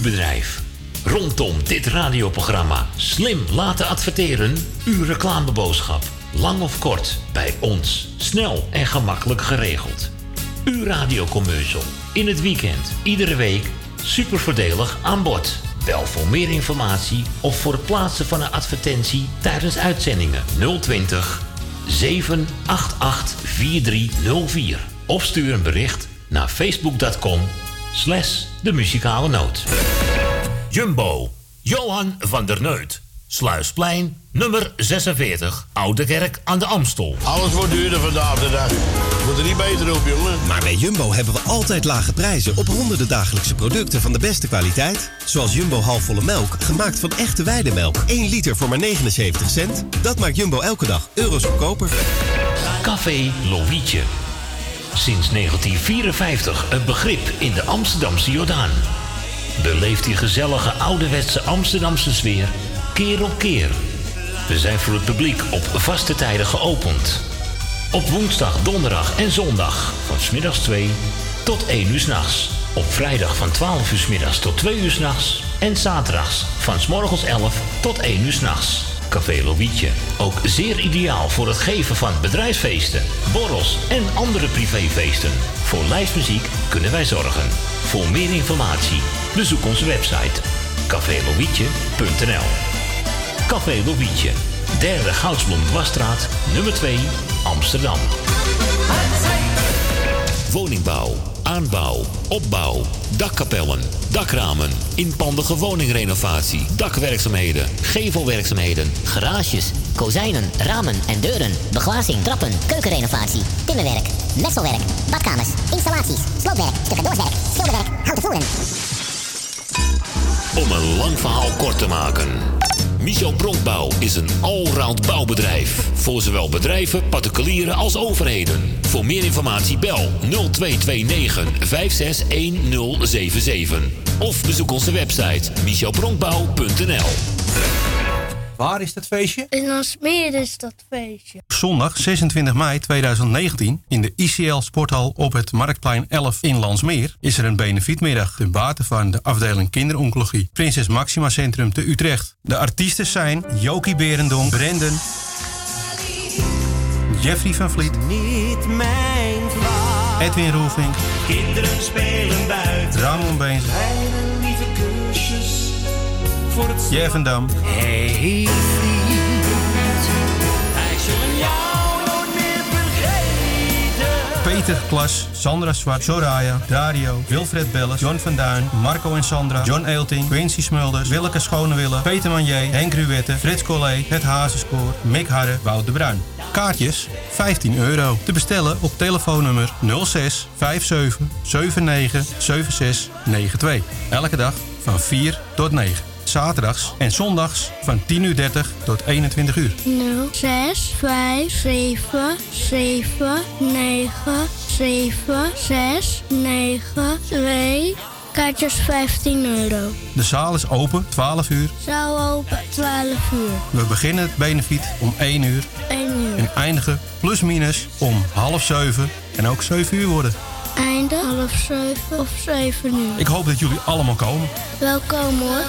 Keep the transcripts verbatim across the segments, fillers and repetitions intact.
bedrijf. Rondom dit radioprogramma slim laten adverteren, uw reclameboodschap. Lang of kort, bij ons. Snel en gemakkelijk geregeld. Uw radiocommercial. In het weekend, iedere week. Super voordelig aan bod. Bel voor meer informatie of voor het plaatsen van een advertentie tijdens uitzendingen nul twintig, zeven acht acht, vier drie nul vier. Of stuur een bericht naar facebook.com slash de muzikale noot. Jumbo, Johan van der Neut. Sluisplein, nummer zesenveertig, Oude Kerk aan de Amstel. Alles wordt duurder vandaag de dag. Moet er niet beter op, jongen. Maar bij Jumbo hebben we altijd lage prijzen op honderden dagelijkse producten van de beste kwaliteit. Zoals Jumbo halfvolle melk, gemaakt van echte weidemelk. één liter voor maar negenenzeventig cent. Dat maakt Jumbo elke dag euro's goedkoper. Café Lovietje. Sinds negentien vierenvijftig een begrip in de Amsterdamse Jordaan. Beleeft die gezellige ouderwetse Amsterdamse sfeer keer op keer. We zijn voor het publiek op vaste tijden geopend. Op woensdag, donderdag en zondag van 's middags twee tot één uur 's nachts. Op vrijdag van twaalf uur 's middags tot twee uur 's nachts. En zaterdags van 's morgens elf tot één uur 's nachts. Café Lovietje. Ook zeer ideaal voor het geven van bedrijfsfeesten, borrels en andere privéfeesten. Voor lijstmuziek kunnen wij zorgen. Voor meer informatie bezoek onze website café lovietje punt n l. Café Lovietje, derde Goudsblom-Dwarsstraat, nummer twee, Amsterdam. Woningbouw, aanbouw, opbouw, dakkapellen, dakramen, inpandige woningrenovatie, dakwerkzaamheden, gevelwerkzaamheden, garages, kozijnen, ramen en deuren, beglazing, trappen, keukenrenovatie, timmerwerk, messelwerk, badkamers, installaties, sloopwerk, stucadoorswerk, schilderwerk, houten voeren. Om een lang verhaal kort te maken. Michel Bronkbouw is een allround bouwbedrijf. Voor zowel bedrijven, particulieren als overheden. Voor meer informatie bel nul twee twee negen, vijf zes een nul zeven zeven. Of bezoek onze website michel bronkbouw punt n l. Waar is dat feestje? In Landsmeer is dat feestje. Zondag zesentwintig mei tweeduizend negentien in de I C L Sporthal op het Marktplein elf in Landsmeer is er een benefietmiddag ten bate van de afdeling kinderoncologie Prinses Maxima Centrum te Utrecht. De artiesten zijn Jokie Berendonk, Brendan, Jeffrey van Vliet, Niet mijn vrouw. Edwin Roelvink, Kinderen spelen buiten. Ramon Beens, Kleine lieve kusjes voor het Jeff en Dam, Hey vriend, wij zullen jou nooit meer vergeten. Peter Klas, Sandra Zwart, Soraya, Dario, Wilfred Belles, John van Duin, Marco en Sandra, John Eelting, Quincy Smulders, Willeke Schonewille, Peter Manier, Henk Ruwette, Frits Collé, Het Hazenspoor, Mick Harre, Wout de Bruin. Kaartjes vijftien euro. Te bestellen op telefoonnummer nul zes vijf zeven zeven negen zeven zes negen twee. Elke dag van vier tot negen. Zaterdags en zondags van tien uur dertig tot eenentwintig uur. nul zes vijf zeven zeven negen zeven zes negen twee. Kaartjes vijftien euro. De zaal is open twaalf uur. Zaal open twaalf uur. We beginnen het benefiet om één uur. één uur. En eindigen plus minus om half zeven. En ook zeven uur worden. Einde half zeven of zeven uur. Ik hoop dat jullie allemaal komen. Welkom hoor.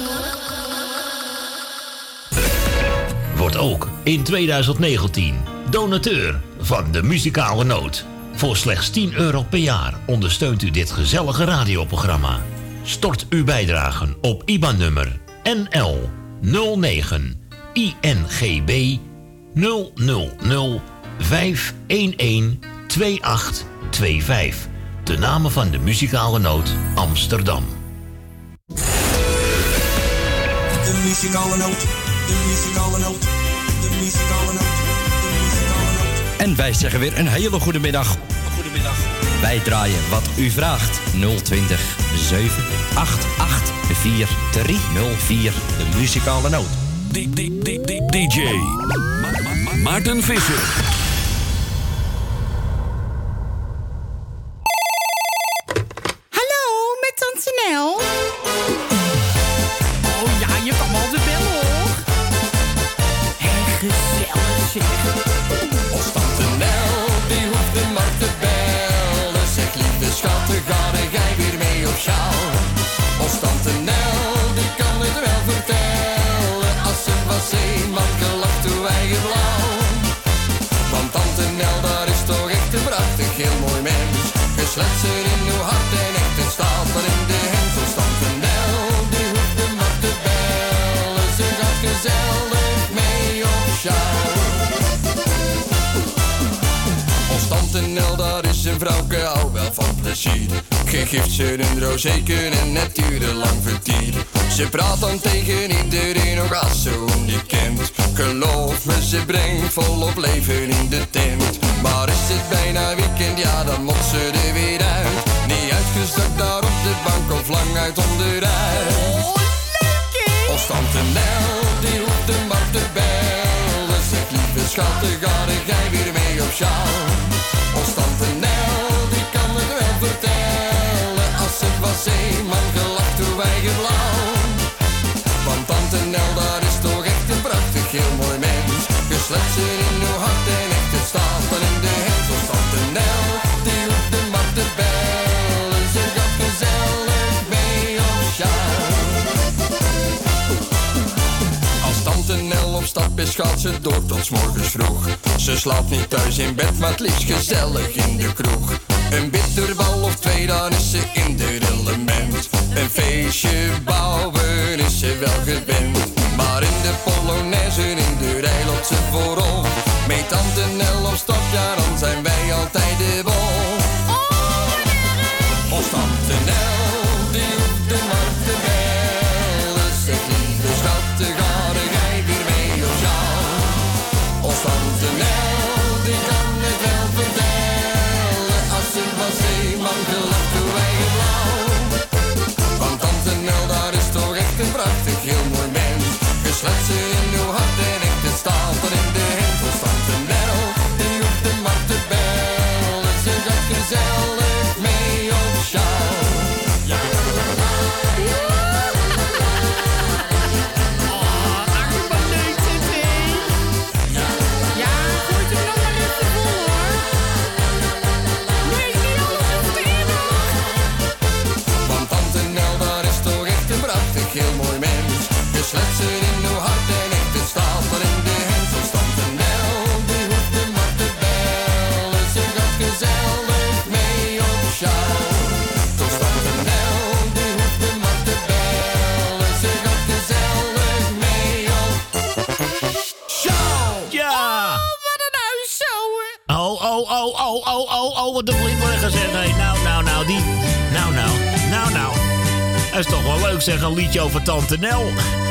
Wordt ook in tweeduizend negentien donateur van de muzikale noot. Voor slechts tien euro per jaar ondersteunt u dit gezellige radioprogramma. Stort uw bijdragen op I B A N-nummer N L nul negen I N G B nul nul nul vijf een een twee acht twee vijf. De namen van de muzikale noot Amsterdam. De muzikale noot, de muzikale noot, de muzikale noot, de muzikale noot. En wij zeggen weer een hele goede middag. Goedemiddag. Wij draaien wat u vraagt. nul twintig zeven acht acht vier drie nul vier. De muzikale noot. D J Maarten Visser. Hallo, met Tante Nel. Oh ja, je kan me altijd bellen hoor. Hé, gezellig zeg. Als Tante Nel, die hoeft er maar te bellen. Zeg lieve schatten, ga er jij weer mee op schaal. Als Tante Nel. in uw hart en echt, het staat er in de Hensel. Tante Nel, die hoeft de maar te bellen. Ze gaat gezellig mee op sjouw. Ons Tante Nel, daar is een vrouwke, hou wel van plezier. Geeft ze een rozeken en net urenlang vertier. Ze praat dan tegen iedereen nog als ze om die kent. Geloof me, ze brengt volop leven in de tent. Maar is het bijna weekend, ja dan moet ze er weer uit. Niet uitgestakt daar op de bank of lang uit onderuit. Oh, leuk! Ons Tante Nel, die hoeft de maar te bellen. Zegt lieve schatte, ga jij weer mee op sjaal. Ons Tante Nel, die kan het wel vertellen. Als het was eenmaal gelacht door eigen blauw. Want Tante Nel, daar is toch echt een prachtig heel mooi mens. Geslet ze in uw hart en echt, het staat dan in de hens. Ons Tante Nel, die hoeft de maar te bellen. Ze gaat gezellig mee op sjaal. Als Tante Nel op stap is, gaat ze door tot 's morgens vroeg. Ze slaapt niet thuis in bed, maar het liefst gezellig in de kroeg. Een bitterbal of twee, dan is ze in de element. Een feestje bouwen is ze wel gewend. Maar in de Polonaise, in de rij loopt ze voorop. Met Tante Nel op stap, ja dan zijn wij altijd de bol. Ons Tante Nel, die hoeft de maar te bellen. Zegt lieve schatte, ga jij weer mee op jou. Ons Tante Nel, die kan het wel vertellen. Als het was eenmaal gelacht door eigen blauw. Want Tante Nel, daar is toch echt een prachtig heel mooi mens. Geslet ze in uw hart en echt, het staat er in de hens. Ons Tante Nel, die hoeft de maar te bellen. Ze gaat gezellig mee op sjouw. Ja. Oh, arme leuk dit, hè? Ja, gooit hem nog maar even vol, hoor. Nee, niet alles hoeft erin, hoor. Want Tante Nel, daar is toch echt een prachtig heel mooi mens. Geslet ze in uw hart en echt, het staat er in de hens. Ons Tante Nel, die hoeft de maar te bellen. Ze gaat gezellig mee op sjouw. Ons Tante Nel, die hoeft de maar te bellen. Ze gaat gezellig mee op sjouw. Ja! Wat een huis zo, hè? Oh, oh, oh, oh, oh, oh, oh, wat de blinderen gezegd. Nee, nou, nou, nou, die... Nou, nou, nou, nou. Dat is toch wel leuk, zeg, een liedje over Tante Nel.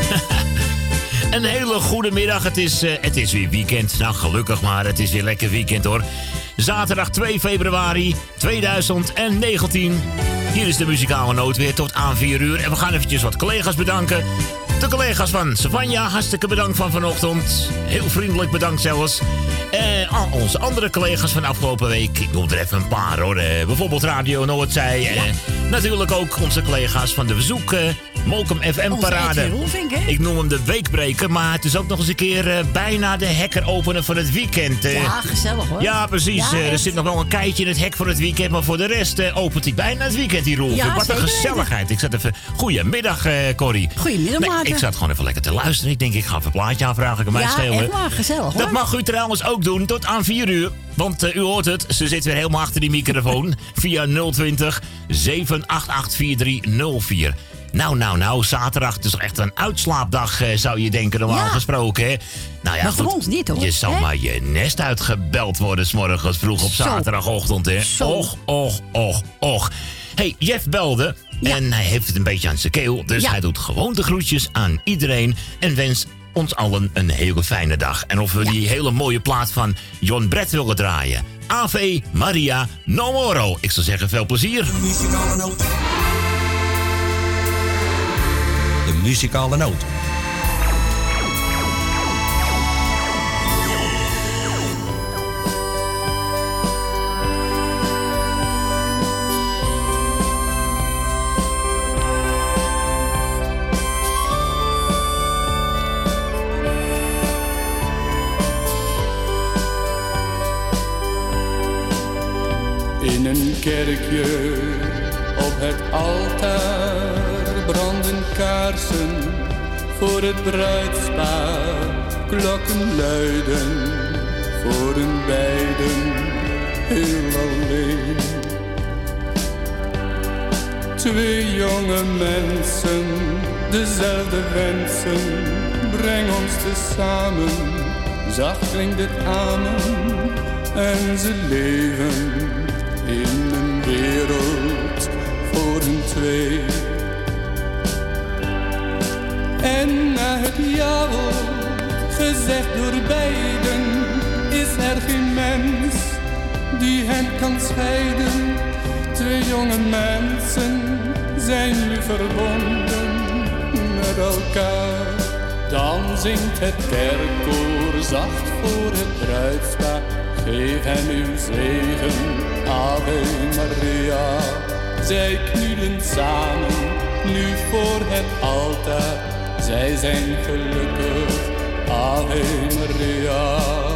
Een hele goede middag. Het is, uh, het is weer weekend. Nou, gelukkig maar. Het is weer lekker weekend, hoor. Zaterdag twee februari tweeduizend negentien. Hier is de muzikale noot weer tot aan vier uur. En we gaan eventjes wat collega's bedanken. De collega's van Savanja, hartstikke bedankt van vanochtend. Heel vriendelijk bedankt zelfs. Eh, al onze andere collega's van afgelopen week. Ik noem er even een paar, hoor. Eh, bijvoorbeeld Radio Noordzij. Eh, natuurlijk ook onze collega's van de Bezoek... Eh, Mokum F M-parade. Ik noem hem de weekbreker, maar het is ook nog eens een keer uh, bijna de hekker openen voor het weekend. Uh. Ja, gezellig, hoor. Ja, precies. Ja, uh, er zit nog wel een keitje in het hek voor het weekend, maar voor de rest uh, opent hij bijna het weekend, die Roel. Ja, wat een gezelligheid. Weten. Ik zat even... Goedemiddag, uh, Corrie. Goedemiddag, nee, Maarten. Ik zat gewoon even lekker te luisteren. Ik denk, ik ga even een plaatje aanvragen. Ik kan mij ja, schelen. echt waar, gezellig, hoor. Dat mag u trouwens ook doen tot aan vier uur. Want uh, u hoort het, ze zit weer helemaal achter die microfoon. Via nul twintig, zeven acht acht, vier drie nul vier. Nou, nou, nou, zaterdag, het is toch echt een uitslaapdag, eh, zou je denken, normaal ja. gesproken, hè? Nou ja, maar goed, voor ons niet, hoor. Je zal He? maar je nest uitgebeld worden 's morgens vroeg op Zo. zaterdagochtend, hè? Zo. Och, och, och, och. Hey, Jeff belde ja. en hij heeft het een beetje aan zijn keel, dus ja. hij doet gewoon de groetjes aan iedereen en wenst ons allen een hele fijne dag. En of we ja. die hele mooie plaat van John Brett willen draaien. Ave Maria No Moro. Ik zou zeggen, veel plezier. De muzikale noot. In een kerkje op het altaar branden kaarsen voor het bruidspaar. Klokken luiden voor hun beiden heel alleen. Twee jonge mensen, dezelfde wensen, breng ons tezamen. Zacht klinkt het amen en ze leven in een wereld voor hun twee. En na het ja wordt gezegd door beiden, is er geen mens die hen kan scheiden. Twee jonge mensen zijn nu verbonden met elkaar. Dan zingt het kerkkoor zacht voor het bruidspaar. Geef hen uw zegen, Ave Maria. Zij knielen samen, nu voor het altaar. Zij zijn gelukkig, Ave Maria.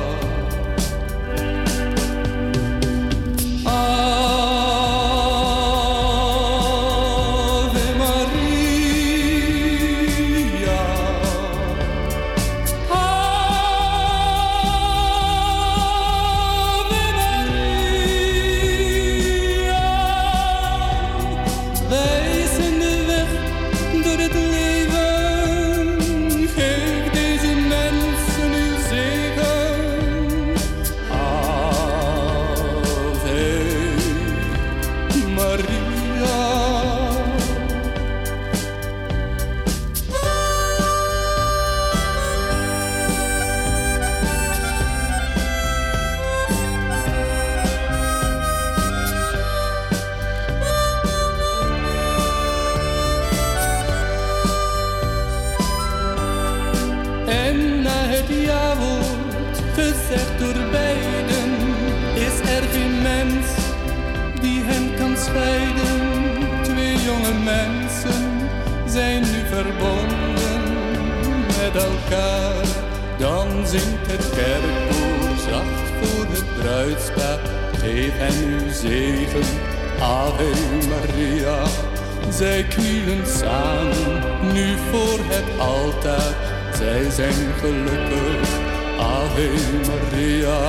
Twee jonge mensen zijn nu verbonden met elkaar. Dan zingt het kerkkoor zacht voor het bruidspaar. Geef hen uw zegen, Ave Maria. Zij knielen samen, nu voor het altaar. Zij zijn gelukkig, Ave Maria.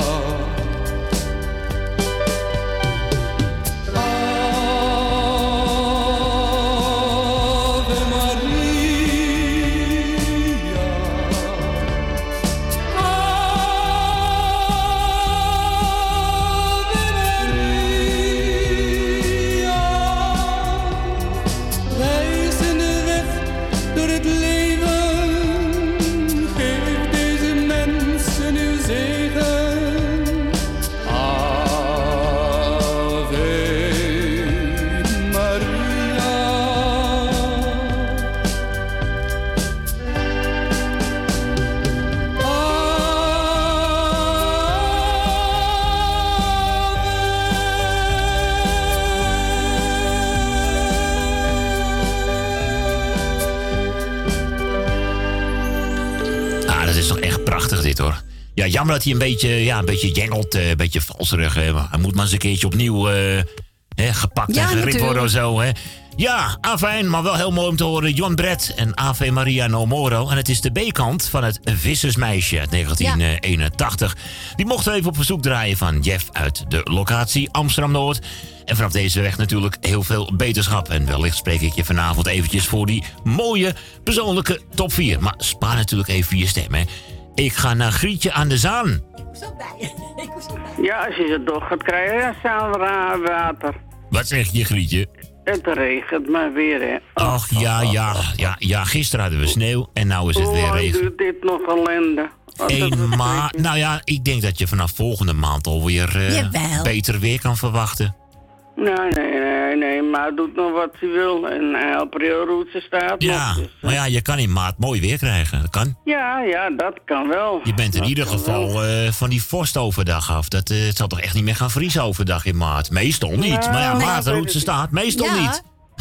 Ja, jammer dat hij een beetje, ja, een beetje jengelt, uh, een beetje valserig. Hè. Hij moet maar eens een keertje opnieuw uh, hè, gepakt ja, en geript worden of zo. Hè. Ja, afijn, maar wel heel mooi om te horen. Jon Brett en Ave Maria no Moro. En het is de B-kant van het Vissersmeisje uit negentien eenentachtig. Ja. Die mochten we even op verzoek draaien van Jeff uit de locatie Amsterdam-Noord. En vanaf deze weg natuurlijk heel veel beterschap. En wellicht spreek ik je vanavond eventjes voor die mooie persoonlijke top vier. Maar spaar natuurlijk even je stem, hè. Ik ga naar Grietje aan de Zaan. Ik was ook bij. Ik was ook bij. Ja, als je het door gaat krijgen, dan staan we aan water. Wat zeg je, Grietje? Het regent maar weer, hè. Ach, ja, ja, ja, ja. Gisteren hadden we sneeuw en nou is het weer regen. Oh, dit nog ellende. Eén maand. Nou ja, ik denk dat je vanaf volgende maand alweer uh, beter weer kan verwachten. Nee, nee, nee, nee, maar doet nog wat hij wil. En uh, april roet ze staat ja, nog. Dus, uh... maar ja, je kan in maart mooi weer krijgen. Dat kan. Ja, ja, dat kan wel. Je bent in dat ieder geval uh, van die vorst overdag af. Dat, uh, het zal toch echt niet meer gaan vriezen overdag in maart? Meestal niet. Ja, maar ja, nee, maart roet ze staat. Meestal ja. niet.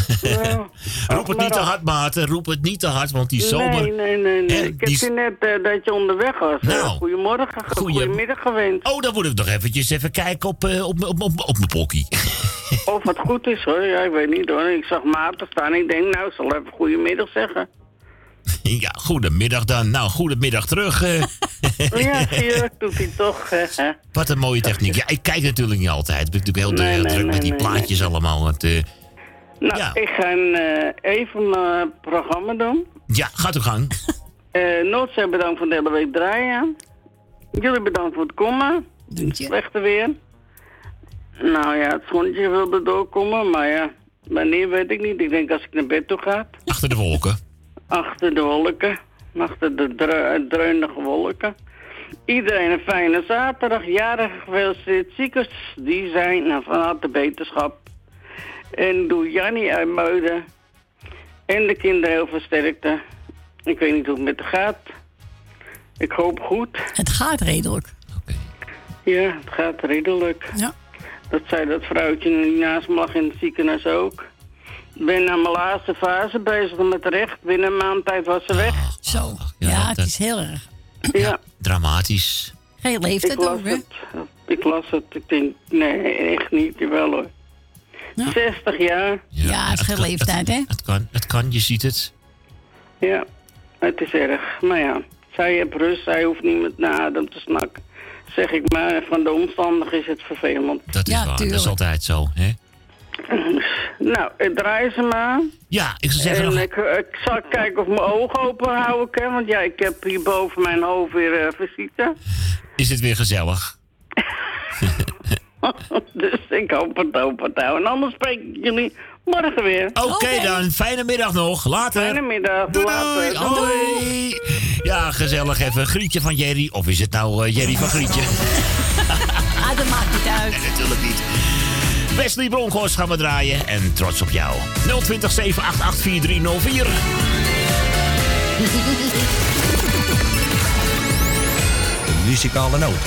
Ja. Roep het niet te hard, Maarten. Roep het niet te hard, want die zomer... Nee, nee, nee. nee. Eh, ik heb die... net uh, dat je onderweg was. Nou, uh, goedemorgen, goeie... goedemiddag gewenst. Oh, dan moet ik nog eventjes even kijken op, uh, op, op, op, op mijn pokkie. Of het goed is, hoor. Ja, ik weet niet, hoor. Ik zag Maarten staan en ik denk, nou, ik zal even goedemiddag zeggen. Ja, goedemiddag dan. Nou, goedemiddag terug. Uh. Ja, zie je, doet hij toch. Uh, Wat een mooie techniek. Ja, ik kijk natuurlijk niet altijd. Ik ben natuurlijk heel nee, nee, druk nee, met die nee, plaatjes nee. allemaal. Het, uh, Nou, Ja. ik ga uh, even mijn programma doen. Ja, gaat uw gang. Uh, Noordzee bedankt voor de hele week draaien. Jullie bedankt voor het komen. Slechte weer. Nou ja, het zonnetje wilde doorkomen, maar ja, wanneer weet ik niet. Ik denk als ik naar bed toe ga. Achter de wolken. Achter de wolken. Achter de dre- dreunige wolken. Iedereen een fijne zaterdag. Jarig gefeliciteerd. Ziekers, die zijn nou, van harte beterschap. En doe Jannie uit Muiden. En de kinderen heel veel sterkte. Ik weet niet hoe het met haar gaat. Ik hoop goed. Het gaat redelijk. Ja, het gaat redelijk. Ja. Dat zei dat vrouwtje die naast me lag in het ziekenhuis ook. Ik ben aan mijn laatste fase bezig met recht. Binnen een maand tijd was ze weg. Zo, ja, ja het is heel erg. Ja. Dramatisch. Geen leeftijd ook, hè? Ik las het. Ik denk, nee, echt niet. Jawel hoor. Ja. zestig jaar. Ja, ja het is geen leeftijd, hè? Het kan, het kan, je ziet het. Ja, het is erg. Maar ja, zij heeft rust. Zij hoeft niet met naar adem te snakken. Zeg ik maar, van de omstandigheden is het vervelend. Dat is ja, waar, tuurlijk. Dat is altijd zo, hè? Nou, ik draai ze maar. Ja, ik zou zeggen... En nog... ik, ik zal kijken of mijn ogen open houden kan. Want ja, ik heb hier boven mijn hoofd weer uh, visite. Is het weer gezellig? Dus ik hoop het open te houden. En anders spreek ik jullie morgen weer. Oké okay, okay. dan, fijne middag nog. Later. Fijne middag. Doei, later. Doei. Hoi. Ja, gezellig even. Grietje van Jerry. Of is het nou uh, Jerry van Grietje? Ah, dat maakt niet uit. Nee, natuurlijk niet. Wesley Bronkhorst gaan we draaien. En trots op jou. nul twintig, zeven acht acht, vier drie nul vier. De muzikale noot.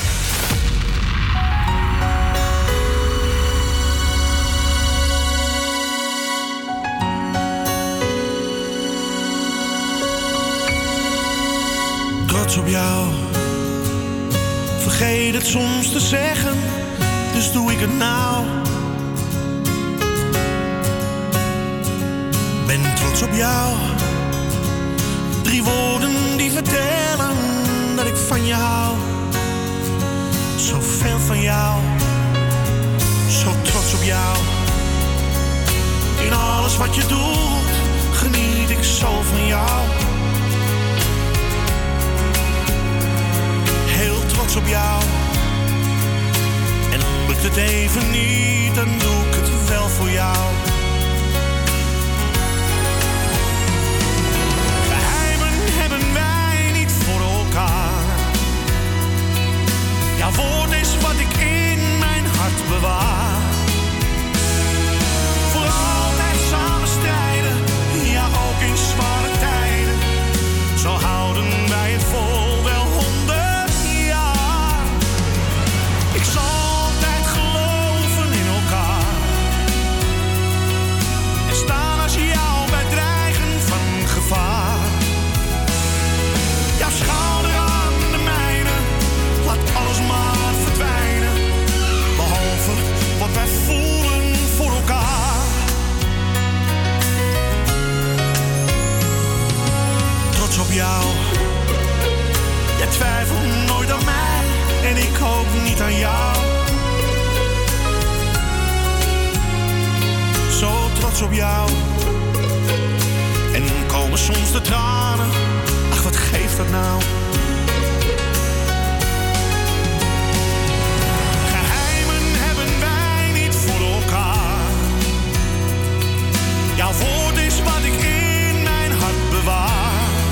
Trots op jou. Vergeet het soms te zeggen, dus doe ik het nou. Ben trots op jou. Drie woorden die vertellen dat ik van je hou. Zoveel van jou. Zo trots op jou. In alles wat je doet, geniet ik zo van jou. Heel trots op jou. En lukt het even niet, dan doe ik het wel voor jou. Geheimen hebben wij niet voor elkaar. Jouw woord is wat ik in mijn hart bewaar. Voor altijd samen strijden, ja ook in zware tijden. Zo houden wij het vol wel honderd jaar. Ik zal altijd geloven in elkaar. En staan als jou bij dreigen van gevaar. Jouw schouder aan de mijne, laat alles maar verdwijnen. Behalve wat wij voelen voor elkaar. Trots op jou. Jij twijfelt nooit aan mij en ik hoop niet aan jou. Zo trots op jou. En komen soms de tranen. Ach, wat geeft dat nou? Geheimen hebben wij niet voor elkaar. Jouw woord is wat ik in mijn hart bewaar.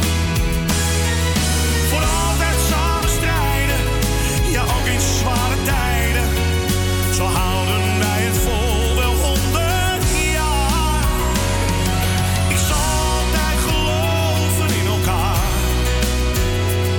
Voor altijd samen strijden, ja ook in zware tijden. Zo houden wij het vol wel honderd jaar. Ik zal altijd geloven in elkaar.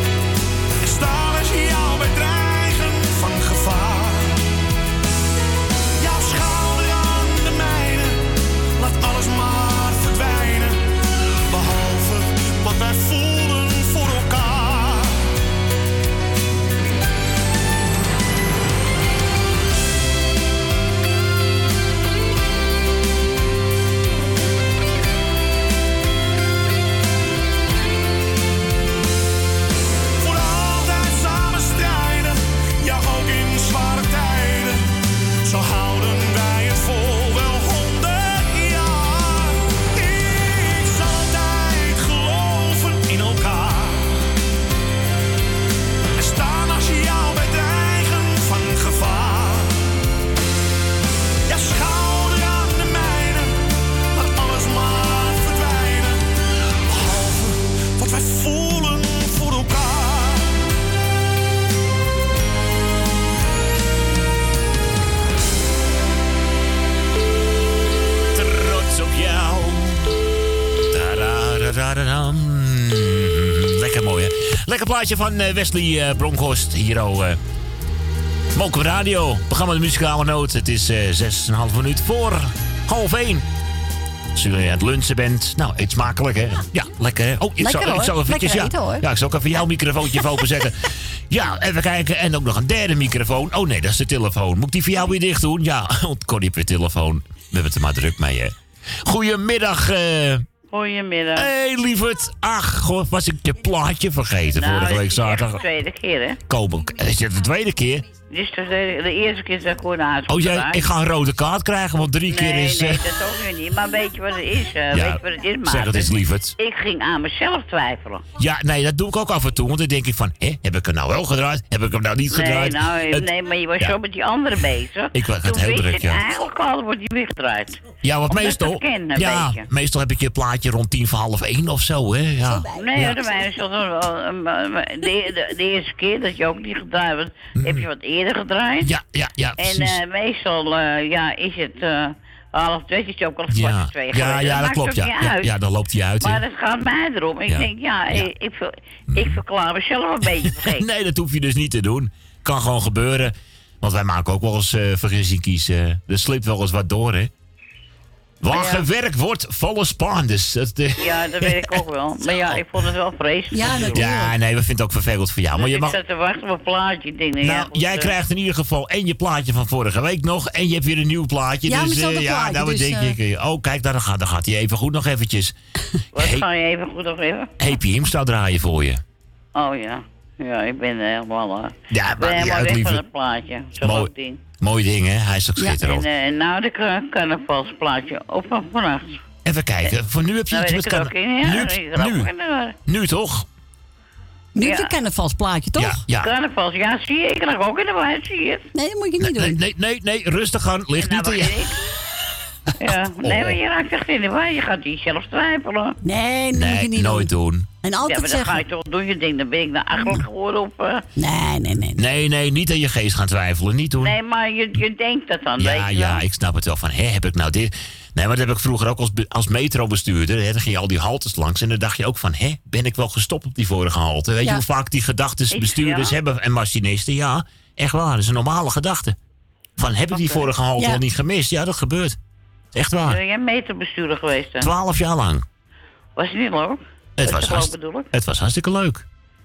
Lekker plaatje van uh, Wesley uh, Bronkhorst. Hier al uh, Mokum Radio. Programma De Muzikale Noot. Het is uh, zes en een half minuut voor half één. Als jullie aan het lunchen bent. Nou, eet smakelijk, hè? Ja, lekker, hè? Oh, ik lekker, zal, ik zal eventjes, lekker ja, eten, hoor. ja, ik zal ook even jouw microfoontje even openzetten. Ja, even kijken. En ook nog een derde microfoon. Oh nee, dat is de telefoon. Moet ik die voor jou weer dicht doen? Ja, want Corrie heeft weer telefoon. We hebben het er maar druk mee, hè? Goedemiddag, eh... Goedemiddag. Hé, hey, lieverd. Ach, god, was ik je plaatje vergeten nou, vorige week zaterdag. zaterdag. Dat is de tweede keer, hè? Kom ook. Is dit de tweede keer? Dit is de, de eerste keer dat ik gewoon naar huis Oh, jij, eruit. ik ga een rode kaart krijgen, want drie nee, keer is... Nee, uh... dat ook nu niet. Maar weet je wat het is? Uh, Ja, weet je wat het is, Maarten? zeg het eens, lieverd. Ik ging aan mezelf twijfelen. Ja, nee, dat doe ik ook af en toe. Want dan denk ik van, hé, heb ik hem nou wel gedraaid? Heb ik hem nou niet gedraaid? Nee, nou, Het- nee, maar je was ja. zo met die andere bezig. Ik was het Toen heel wist druk, ik ja. eigenlijk al, wordt die weggedraaid. Ja, want Omdat meestal... ik het ken, een ja, beetje. meestal heb ik je plaatje rond tien voor half één of zo, hè? Ja. Nee, ja. de mijne is toch wel... um, um, De, de, de eerste keer dat je ook niet gedraaid wordt, heb je wat eerder gedraaid. Mm. Ja, ja, ja, En precies. uh, meestal uh, ja, is het uh, half twee, is het ook al kwart Ja, voor twee ja, geweest. ja, dat maakt klopt, ook ja. niet Ja, uit. ja, dan loopt hij uit, hè. Maar het gaat mij erom. Ik Ja. denk, ja, Ja. Ik, ik, ver- ik verklaar mezelf een beetje vergeten. Nee, dat hoef je dus niet te doen. Kan gewoon gebeuren. Want wij maken ook wel eens uh, vergissingkies. Uh, er slipt wel eens wat door, hè. Waar Maar ja. gewerkt wordt, vallen spaanders. Dat, uh, Ja, dat weet ik ook wel. Maar ja, ik vond het wel vreselijk. Ja, natuurlijk. ja, nee, we vinden het ook vervelend voor jou. Maar Dus je ik mag... zat te wachten op een plaatje. Ik denk, nou, ja, Nou, goed, jij uh, krijgt in ieder geval en je plaatje van vorige week nog. En je hebt weer een nieuw plaatje. Ja, dus maar hetzelfde uh, ja, plaatje, nou, wat dus, denk uh, ik. Oh, kijk, dan gaat, dan gaat hij even goed nog eventjes. Wat Hey, ga je even goed nog even? Happy Himstad draaien voor je. Oh ja. Ja, ik ben helemaal... Uh, Ja, ik ben maakt niet helemaal uit, weg lieve. van het plaatje. Zo'n Mooi. goed ding. Mooi ding, hè? Hij is ook En schitterend. uh, nou, de k- carnavalsplaatje op van vannacht. Even kijken. Voor nu heb je Nou, iets weet met ik er ook kan- in, ja. nu, Ik er ook nu, in, uh, nu toch? Nu Ja. heb je een carnavalsplaatje, toch? Ja, ja. Carnavals, ja, zie je. Ik lag ook in de waard, zie je het? Nee, dat moet je niet Nee, doen. nee, nee, nee, rustig aan. Ligt Nou, niet in wat je... ik. Ja, nee, maar je raakt echt in de war. Je gaat niet zelf twijfelen. Nee, dat moet je Nee, niet nooit doen. doen. En Ja, altijd maar dan ga zeggen... je toch doen. Je denkt, dan ben ik nou achterlijk geworden op... uh, Nee, nee, nee. Nee, nee, niet aan je geest gaan twijfelen. Niet doen. Nee, maar je, je denkt dat dan, Ja, weet je wel. ja, ik snap het wel. Van, hè, heb ik nou dit... Nee, maar dat heb ik vroeger ook als, be- als metrobestuurder. Hè, dan ging je al die haltes langs. En dan dacht je ook van, hè, ben ik wel gestopt op die vorige halte? Weet Ja. je hoe vaak die gedachten Ik- bestuurders ja. hebben en machinisten? Ja, echt waar. Dat is een normale gedachte. Van, heb ik die Oké. vorige halte Ja. al niet gemist? Ja, dat gebeurt. Echt waar. Ben jij meterbestuurder geweest dan? Twaalf jaar lang. Was het niet leuk? Het Dat was, is leuk, hartst- bedoel ik? het was hartstikke leuk.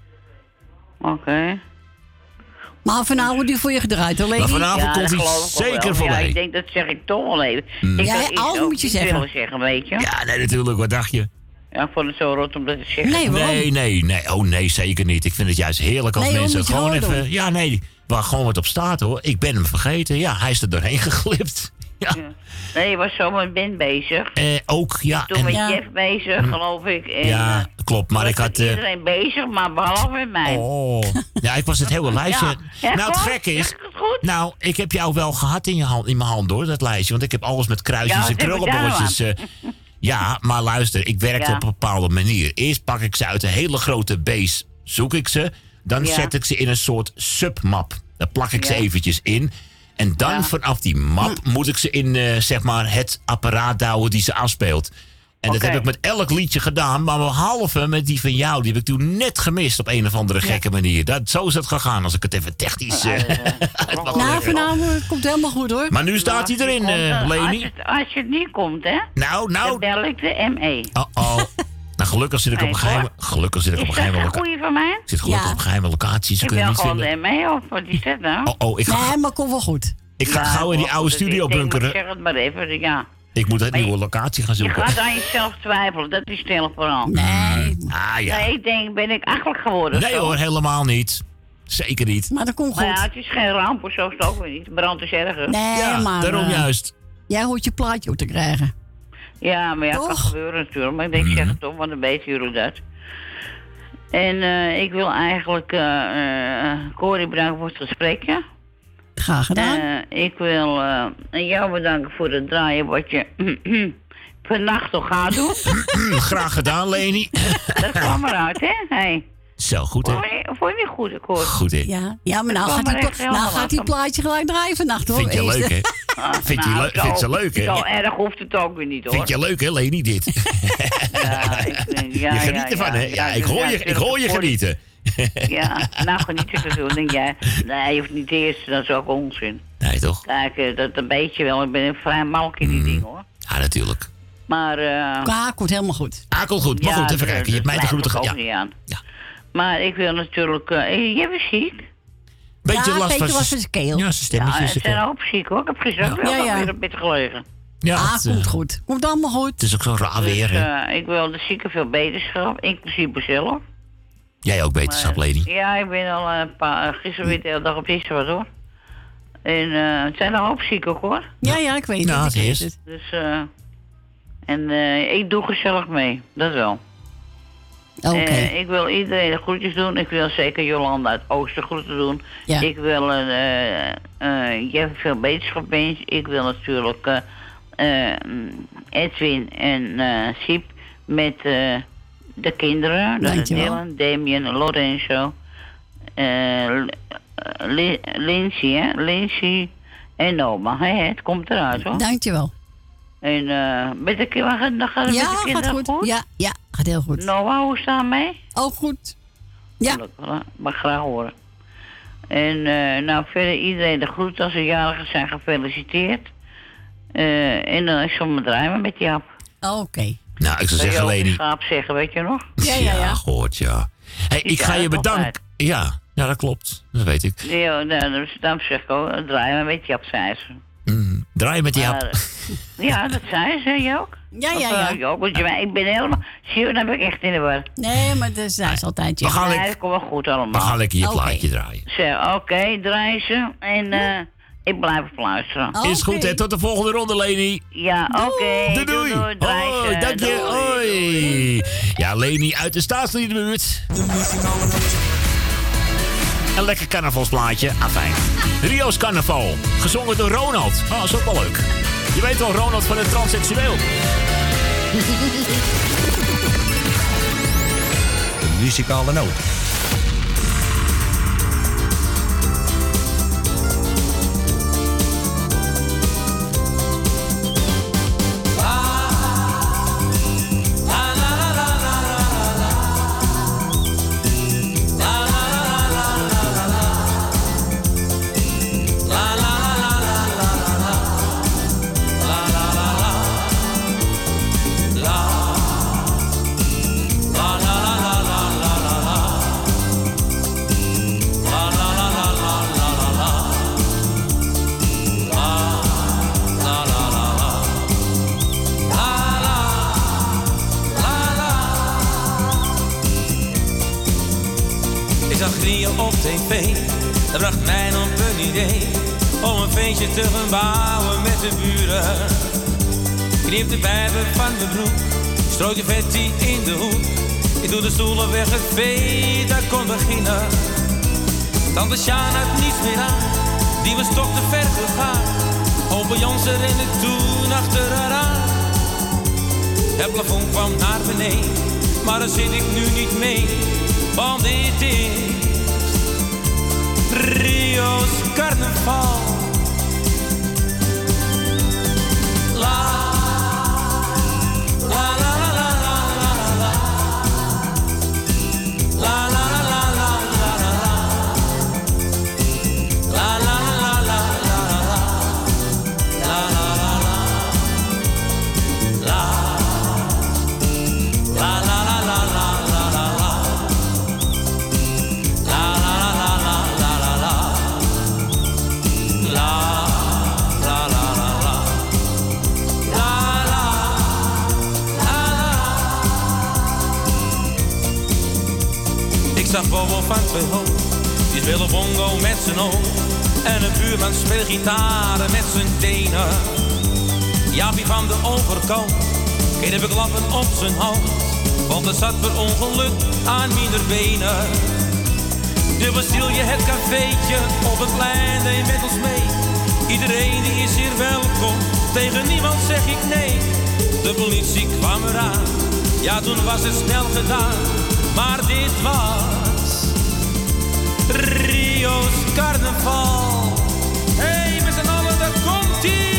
Oké. Maar vanavond wordt die voor je gedraaid, alleen Maar niet. vanavond Ja, komt dat hij geloof ik ook zeker wel. voor Ja, mij. ik denk, dat zeg ik toch wel even. Mm. Ik Ja, had iets alles ook moet je niet zeggen. willen zeggen, weet je? Ja, nee, natuurlijk. Wat dacht je? Ja, ik vond het zo rot om dat te zeggen. Nee, waarom? Nee, nee, nee. Oh nee, zeker niet. Ik vind het juist heerlijk als Nee, hoor, mensen moet je gewoon gewoon even... doen. Ja, nee, waar gewoon wat op staat hoor. Ik ben hem vergeten. Ja, hij is er doorheen geglipt. Ja, Ja. Nee, je was zo met Ben bezig. eh, ook, ja. Toen En, met Ja. Jeff bezig, geloof ik. En, ja, eh, klopt. Maar was ik had... met eh, iedereen bezig, maar behalve met mij. oh, ja, ik was het hele lijstje... Ja. Ja, nou, het goed? gekke is... Zeg ik het goed? Nou, ik heb jou wel gehad in, je hand, in mijn hand hoor, dat lijstje. Want ik heb alles met kruisjes Ja, en wat heb ik daar krullenbolletjes. eh, ja, maar luister, ik werkte Ja. op een bepaalde manier. Eerst pak ik ze uit een hele grote base, zoek ik ze. Dan Ja. zet ik ze in een soort submap. Dan plak ik ze Ja. eventjes in. En dan Ja. vanaf die map moet ik ze in eh, zeg maar het apparaat douwen die ze afspeelt. En dat Oké. heb ik met elk liedje gedaan, maar behalve met die van jou. Die heb ik toen net gemist op een of andere gekke manier. Dat, zo is het gegaan, als ik het even technisch... eh, uit mag Nou, leggen. vanavond komt het helemaal goed, hoor. Maar nu staat hij erin, Komt, eh eh, als, Leni. het, als je het niet komt, hè, Nou, dan nou. bel ik de M E. Oh-oh. Nou, gelukkig zit ik op een Nee, geheime... hoor. Gelukkig zit ik op Is een dat geheime een locatie. goeie van mij? Ik zit gelukkig Ja. op een geheime locatie, ze Ik kunnen bel niet gewoon vinden. de M E, of wat is dat nou? Oh, oh, ik ga, Nee, maar komt wel goed. ik ga Ja, gauw in die maar oude goed, studio ik denk, bunkeren. Zeg het maar even, ja. Ik moet een Maar je- nieuwe locatie gaan Je zoeken. gaat aan jezelf twijfelen, dat is stil vooral. Nee, Ah, ja. Nee, ik denk, ben ik achterlijk geworden? Nee zo? hoor, helemaal niet. Zeker niet. maar dat komt Maar ja, goed. het is geen ramp, of zo is het ook weer niet. Brand is erger. Nee, Ja, maar... daarom eh, juist. Jij hoort je plaatje ook te krijgen. Ja, maar ja, het kan Toch? gebeuren natuurlijk. Maar ik denk, Mhm. zeg het toch, want dan weten jullie dat. En eh, ik wil eigenlijk eh eh Corrie bedanken voor het gesprekje. Graag gedaan. Eh, ik wil eh, jou bedanken voor het draaien wat je vannacht nog gaat doen. Graag gedaan, Leni. Dat kwam eruit, hè? Hey. Zo, goed hè? Vond je, vond je niet goed, ik hoor. Goed hè? Ja, ja, maar nou kwam gaat, er die, echt pla- nou helemaal gaat die af. plaatje gelijk draaien vannacht, hoor. Vind je Eerst, leuk hè? hè? Vind je, Nou, le- zo- vindt ze leuk, hè? Zo erg hoeft het ook weer niet, hoor. Vind je leuk, hè, Leni, dit? Ja, ik denk, ja, je geniet ja, ervan, ja, hè? Ja, ik hoor je, ik hoor je voor- genieten. Ja, nou geniet ik ervan. Denk jij, nee, je hoeft niet eerst, dat is ook onzin. Nee, toch? Kijk, eh, dat een beetje wel. Ik ben vrij malk in die Mm. dingen, hoor. Ja, natuurlijk. Maar... eh Ja, komt helemaal goed. Ah, komt goed. Maar ja, goed, even daar- kijken. Je hebt mij de daar groeten twijfel ge- ik ja. ook niet aan. Maar ik wil natuurlijk... eh jij bent ziek? Beetje ja, last beetje van last z'n- van zijn keel. Ja, zijn stemmetje Ja, is ze er zijn wel. ook ziek, hoor. Ik heb gisteren ook Ja, wel ja. weer op bed gelegen. Ja, ah, het, komt eh, goed. Komt allemaal goed. Het is ook zo raar weer, Dus, hè? eh, ik wil de zieken veel beterschap, inclusief mezelf. Jij ook beterschap, Maar, Leni. Ja, ik ben al een paar... Gisteren weer de hele dag op gisteren wat, hoor. En eh, het zijn een hoop zieken, ook, hoor. Ja, ja, ik weet Nou, het. het ik is. weet het. Dus, eh... En eh, ik doe gezellig mee, dat wel. Oké. Eh, ik wil iedereen de groetjes doen. Ik wil zeker Jolanda uit Oosten groeten doen. Ja. Ik wil eh eh Jeff veel beterschap wensen. Ik wil natuurlijk eh eh, Edwin en eh Siep met eh de kinderen. Dat is Dankjewel. Dylan, Damien, Lorenzo. eh Lin- Lindsay, hè? Lindsay en Noma. Hè, het komt eruit, hoor. Dankjewel. En eh met de kinderen, dan gaat het Ja, met de gaat kinderen goed. goed? Ja, ja, gaat heel goed. Noah, hoe staan mee? Ook goed. Ja. Gelukkig, hè? Mag graag horen. En eh, nou, verder iedereen de groeten als ze jarigen zijn gefeliciteerd. Eh, en dan is zo'n draaien met Jaap. Oké. Nou, ik zou zeggen, Zou je ook Leni. schaap zeggen, weet je nog? Ja, ja, ja. gehoord, ja. Hey, Die ik ga zijn je er nog bedanken. Ja, ja, dat klopt. Dat weet ik. Ja, nou, dus daarom zeg ik ook, draaien met Jaap, zei ze. Mm, draai met die Maar, app. eh, ja, dat zei ze, hè, ook. Ja, ja, ja. Uh, ook, want je, ik ben helemaal... Zie je, dan ben ik echt in de war. Nee, maar dat is, dat is altijd... We gaan Nee, lekker- dat komt wel goed allemaal. We gaan lekker je Oké. plaatje draaien. Zeg, oké, draai ze. En eh ik blijf op luisteren. Is goed, hè? Tot de volgende ronde, Leni. Ja, oké. Doei, doei. doei, draai ze. Hoi, dank je. Doei. Hoi. Ja, Leni uit de staatsliedenbuurt. Een lekker carnavalsplaatje. Afijn. Rio's Carnaval. Gezongen door Ronald. Oh, dat is ook wel leuk. Je weet wel, Ronald van het Transseksueel. De muzikale noot. Ik zag Rio op tv, dat bracht mij op een idee om een feestje te gaan bouwen met de buren. Knip de pijpen van mijn broek, strook de vetti in de hoek. Ik doe de stoelen weg, het feest, dat kon beginnen. Tante Sjaan had niets meer aan, die was toch te ver gegaan. Opa Jansen rende toen achter haar aan. Het plafond kwam naar beneden, maar daar zit ik nu niet mee. Want dit is Rio's carnaval. La, la, la, la, la, la, la, la, la, la, la, la, la, la, la, la, la, zag Bobo van twee hoog, die speelde bongo met zijn oog. En een buurman speelt gitaren met zijn tenen. Jaapie van de overkant, kreeg de beklappen op zijn hand. Want er zat per ongeluk aan minder benen. De Bastille, het cafeetje op het plein, deed met ons mee. Iedereen die is hier welkom, tegen niemand zeg ik nee. De politie kwam eraan, ja toen was het snel gedaan. Maar dit was Rio's carnaval. Hé, hey, met z'n allen, daar komt-ie!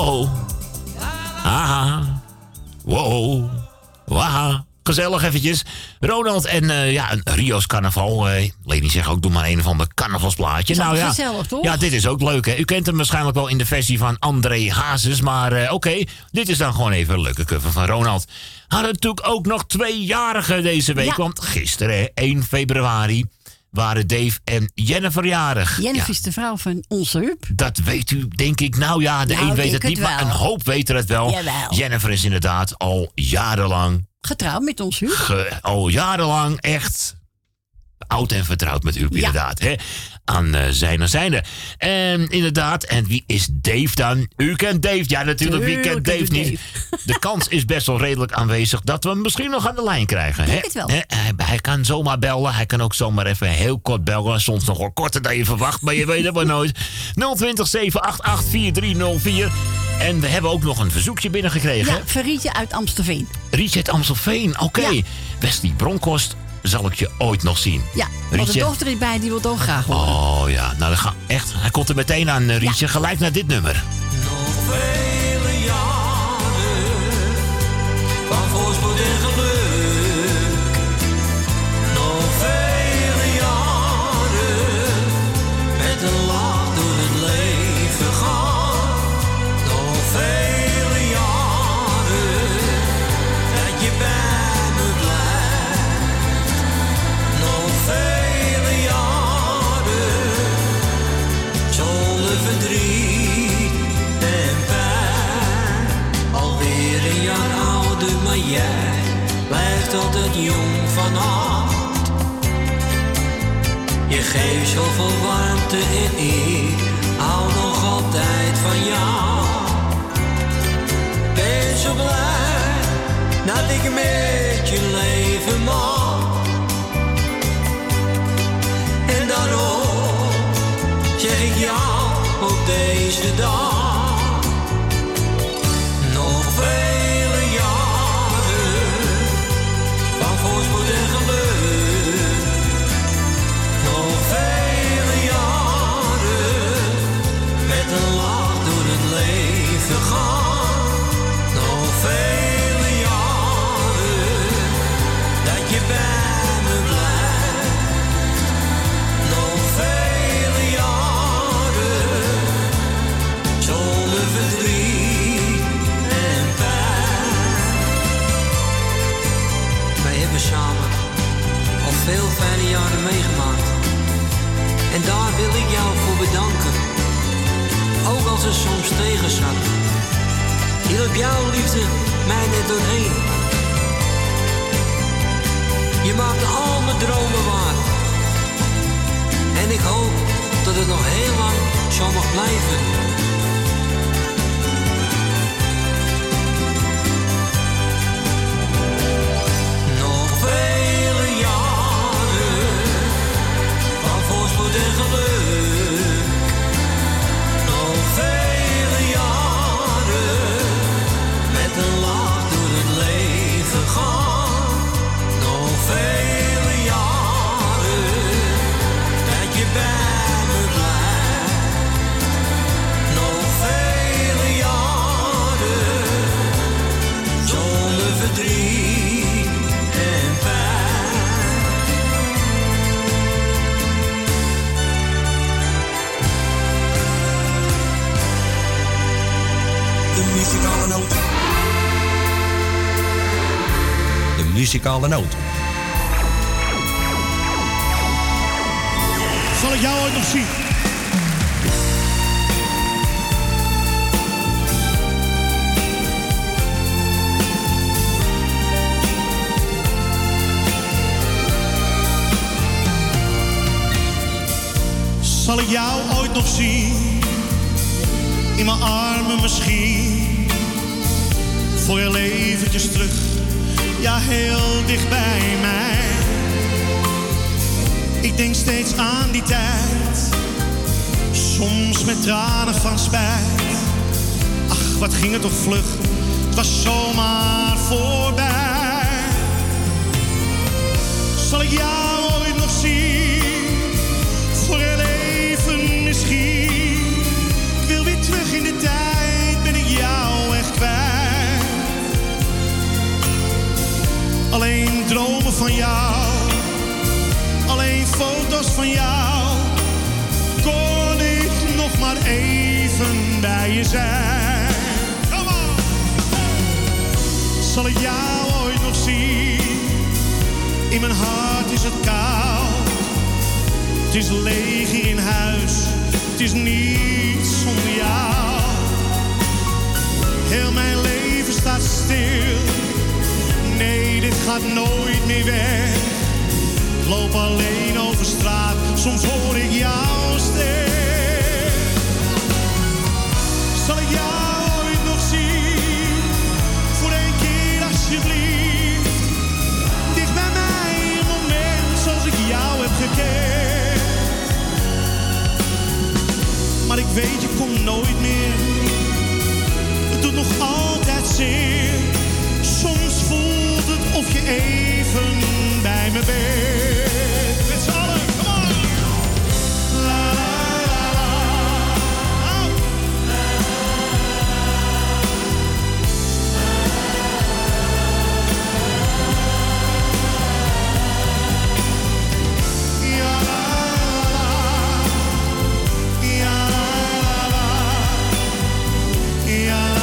Wow. Aha. Wow. Waha. Gezellig eventjes. Ronald en uh, ja, Rio's carnaval. Uh, Leni zegt ook, doe maar een of ander carnavalsplaatje. Nou ja, gezellig, toch? Ja, dit is ook leuk, hè. U kent hem waarschijnlijk wel in de versie van André Hazes. Maar uh, oké, okay, dit is dan gewoon even een leuke cover van Ronald. Hadden natuurlijk ook nog tweejarigen deze week. Ja. Want gisteren, één februari, waren Dave en Jennifer jarig. Jennifer ja. is de vrouw van onze Huub. Dat weet u, denk ik. Nou ja, de nou, een weet het het niet, wel. maar een hoop weten het wel. Jawel. Jennifer is inderdaad al jarenlang... Getrouwd met ons Huub. Ge, al jarenlang echt oud en vertrouwd met Huub, ja. inderdaad. Hè? Aan uh, zijne zijde. En inderdaad, en wie is Dave dan? U kent Dave. Ja, natuurlijk, wie kent Dave niet? Dave. De kans is best wel redelijk aanwezig dat we hem misschien nog aan de lijn krijgen. Hè? Het wel. Hè? Hij, hij kan zomaar bellen. Hij kan ook zomaar even heel kort bellen. Soms nog wel korter dan je verwacht, maar je weet het maar nooit. nul twintig, zeven acht acht, vier drie nul vier. En we hebben ook nog een verzoekje binnengekregen. Ja, van Rietje uit Amstelveen. Rietje uit Amstelveen, oké. Okay. Ja. Wesley Bronkhorst zal ik je ooit nog zien. Ja, want de dochter is bij, die wil het ook graag horen. Oh ja, nou dan ga, echt, hij komt er meteen aan, uh, Rietje. Ja. Gelijk naar dit nummer. Nog vele jaren van voorspoed en geluk. Nog vele jaren met een lach door het leven gaan. Nog vele jaren dat je bij me blijft. Nog vele jaren zonder verdriet en pijn. Alweer een jaar ouder, maar jij blijft altijd jong van hart. Je geeft zoveel warmte en ik hou nog altijd van jou. Ben zo blij dat ik met je leven mag. En daarom zeg ik jou op deze dag. Nog vele jaren van voorspoed en geluk. Nog vele jaren met een lach door het leven gaan. Nog vele jaren dat je bij me blijft. Nog vele jaren zonder verdriet en pijn. Wij hebben samen al veel fijne jaren meegemaakt. En daar wil ik jou voor bedanken. Ook als er soms tegen zat. Hielp jouw liefde mij net doorheen. Je maakte al mijn dromen waar. En ik hoop dat het nog heel lang zo mag blijven. Nog vele jaren van voorspoed en geluk. Nog vele jaren met een lach door het leven gaan. Nog vele jaren dat je bij me blijft. Nog vele jaren zonder verdriet en pijn. De muzikale noot. De muzikale noot. Zal ik jou ooit nog zien? Zal ik jou ooit nog zien? In mijn armen misschien. Voor heel eventjes terug. Ja, heel dicht bij mij. Ik denk steeds aan die tijd. Soms met tranen van spijt. Ach, wat ging het toch vlug. Het was zomaar voorbij. Zal ik jou ooit nog zien? Voor heel even misschien. Ik wil weer terug in de tijd. Ben ik jou van jou, alleen foto's van jou, kon ik nog maar even bij je zijn. Come on. Zal ik jou ooit nog zien? In mijn hart is het koud, het is leeg hier in huis, het is niets zonder jou. Heel mijn leven staat stil, nee, dit gaat nooit meer weg. Ik loop alleen over straat, soms hoor ik jouw stem. Zal ik jou ooit nog zien? Voor één keer alsjeblieft. Dicht bij mij, een moment zoals ik jou heb gekend. Maar ik weet, je komt nooit meer. Het doet nog altijd zeer. Soms voelt het of je even bij me bent. Met z'n allen, come on! La la la la. Oh. Ja la la la. Ja la la la. Ja la.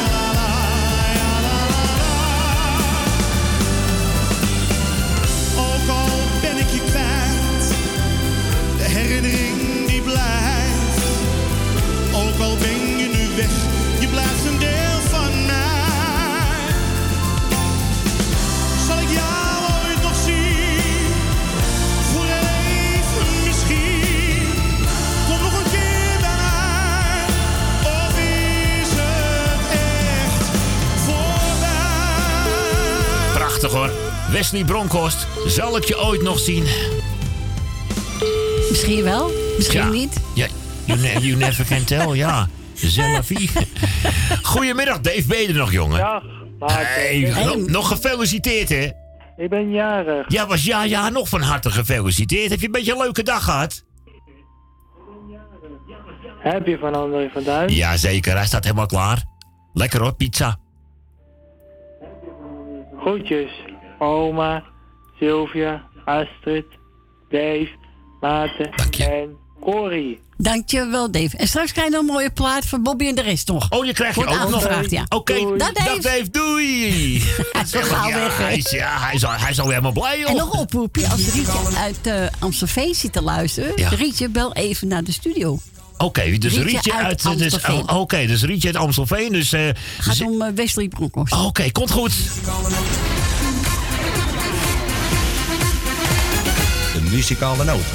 Herinnering die blijft, ook al ben je nu weg, je blijft een deel van mij. Zal ik jou ooit nog zien? Voor even misschien. Kom nog een keer bij mij, of is het echt voorbij? Prachtig hoor. Wesley Bronkhorst, zal ik je ooit nog zien? Misschien wel, misschien ja. niet. Ja, you, ne- you never can tell, ja. Zelfie. Goedemiddag, Dave, ben je er nog, jongen? Ja, hey, hey. nog, nog gefeliciteerd, hè? Ik ben jarig. Ja, was ja, ja, nog van harte gefeliciteerd. Heb je een beetje een leuke dag gehad? Heb je van André van Duin? Ja, zeker, hij staat helemaal klaar. Lekker hoor, pizza. Groetjes, oma, Sylvia, Astrid, Dave, Maarten en Corrie. Dankjewel, Dave. En straks krijg je nog een mooie plaat van Bobby en de rest nog. Oh, je krijgt je ook nog. Ja. Oké, okay. Dag Dave. Dag Dave, doei. Zo gauw ja, weg, hij is, ja, hij is, al, hij is al helemaal blij, joh. En nog een oproepje, als Rietje uit uh, Amstelveen zit te luisteren. Ja. Rietje, bel even naar de studio. Oké, okay, dus Rietje, Rietje uit, uit dus, Oké, okay, dus Rietje uit Amstelveen. Dus, uh, gaat om uh, Wesley Bronkhorst. Oké, okay, komt goed. De muzikale noot.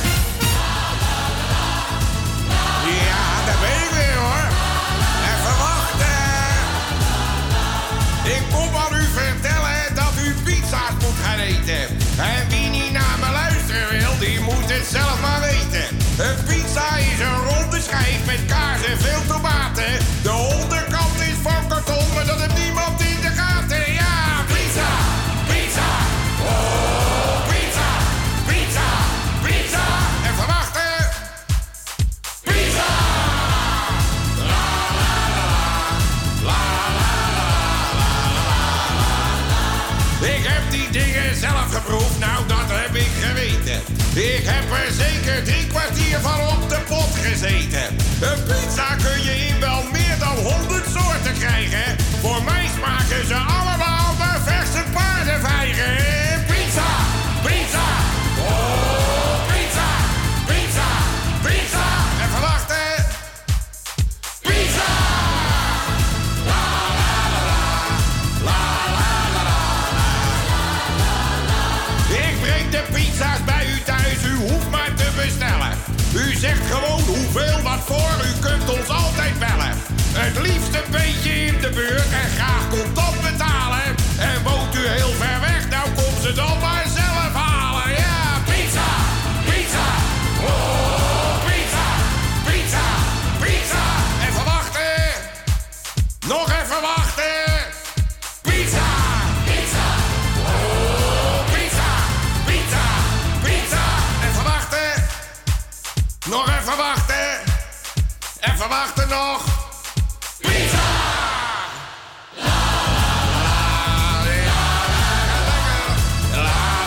Ja, daar ben ik weer hoor. Even wachten. Ik kom aan u vertellen dat u pizza's moet gaan eten. En wie niet naar me luisteren wil, die moet het zelf maar weten. Een pizza is een ronde schijf met kaas en veel tomaten. De onderkant is van karton, maar dat heeft niemand in de gaten. Ja, pizza, pizza, oh, pizza, pizza, pizza. Even wachten. Pizza! La la la la, la la la la la. Ik heb die dingen zelf geproefd, nou dat heb ik geweten. Ik heb er zeker drie kwartier van op de pot gezeten. Een pizza kun je in wel meer dan honderd soorten krijgen. Voor mij smaken ze allemaal naar verse paardenvijgen. Pizza, pizza, oh pizza, pizza, pizza. Even wachten. Pizza! La la la la, la la la la. Ik breng de pizza's bij u thuis, u hoeft maar te bestellen. U zegt gewoon hoeveel, wat voor, u kunt ons altijd bellen. Het liefst een beetje in de buurt en graag contant betalen. En woont u heel ver weg, nou komt ze dan maar zelf halen. Ja, pizza, pizza, oh, pizza, pizza, pizza. Even wachten. Nog even wachten. Pizza, pizza, oh, pizza, pizza, pizza. Even wachten. Nog even wachten. Even wachten nog. Pizza! La la la la, la la la la.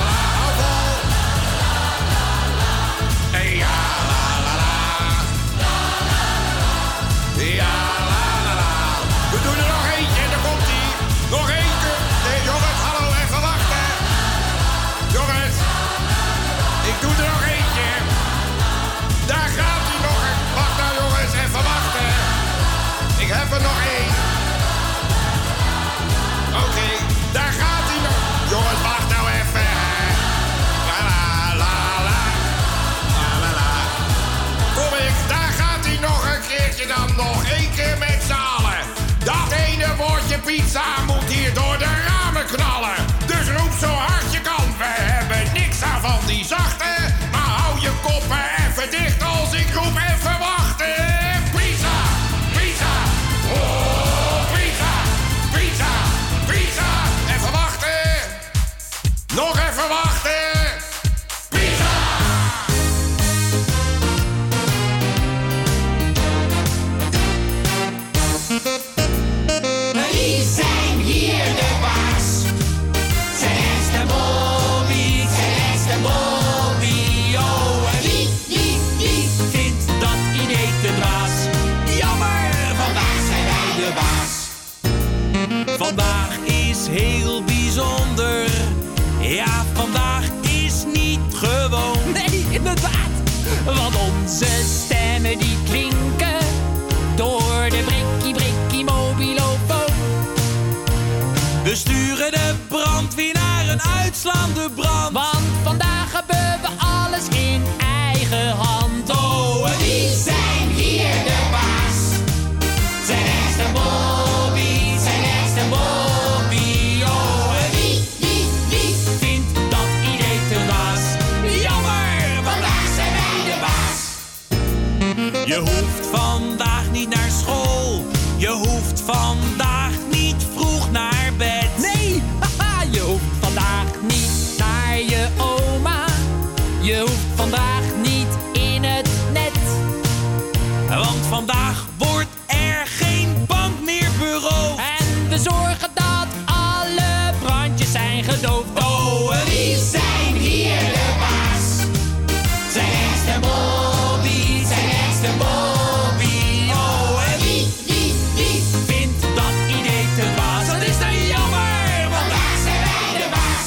nog één keer met z'n allen. Dat ene woordje pizza moet hier door de ramen knallen. Dus roep zo hard je kan, we hebben niks aan van die zachte. Maar hou je koppen even dicht als ik roep even wachten. Pizza, pizza, oh pizza, pizza, pizza. Even wachten, nog even wachten. Wie zijn hier de baas? Celeste Bobby, Celeste Bobby, oh. En wie, wie, wie vindt dat idee te dwaas? Jammer, vandaag zijn wij de baas. Vandaag is heel bijzonder. Ja, vandaag is niet gewoon. Nee, inderdaad. Want onze Stemmen die klinken door de brikkie brikkie mobilofoon. We sturen de brandweer naar een uitslaande brand. Want vandaag hebben we alles in eigen hand. Oh, en wie zijn hier de baas? Celeste Bobby, Celeste Bobby, oh. En wie, wie, wie vindt dat idee te dwaas? Jammer, vandaag zijn wij de baas. Je hoeft vandaag niet naar school. Je hoeft vandaag niet vroeg naar bed. Nee, haha, je hoeft vandaag niet naar je oma. Je hoeft vandaag niet in het net. Want vandaag wordt er geen bank meer beroofd. En we zorgen dat alle brandjes zijn gedoofd. Oh, en wie zijn hier de baas? Celeste Bobby, Celeste Bobby, oh. En wie, wie, wie vindt dat idee te dwaas? Dat is dan jammer, vandaag zijn wij de baas.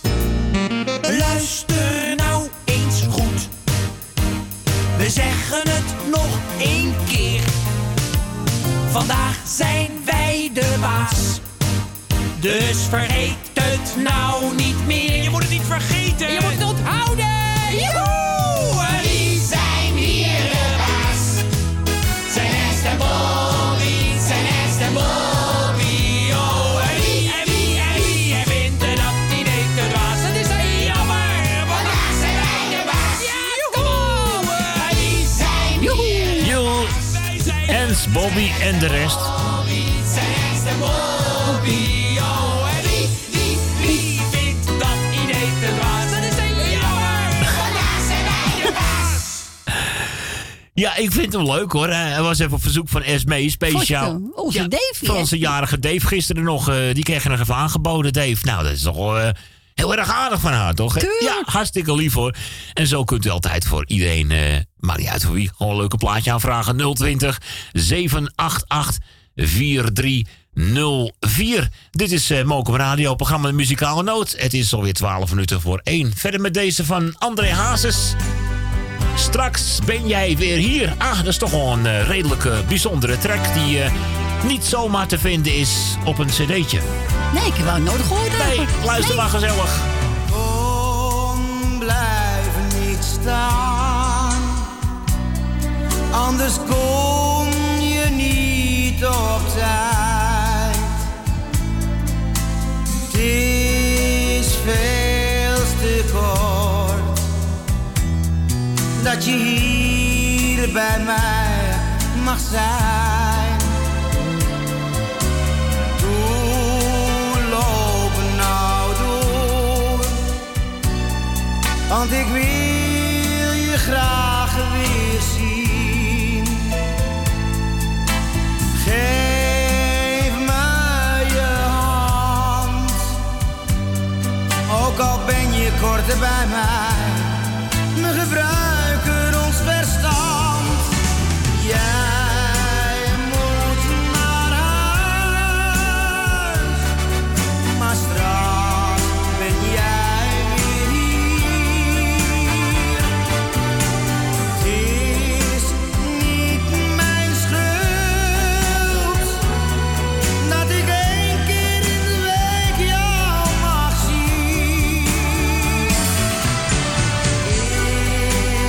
Luister nou eens goed. We zeggen het nog één keer. Vandaag zijn wij de baas. Dus vergeet het nou niet meer. Je moet het niet vergeten. Je moet het onthouden. Joehoe! En wie zijn hier de baas? Celeste Bobby, Celeste Bobby, oh. En wie, en wie, en wie en vindt dat idee te dwaas? Dat is dan jammer, vandaag zijn wij de baas. Ja, kom op! En wie zijn hier de Joe, Ens, Bobby en de rest. Bobby, Celeste Bobby, oh. En wie, wie, wie vindt dat idee te dwaas? Dat is dan jammer, vandaag zijn wij de baas. Ja, ik vind hem leuk hoor. Hij was even op verzoek van Esmee, speciaal. Vond je, onze ja, Dave, van hè? onze jarige Dave gisteren nog. Uh, die kreeg je nog even aangeboden, Dave. Nou, dat is toch wel uh, heel erg aardig van haar, toch? Tuurlijk. Ja, hartstikke lief hoor. En zo kunt u altijd voor iedereen, uh, maakt niet uit voor wie, gewoon een leuke plaatje aanvragen. nul twintig, zeven acht acht, vier drie nul vier. Dit is uh, Mokum Radio, programma De Muzikale Noot. Het is alweer twaalf minuten voor één. Verder met deze van André Hazes. Straks ben jij weer hier. Ah, dat is toch wel een uh, redelijk uh, bijzondere track die uh, niet zomaar te vinden is op een cd'tje. Nee, ik heb wel nodig gehoord. Nee, luister nee. maar gezellig. Kom, blijf niet staan. Anders kom je niet op tijd. Het is veel te kort dat je hier bij mij mag zijn. Doe, loop nou door, want ik wil je graag weer zien. Geef me je hand, ook al ben je korter bij mij. We gebruiken ons verstand. Jij moet naar huis, maar straks ben jij weer hier. Het is niet mijn schuld dat ik één keer in de week jou mag zien.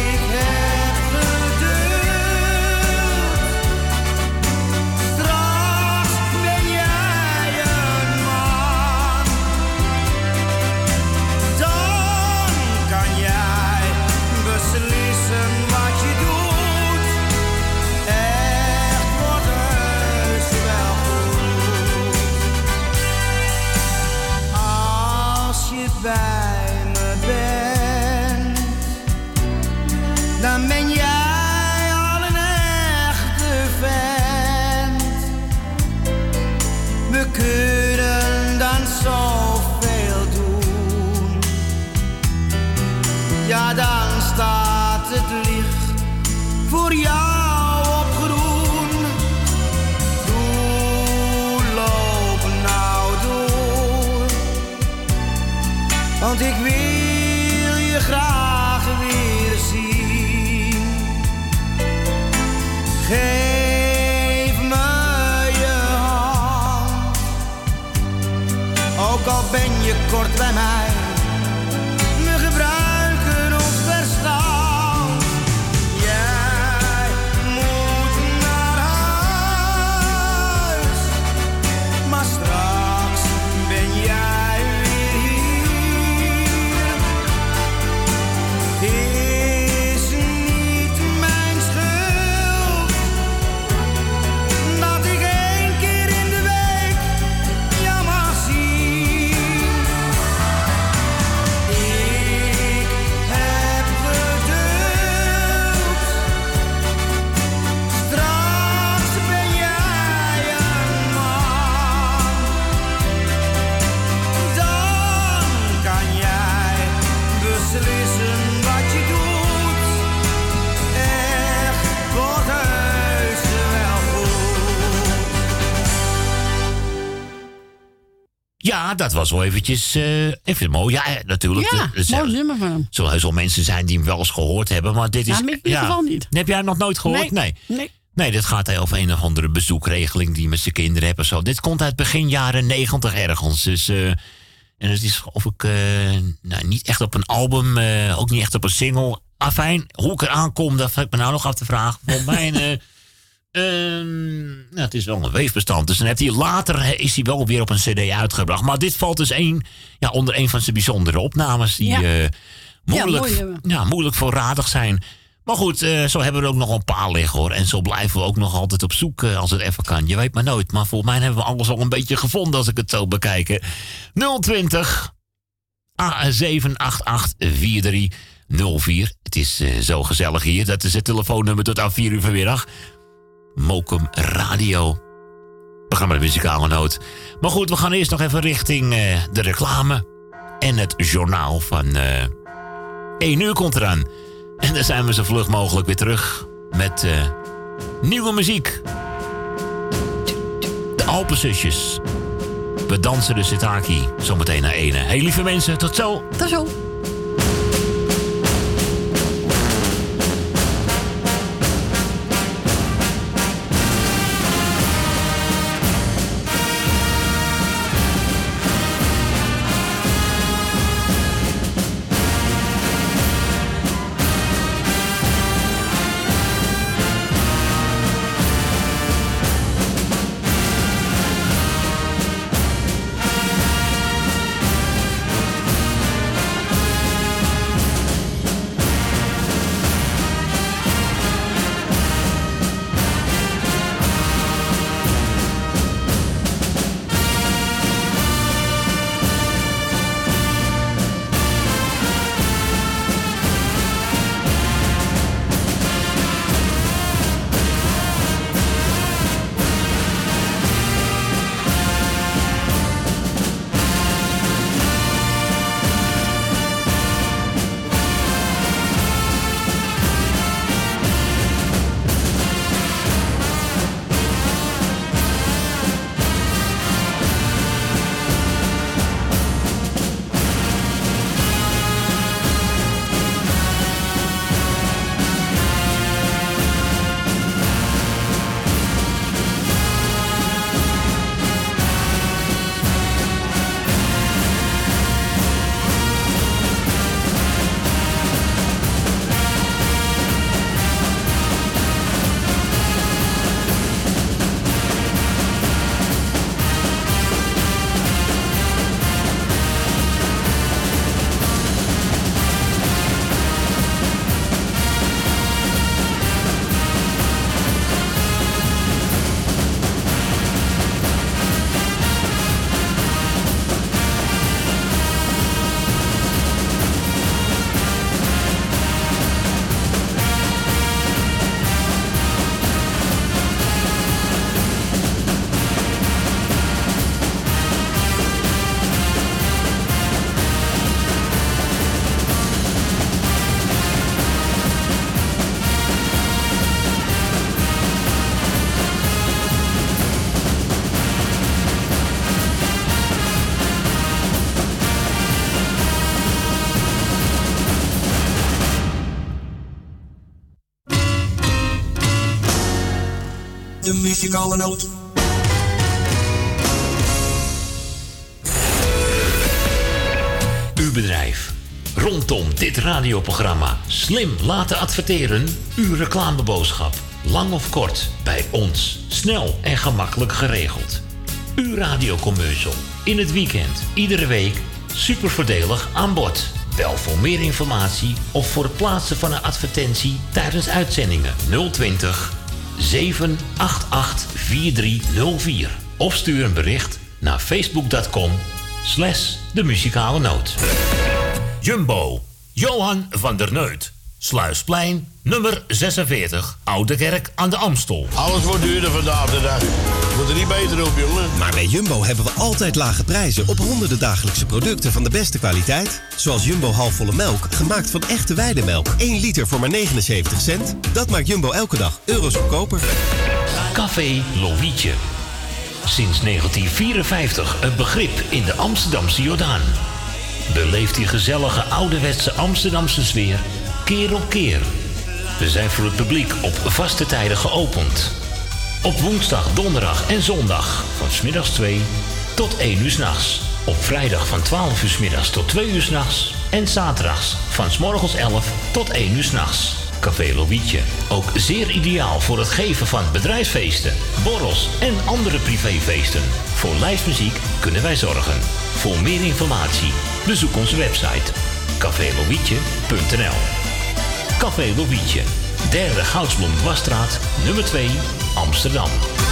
Want ik wil je graag weer zien. Geef me je hand. Ook al ben je kort bij mij. We gebruiken ons verstand. Jij moet naar huis. Maar straks ben jij weer hier. Het is niet mijn schuld dat ik één keer in de week jou mag zien. Ik heb geduld. Straks ben jij een man. Dan kan jij beslissen wat je doet. Echt wordt heus wel goed. Ja, dat was wel eventjes eh, even mooi. Ja, eh, natuurlijk. Ja, Er zijn- mooi nummer van hem. zullen heus wel mensen zijn die hem wel eens gehoord hebben. Maar dit is... Nou, ik in ieder geval niet. Heb jij hem nog nooit gehoord? Nee. Nee. Nee. Nee, dit gaat over een of andere bezoekregeling die met zijn kinderen hebben. Zo. Dit komt uit begin jaren negentig ergens. Dus, eh, en het is of ik eh, nou, niet echt op een album, eh, ook niet echt op een single. Afijn, hoe ik eraan kom, dat heb ik me nou nog af te vragen. Voor mij, eh, ehm, nou, het is wel een weefbestand. Dus dan heeft hij later eh, is hij wel weer op een cd uitgebracht. Maar dit valt dus een, ja, onder een van zijn bijzondere opnames die Ja. eh, moeilijk, mooi nummer. ja, moeilijk voorradig zijn. Maar goed, eh, zo hebben we er ook nog een paar liggen hoor. En zo blijven we ook nog altijd op zoek eh, als het even kan. Je weet maar nooit. Maar volgens mij hebben we alles al een beetje gevonden als ik het zo bekijk. nul twintig zeven acht acht vier drie nul vier. Het is eh, zo gezellig hier. Dat is het telefoonnummer tot aan vier uur vanmiddag. Mokum Radio. Programma De Muzikale Noot. Maar goed, we gaan eerst nog even richting eh, de reclame. En het journaal van eh één uur komt eraan. En dan zijn we zo vlug mogelijk weer terug met eh, nieuwe muziek. De Alpenzusjes. We dansen de Sitaki zometeen naar ene. Hey lieve mensen, tot zo. Tot zo. Ik muzikale noot. Uw bedrijf. Rondom dit radioprogramma slim laten adverteren. Uw reclameboodschap. Lang of kort, bij ons. Snel en gemakkelijk geregeld. Uw radiocommercial. In het weekend, iedere week. Super voordelig aan bod. Bel voor meer informatie of voor het plaatsen van een advertentie tijdens uitzendingen nul twintig, zeven acht acht, vier drie nul vier. Of stuur een bericht naar facebook.com slash de muzikale noot. Jumbo, Johan van der Neut. Sluisplein, nummer zesenveertig, Oude Kerk aan de Amstel. Alles wordt duurder vandaag de dag. Moet er niet beter op, jongen. Maar bij Jumbo hebben we altijd lage prijzen op honderden dagelijkse producten van de beste kwaliteit. Zoals Jumbo halfvolle melk, gemaakt van echte weidemelk. één liter voor maar negenenzeventig cent. Dat maakt Jumbo elke dag euro's goedkoper. Café Lovietje. Sinds negentien vierenvijftig een begrip in de Amsterdamse Jordaan. Beleeft die gezellige ouderwetse Amsterdamse sfeer keer op keer. We zijn voor het publiek op vaste tijden geopend. Op woensdag, donderdag en zondag van 's middags twee tot één uur 's nachts. Op vrijdag van twaalf uur 's middags tot twee uur 's nachts. En zaterdags van 's morgens elf tot één uur 's nachts. Café Lovietje. Ook zeer ideaal voor het geven van bedrijfsfeesten, borrels en andere privéfeesten. Voor lijstmuziek kunnen wij zorgen. Voor meer informatie bezoek onze website café lovietje punt n l. Café Lovietje, derde Goudsblom Dwarsstraat, nummer twee, Amsterdam.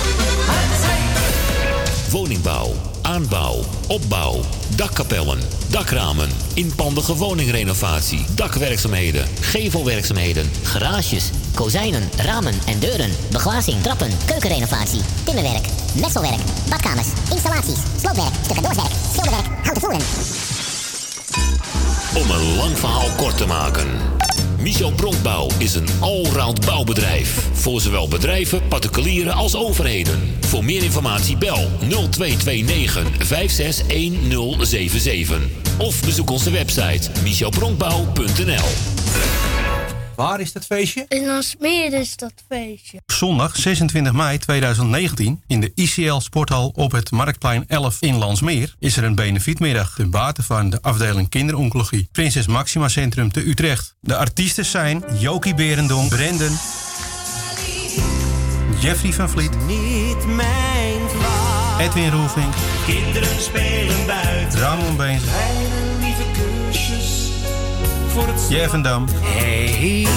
Woningbouw, aanbouw, opbouw, dakkapellen, dakramen, inpandige woningrenovatie, dakwerkzaamheden, gevelwerkzaamheden, Garages, kozijnen, ramen en deuren, beglazing, trappen, keukenrenovatie, timmerwerk, messelwerk, badkamers, installaties, sloopwerk, stucadoorswerk, schilderwerk, houten voeren. Om een lang verhaal kort te maken. Michel Bronkbouw is een allround bouwbedrijf. Voor zowel bedrijven, particulieren als overheden. Voor meer informatie bel nul twee twee negen, vijf zes een nul zeven zeven. Of bezoek onze website michel bronkbouw punt n l. Waar is dat feestje? In Landsmeer is dat feestje. Zondag zesentwintig mei tweeduizend negentien in de I C L Sporthal op het Marktplein elf in Landsmeer is er een benefietmiddag ten bate van de afdeling kinderoncologie Prinses Maxima Centrum te Utrecht. De artiesten zijn Jokie Berendonk, Brendan, Jeffrey van Vliet, Niet mijn vader. Edwin Roelvink, Kinderen spelen buiten. Ramon Beens, Kleine lieve kusjes voor het Jeff van Dam, Hey vriend,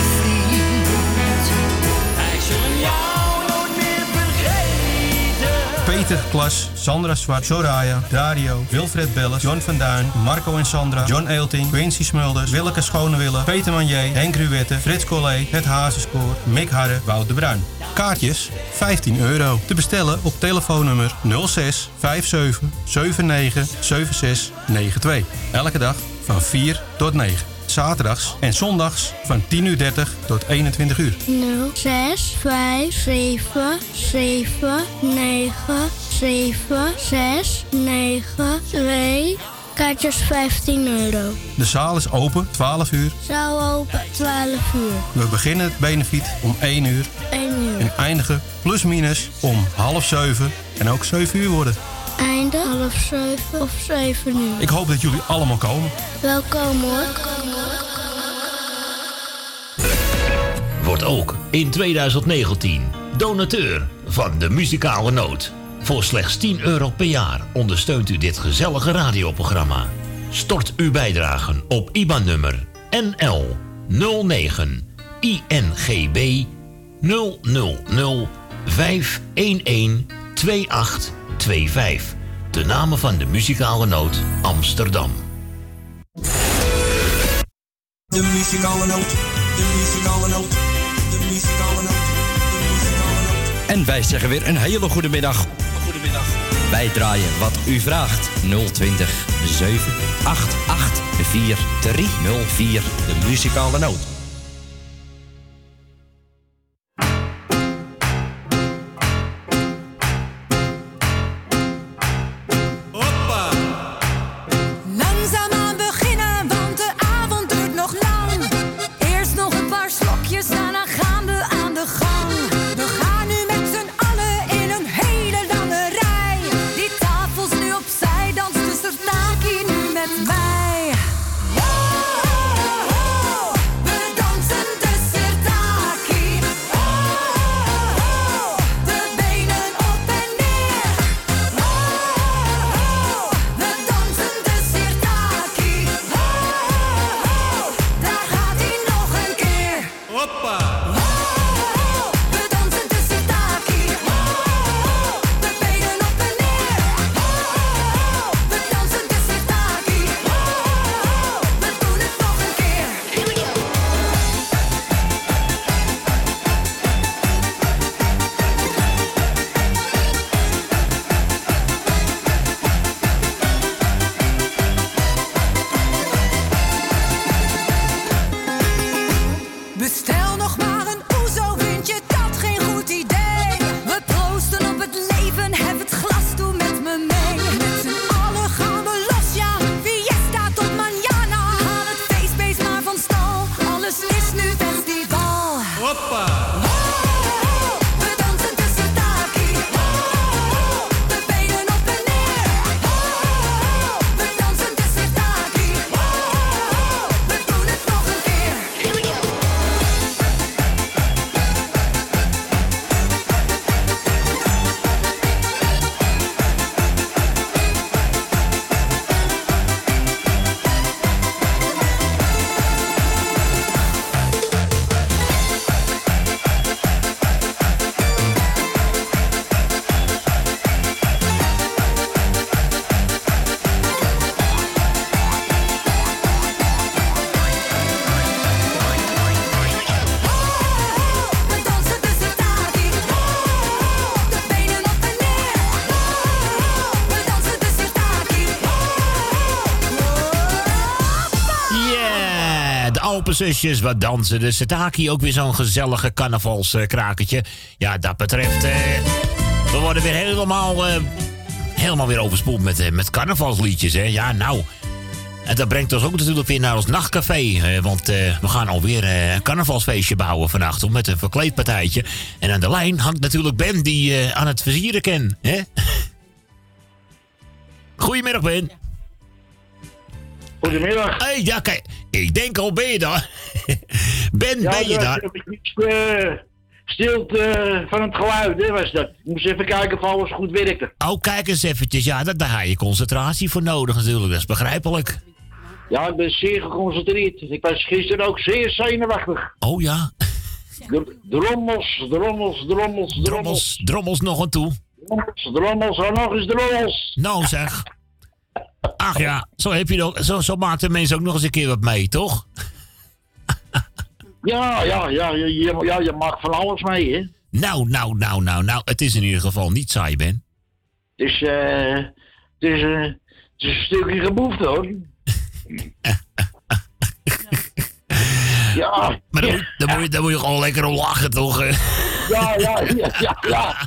wij zullen jou nooit meer vergeten. Peter Klas, Sandra Zwart, Soraya, Dario, Wilfred Belles, John van Duin, Marco en Sandra, John Eelting, Quincy Smulders, Willeke Schonewille, Peter Manier, Henk Ruwette, Frits Collé, Het Hazenspoor, Mick Harre, Wout de Bruin. Kaartjes vijftien euro. Te bestellen op telefoonnummer nul zes vijf zeven zeven negen zeven zes negen twee. Elke dag van vier tot negen. Zaterdags en zondags van tien uur dertig tot eenentwintig uur. nul zes vijf zeven zeven negen zeven zes negen twee. Kaartjes vijftien euro. De zaal is open twaalf uur. Zaal open twaalf uur. We beginnen het benefiet om één uur. één uur. En eindigen plus minus om half zeven en ook zeven uur worden. Einde half zeven of zeven uur. Ik hoop dat jullie allemaal komen. Welkom hoor. Wordt ook in tweeduizend negentien donateur van de muzikale noot. Voor slechts tien euro per jaar ondersteunt u dit gezellige radioprogramma. Stort uw bijdragen op I B A N-nummer N L nul negen I N G B nul nul nul vijf een een twee acht twee vijf. De namen van de muzikale noot Amsterdam. De muzikale noot, de muzikale noot, de muzikale noot, de muzikale noot. En wij zeggen weer een hele goede middag. Goedemiddag. Wij draaien wat u vraagt. nul twintig, zeven acht acht, vier drie nul vier. De muzikale noot. Langzaamaan beginnen, want de avond duurt nog lang. Eerst nog een paar slokjes, daarna gaan we aan de gang. We gaan nu met z'n allen in een popenzusjes wat dansen. De Setaki ook weer zo'n gezellige carnavalskrakertje. Ja, dat betreft... Uh, we worden weer helemaal... Uh, helemaal weer overspoeld met, uh, met carnavalsliedjes, hè. Ja, nou... En dat brengt ons ook natuurlijk weer naar ons nachtcafé. Uh, want uh, we gaan alweer uh, een carnavalsfeestje bouwen vannacht. Met een verkleedpartijtje. En aan de lijn hangt natuurlijk Ben die uh, aan het versieren ken. Hè? Goedemiddag, Ben. Goedemiddag. Hé, hey, ja, kijk. Ik denk al, ben je daar? Ben, ja, ben je daar? Uh, stilte van het geluid, hè, was dat. Ik moest even kijken of alles goed werkte. Oh, kijk eens eventjes. Ja, dat, daar heb je concentratie voor nodig natuurlijk. Dat is begrijpelijk. Ja, ik ben zeer geconcentreerd. Ik was gisteren ook zeer zenuwachtig. Oh ja. Drommels, drommels, drommels, drommels. Drommels nog aan toe. Drommels, drommels, en nog eens drommels. Nou zeg. Ach ja, zo, heb je nog, zo, zo maakt de mensen ook nog eens een keer wat mee, toch? Ja, ja, ja, je, ja, je mag van alles mee, hè? Nou, nou, nou, nou, nou, het is in ieder geval niet saai, Ben. Het is, eh, uh, het is, uh, het is een stukje geboefte, hoor. Ja. Maar dan, dan, moet je, dan moet je gewoon lekker om lachen, toch? Ja, ja, ja, ja, ja.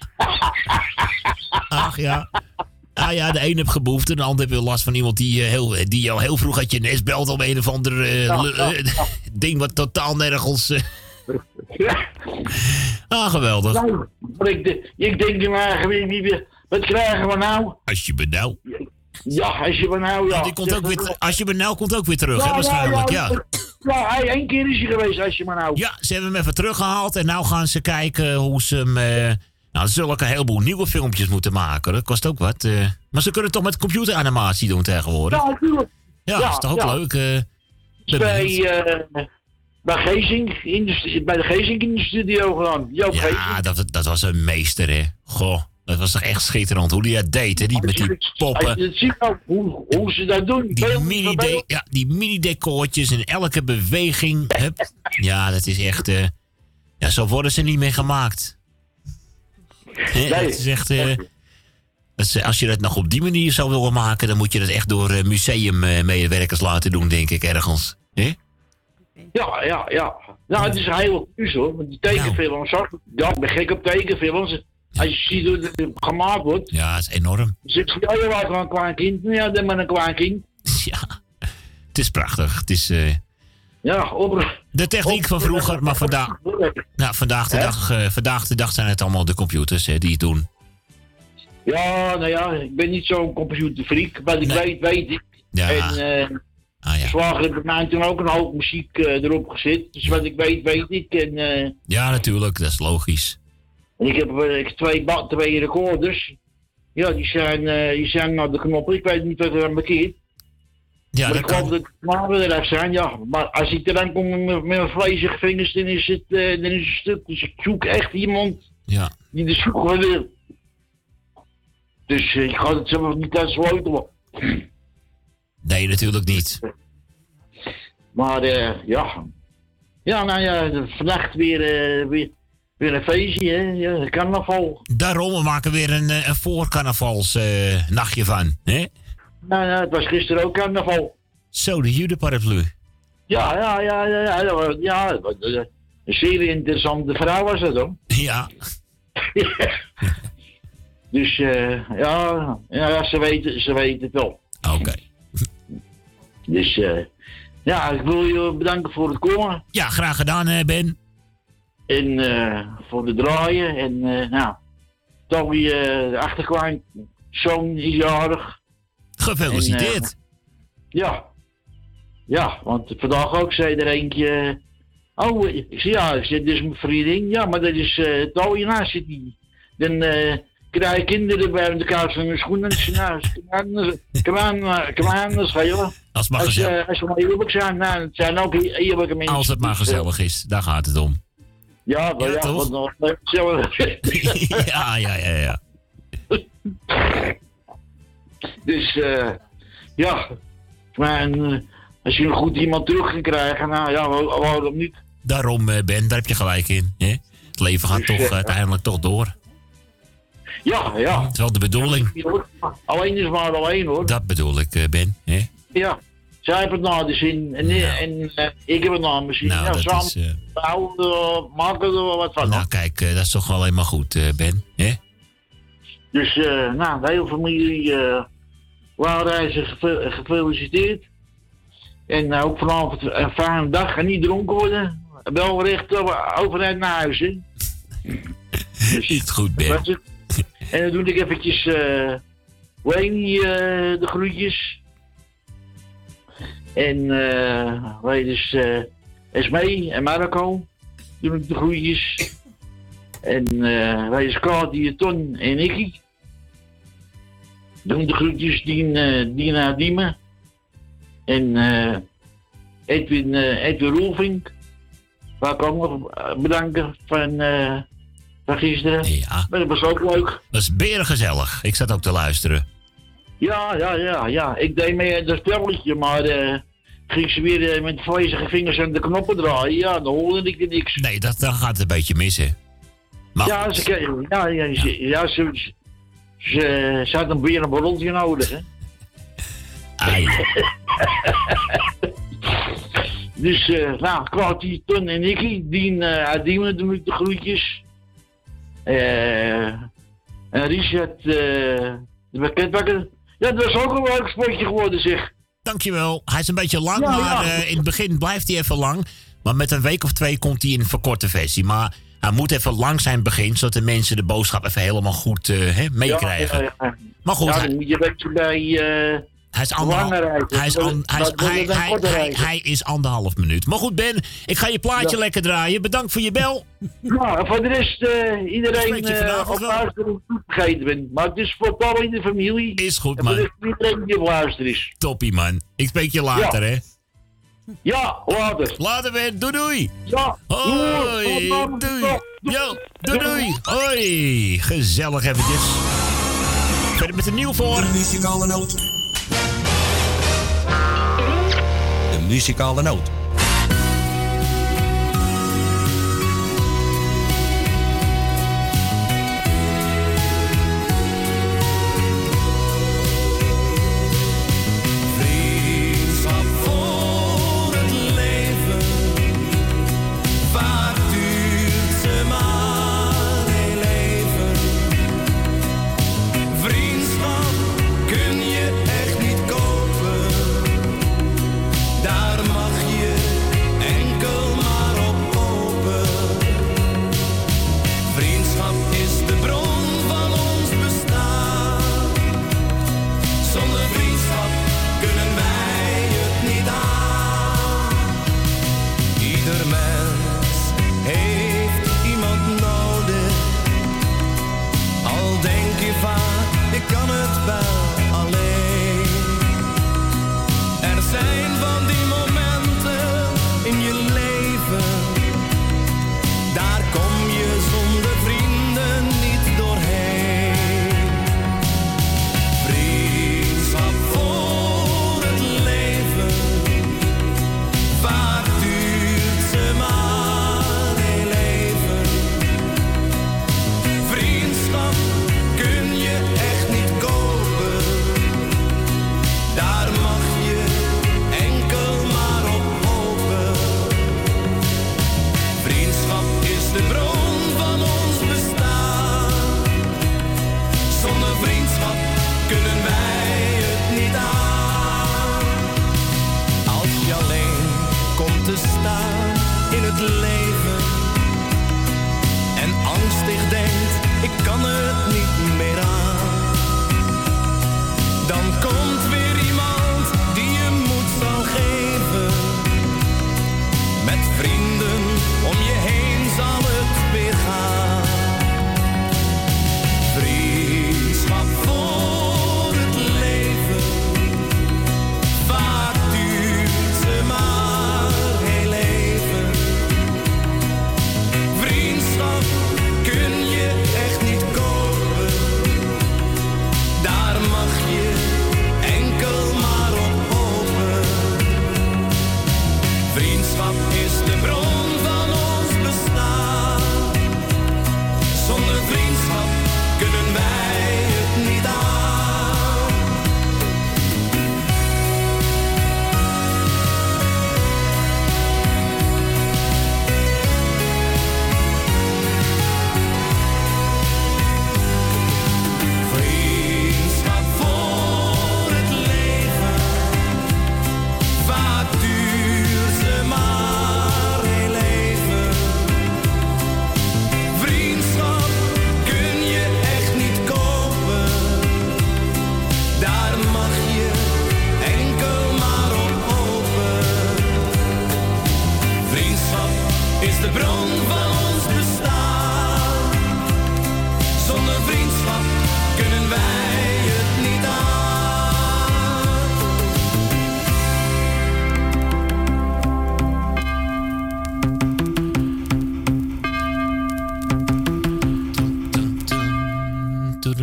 Ach ja. Ah ja, de een heeft geboefte, de ander heeft last van iemand die, uh, heel, die jou heel vroeg uit je nest belt om een of ander uh, ja, ja, ja. ding wat totaal nergens... Uh... Ja. Ah, geweldig. Nou, ik, ik denk maar, wat krijgen we nou? Als je benauw. Ja, als je benauw, ja. Die komt ook weer, als je benauw komt ook weer terug, ja, hè, waarschijnlijk, ja. Ja, ja. ja één keer is hij geweest, als je benauw. Ja, ze hebben hem even teruggehaald en nou gaan ze kijken hoe ze hem... Uh, nou, ze zullen ook een heleboel nieuwe filmpjes moeten maken. Dat kost ook wat. Uh, maar ze kunnen toch met computeranimatie doen tegenwoordig? Ja, natuurlijk. Ja, ja, dat is toch ook ja. leuk? Uh, bij, uh, bij, Geesink, in de, bij de Geesink in de studio gedaan. Joop ja, dat, dat was een meester, hè. Goh, dat was toch echt schitterend hoe die dat deed, hè? Die, met die poppen. Je ziet ook hoe, hoe ze dat doen. Die mini, ja, die mini-decoortjes en elke beweging. Hup. Ja, dat is echt... Uh, ja, zo worden ze niet meer gemaakt. Nee, het is echt, uh, is, als je dat nog op die manier zou willen maken, dan moet je dat echt door uh, museummedewerkers laten doen, denk ik, ergens. He? Ja, ja, ja. Nou, het is een heel nieuws, hoor. Want die tekenfilms, nou. Ja, ik ben gek op tekenfilms. Als je ziet hoe het gemaakt wordt. Ja, het is enorm. Dus ik zie, ja, je was gewoon een klein kind. Ja, dan maar een klein kind. Ja, het is prachtig. Het is... Uh, Ja, op, de techniek op, van vroeger, maar vandaag, nou, vandaag, de dag, uh, vandaag de dag zijn het allemaal de computers hè, die het doen. Ja, nou ja, ik ben niet zo'n computerfreak, wat ik nee. weet, weet ik. Ja. En uh, ah, ja. zwager heeft mij toen ook een hoop muziek uh, erop gezet, dus wat ik weet, weet ik. En, uh, ja, natuurlijk, dat is logisch. En ik heb uh, twee, twee recorders, ja, die zijn, uh, die zijn naar de knoppen, ik weet niet wat er aan bekeert. Ja, maar dat ik geloof dat de knaren eraf zijn, ja. Maar als ik er dan kom met, met mijn vleesige vingers, dan is het, uh, dan is het stuk. Dus ik zoek echt iemand ja. die de zoeken wil. Dus uh, ik ga het zelf niet aan sleutelen. Nee, natuurlijk niet. Maar uh, ja. Ja, nou ja, vannacht weer, uh, weer, weer een feestje, hè. Ja, carnaval. Daarom, we maken weer een, een voorcarnavalsnachtje uh, van, hè? Nou ja, het was gisteren ook carnaval. Zo, de judeparaplu. Ja, ja, ja, ja, ja, ja, een zeer interessante vrouw was dat dan. Ja. Dus uh, ja, ja, ze weten, ze weten het wel. Oké. Okay. Dus uh, ja, ik wil je bedanken voor het komen. Ja, graag gedaan, Ben. En uh, voor de draaien en uh, nou, Toby, uh, de achterkleinzoon is jarig. Gefeliciteerd. En, uh, ja. Ja, want vandaag ook zei er eentje... Oh, ik zei, ja, ik zei, dit is mijn vriendin. Ja, maar dat is uh, Toby naast zit die. Dan uh, krijg je kinderen bij de kous van hun schoenen. Dus, nou, kom aan, kom aan, dat schelen. Als het maar als, gezellig uh, als we maar eerlijk zijn, nou, het zijn ook eerlijke mensen. Als het maar gezellig is, daar gaat het om. Ja, maar ja, ja toch? Wat nog gezellig. ja, ja, ja, ja. Dus, uh, ja, maar uh, als je een goed iemand terug kan krijgen, nou ja, waarom niet? Daarom, uh, Ben, daar heb je gelijk in. Hè? Het leven gaat dus, toch uh, uiteindelijk toch door. Ja, ja. Dat is wel de bedoeling. Alleen is maar alleen, hoor. Dat bedoel ik, uh, Ben. Hè? Ja, zij heeft het naar de zin en, Nou. en uh, ik heb het naar mijn zin. Nou, ja, dat samen is, uh... bouwen, uh, maken er wel wat van. Nou, kijk, uh, dat is toch wel helemaal goed, uh, Ben. Hè? Dus, uh, nou, de hele familie, uh, Waalreizen geve- gefeliciteerd. En uh, ook vanavond een fijne dag en niet dronken worden. Wel recht over, overheid naar huis, hè. Dus, niet goed, Ben. En dan doe ik eventjes, uh, Wayne, uh, de groetjes. En, uh, weet je, dus, uh, Esmee en Marco, doe ik de groetjes. En, uh, weet je, Scotty, Ton en Nicky. Doen de groetjes, Dien, uh, Dina Diemen. En, uh, Edwin, uh, Edwin Roelvink. Waar ik ook nog bedanken van, uh, van gisteren. Ja. Maar dat was ook leuk. Dat is berengezellig. Ik zat ook te luisteren. Ja, ja, ja, ja. Ik deed mee dat spelletje, maar uh, ging ze weer uh, met de vlezige vingers aan de knoppen draaien. Ja, dan hoorde ik er niks. Nee, dat, dan gaat het een beetje mis, hè? Maar ja, ze kregen, ja, ja, ze, ja, ze, ze, ze, ze had een weer een borreltje nodig, hè. Dus, uh, nou, Kwartie, Ton en Nicky, Dien, uh, uit Diemen doe ik de groetjes. Uh, en Richard, uh, de pakketbakker. Ja, dat was ook een leuk spotje geworden, zeg. Dankjewel. Hij is een beetje lang, Ja, maar ja. uh, in het begin blijft hij even lang. Maar met een week of twee komt hij in een verkorte versie. Maar hij moet even lang zijn begin, zodat de mensen de boodschap even helemaal goed uh, hè, meekrijgen. Ja, ja, ja. Maar goed, Ja, hij, dan moet je een beetje bij... Uh, hij is, anderhal, lange reizen. hij, is an- hij, is, Dat wordt hij, dan hij, korte hij, reizen. hij is anderhalf minuut. Maar goed, Ben, ik ga je plaatje Ja. lekker draaien. Bedankt voor je bel. Nou, voor de rest, uh, iedereen Spreek je uh, vanavond op wel? luisteren goed vergeten bent. Maar het is voor Paul in de familie. Is goed, en voor man. de rest iedereen die op luisteren is. Toppie, man. Ik spreek je later, Ja. hè. Ja, later. Later, Ben. Doei, doei. Ja. Hoi. Doei. Yo, doei, doei. Hoi. Gezellig eventjes. Verder met een nieuw voor. De muzikale noot. De muzikale noot. Vriendschap voor het leven, vaak duurt ze maar heel even. Vriendschap kun je echt niet kopen, daar mag je enkel maar op hopen. Vriendschap is de bron van ons bestaan, zonder vriendschap kunnen wij het niet aan. Ieder mens heeft iemand nodig, al denk je vaak, ik kan het wel alleen. Er zijn van die momenten in je leven, daar kom je zonder vrienden niet doorheen. Vriendschap voor het leven, vaak duurt ze maar heel even. Vriendschap kun je echt niet kopen,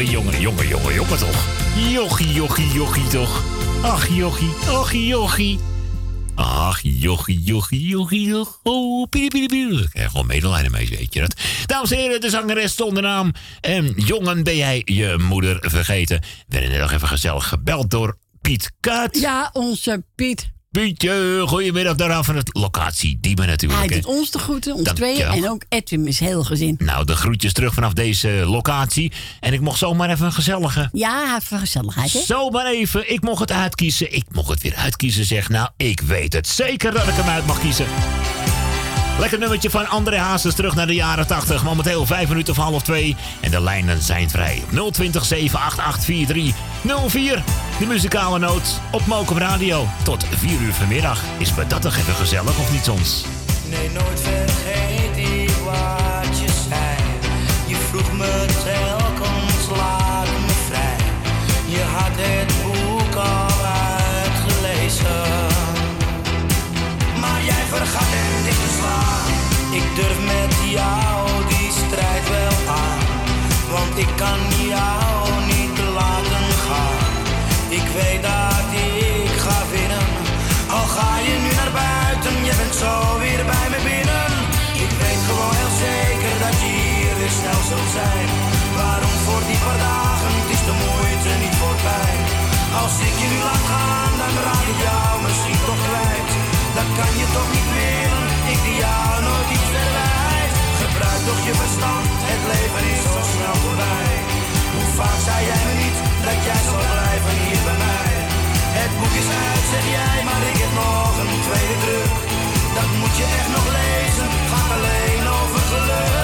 jongen, jongen, jongen, jongen, jongen toch. Jochie, jochie, jochie toch. Ach, jochie, ach, jochie. Ach, jochie, jochie, jochie, jochie. Oh, pie, pie, pie. Ik heb gewoon medelijden mee, weet je dat. Dames en heren, de zangeres zonder naam. En jongen, ben jij je moeder vergeten? We werden net nog even gezellig gebeld door Piet Kaat. Ja, onze Piet. Pietje, goedemiddag daar van het locatie Diemen natuurlijk. Hij doet ons de groeten, ons Dank tweeën je wel. en ook Edwin is heel gezin. Nou, de groetjes terug vanaf deze locatie. En ik mocht zomaar even een gezellige. Ja, even gezelligheid, hè? Zomaar even, ik mocht het uitkiezen. Ik mocht het weer uitkiezen, zeg. Nou, ik weet het zeker dat ik hem uit mag kiezen. Lekker nummertje van André Hazes terug naar de jaren tachtig. Momenteel vijf minuten of half twee. En de lijnen zijn vrij. nul twintig, zeven acht acht, vier drie nul vier. De muzikale noot op Mokum Radio. Tot vier uur vanmiddag. Is me dat toch even gezellig of niet soms? Nee, nooit vergeet ik wat je zei. Je vroeg me telkens, laat me vrij. Je had het boek al uitgelezen. Maar jij vergat het dicht te slaan. Ik durf met jou die strijd wel aan. Want ik kan jou niet laten gaan. Ik weet dat ik ga winnen. Al ga je nu naar buiten, je bent zo weer bij me binnen. Ik weet gewoon heel zeker dat je hier weer snel zult zijn. Waarom voor die paar dagen, het is de moeite niet voorbij. Als ik je nu laat gaan, dan raak ik jou misschien toch kwijt. Dat kan je toch niet willen, ik die jou nooit iets verwijt. Gebruik toch je verstand, het leven is zo snel voorbij. Hoe vaak zei jij me niet, dat jij zal blijven hier bij mij. Het boek is uit, zeg jij, maar ik heb nog een tweede druk. Dat moet je echt nog lezen, gaat alleen over geluk.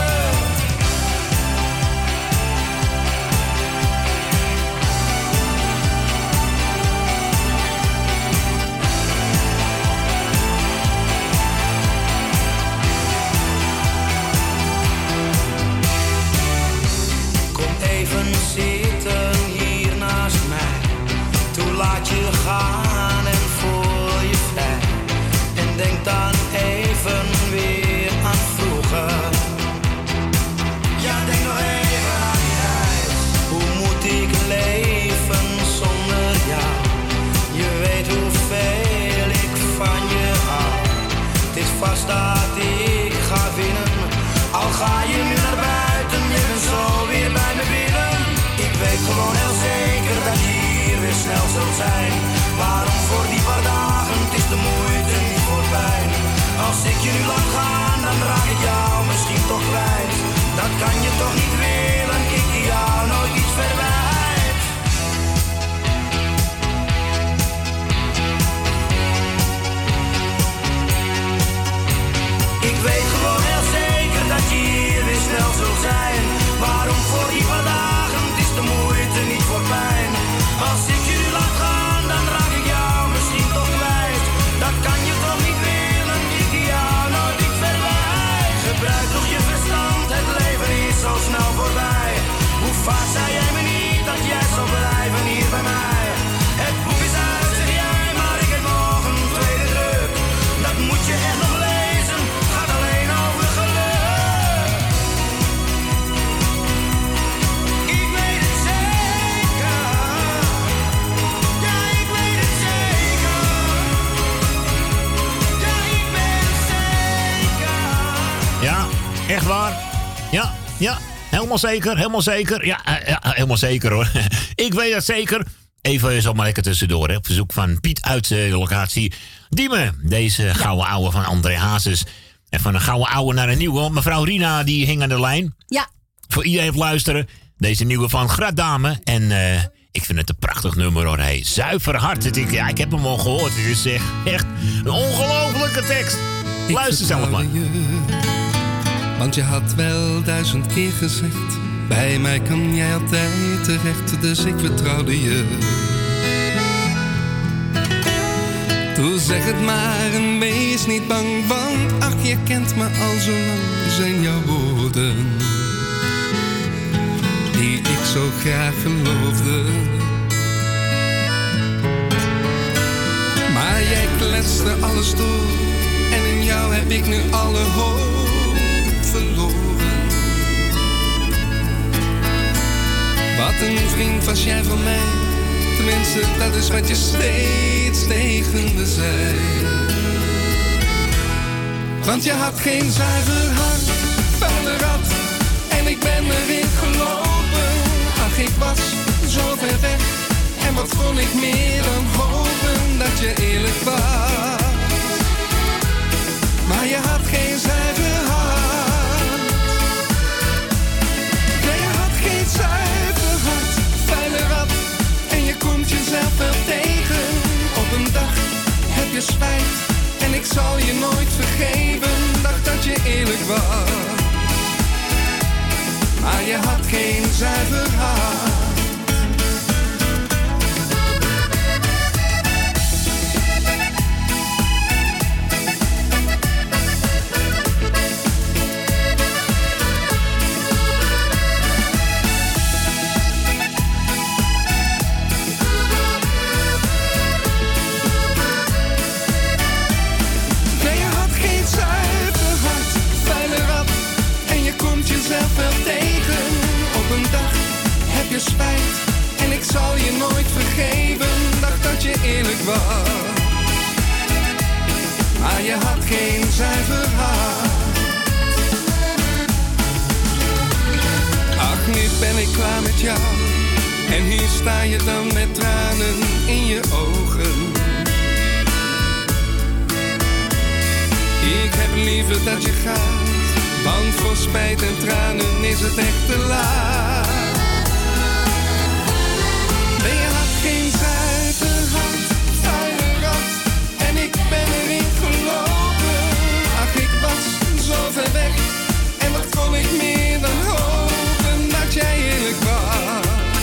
Even zitten hier naast mij. Toen laat je gaan en voel je vrij. En denk dan even weer aan vroeger. Ja, denk nog even aan die tijd. Hoe moet ik leven zonder jou? Je weet hoeveel ik van je hou. Het is vast dat ik ga winnen. Al ga je nu naar buiten, je bent zo weer bij me binnen. Ik weet gewoon heel zeker dat je hier weer snel zult zijn. Waarom voor die paar dagen, het is de moeite niet voorbij. Als ik je nu laat gaan, dan raak ik jou misschien toch kwijt. Dat kan je toch niet willen, ik die jou nooit iets verwijt. Ik weet gewoon heel zeker dat je hier weer snel zult zijn. Waarom voor die paar dagen, het is de moeite niet voorbij. Als ik je nu laat gaan, dan raak ik jou misschien toch kwijt. Dat kan je toch niet willen, ik die jou nooit iets verwijt. Gebruik toch je verstand, het leven is zo snel voorbij. Hoe vaak zei jij me niet dat jij zal blijven hier bij mij? Het boek is uit, zeg jij, maar ik heb nog een tweede druk. Dat moet je echt nog lezen, gaat alleen over geluk. Ik weet het zeker. Ja, ik weet het zeker. Ja, ik weet het zeker. Ja, echt waar. Ja, ja, helemaal zeker, helemaal zeker. Ja, eh, ja helemaal zeker hoor. Ik weet het zeker. Even zomaar lekker tussendoor, hè. Op verzoek van Piet uit de locatie Diemen. Deze gouden ouwe van André Hazes. En van een gouden ouwe naar een nieuwe. Want mevrouw Rina, die hing aan de lijn. Ja. Voor iedereen op luisteren. Deze nieuwe van Gradame. En uh, ik vind het een prachtig nummer hoor. Hey, zuiver hart. Het, ik, ja, ik heb hem al gehoord. Het is echt, echt een ongelofelijke tekst. Luister zelf maar. Je, want je had wel duizend keer gezegd, bij mij kan jij altijd terecht, dus ik vertrouwde je. Toe zeg het maar en wees niet bang, want ach, je kent me al zo lang, zijn jouw woorden die ik zo graag geloofde. Maar jij kletste alles door en in jou heb ik nu alle hoop verloren. Wat een vriend was jij van mij. Tenminste, dat is wat je steeds tegen me zei. Want je had geen zuiver hart, vuile rat. En ik ben erin gelopen. Ach, ik was zo ver weg. En wat kon ik meer dan hopen dat je eerlijk was. Maar je had geen zuiver hart. Nee, je had geen zuiver hart, vuile rat. En je komt jezelf wel tegen. Op een dag heb je spijt. En ik zal je nooit vergeven. Dacht dat je eerlijk was. Maar je had geen zuiver hart. Jezelf wel tegen. Op een dag heb je spijt. En ik zal je nooit vergeven. Dacht dat je eerlijk was. Maar je had geen zuiver hart. Ach, nu ben ik klaar met jou. En hier sta je dan met tranen in je ogen. Ik heb liever dat je gaat. Want voor spijt en tranen is het echt te laat. Nee, je had geen zuiver hart, vuile rat. En ik ben erin gelopen. Ach, ik was zo ver weg. En wat kon ik meer dan hopen dat jij eerlijk was.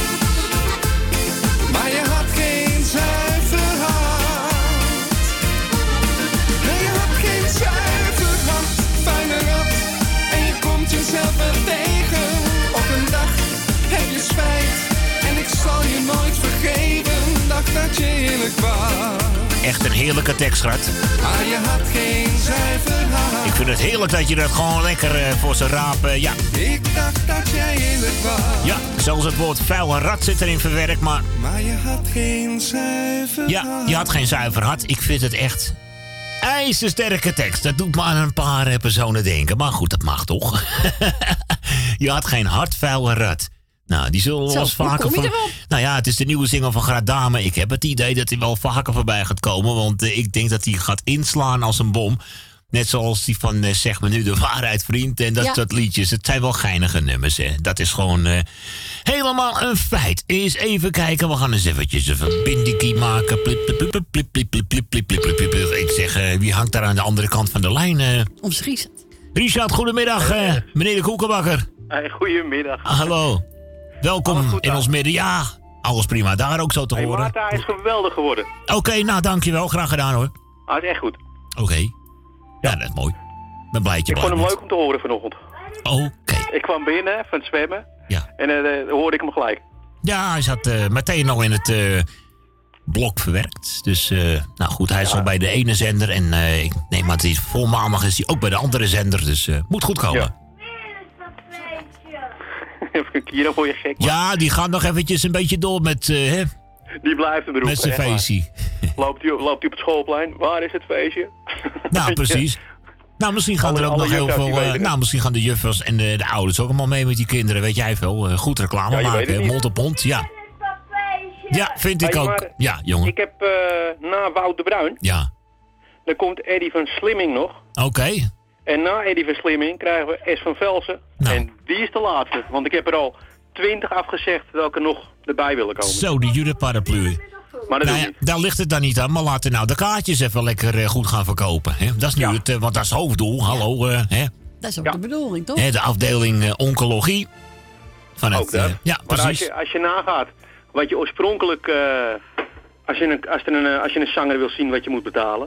Maar je had geen zuiver hart. Nee, je had geen zuiver hart, vuile rat. Jezelf wel tegen. Op een dag heb je spijt. En ik zal je nooit vergeven. Dacht dat je eerlijk was. Echt een heerlijke tekst, schat. Maar je had geen zuiver hart. Ik vind het heerlijk dat je dat gewoon lekker uh, voor ze rapen. Uh, ja. Ik dacht dat jij eerlijk was. Ja, zelfs het woord vuile rat zit erin verwerkt, maar... Maar je had geen zuiver ja, hart. je had geen zuiver hart. Ik vind het echt... ijzersterke tekst. Dat doet me aan een paar personen denken. Maar goed, dat mag toch? Je had geen hartvuile rat. Nou, die zullen wel eens vaker... Van... Nou ja, het is de nieuwe single van Graat Dame. Ik heb het idee dat hij wel vaker voorbij gaat komen. Want uh, ik denk dat hij gaat inslaan als een bom. Net zoals die van uh, Zeg me nu de waarheid, vriend. En dat ja. soort liedjes. Het zijn wel geinige nummers, hè. Dat is gewoon uh, helemaal een feit. Eens even kijken. We gaan eens eventjes een verbinding maken. Plip, plip, plip, plip, plip, plip, plip, plip, plip, plip, plip. Ik zeg, uh, wie hangt daar aan de andere kant van de lijn? Uh? Onze Richard. Richard, goedemiddag. Uh, meneer de Koekenbakker. Hey, goedemiddag. Hallo. Welkom in ons midden. Ja, alles prima. Daar ook zo te hey, horen. Marta is geweldig geworden. Oké, okay, nou dankjewel. Graag gedaan hoor. Ah, is echt goed. Oké. Okay. Ja, dat is mooi. Ik ben blij dat je Ik vond hem leuk om te horen vanochtend. Oké. Okay. Ik kwam binnen van het zwemmen. Ja. En uh, dan hoorde ik hem gelijk. Ja, hij zat uh, meteen al in het uh, blok verwerkt. Dus, uh, nou goed, hij is al bij de ene zender. En uh, ik neem maar, het is vol maandag is hij ook bij de andere zender. Dus uh, moet goed komen. Ja. Kira, word je gek, man. Ja, die gaat nog eventjes een beetje door met... Uh, hè? Die blijft hem roepen. Met zijn feestje. Loopt hij loopt op het schoolplein? Waar is het feestje? Nou, precies. Nou, misschien gaan alle, er ook nog heel veel... Uh, nou, misschien gaan de juffers en de, de ouders ook allemaal mee met die kinderen. Weet jij veel. Uh, goed reclame ja, maken. Mond op mond, ja. Ja, vind ik hey, ook. Maar, ja, jongen. Ik heb uh, na Wout de Bruin... Ja. Dan komt Eddie van Slimming nog. Oké. Okay. En na Eddie van Slimming krijgen we S van Velsen. Nou. En die is de laatste. Want ik heb er al twintig afgezegd welke nog erbij willen komen. Zo, die Judith Paraplu. Maar dat nou ja, daar ligt het dan niet aan. Maar laten we nou de kaartjes even lekker uh, goed gaan verkopen. Hè? Dat is nu ja. het, uh, want dat is het hoofddoel. Hallo. Uh, hè? Dat is ook ja. de bedoeling, toch? Hè, de afdeling uh, oncologie. Van ook het, uh, ja, maar precies. Als je, als je nagaat wat je oorspronkelijk... Uh, als, je een, als, er een, als je een zanger wil zien wat je moet betalen...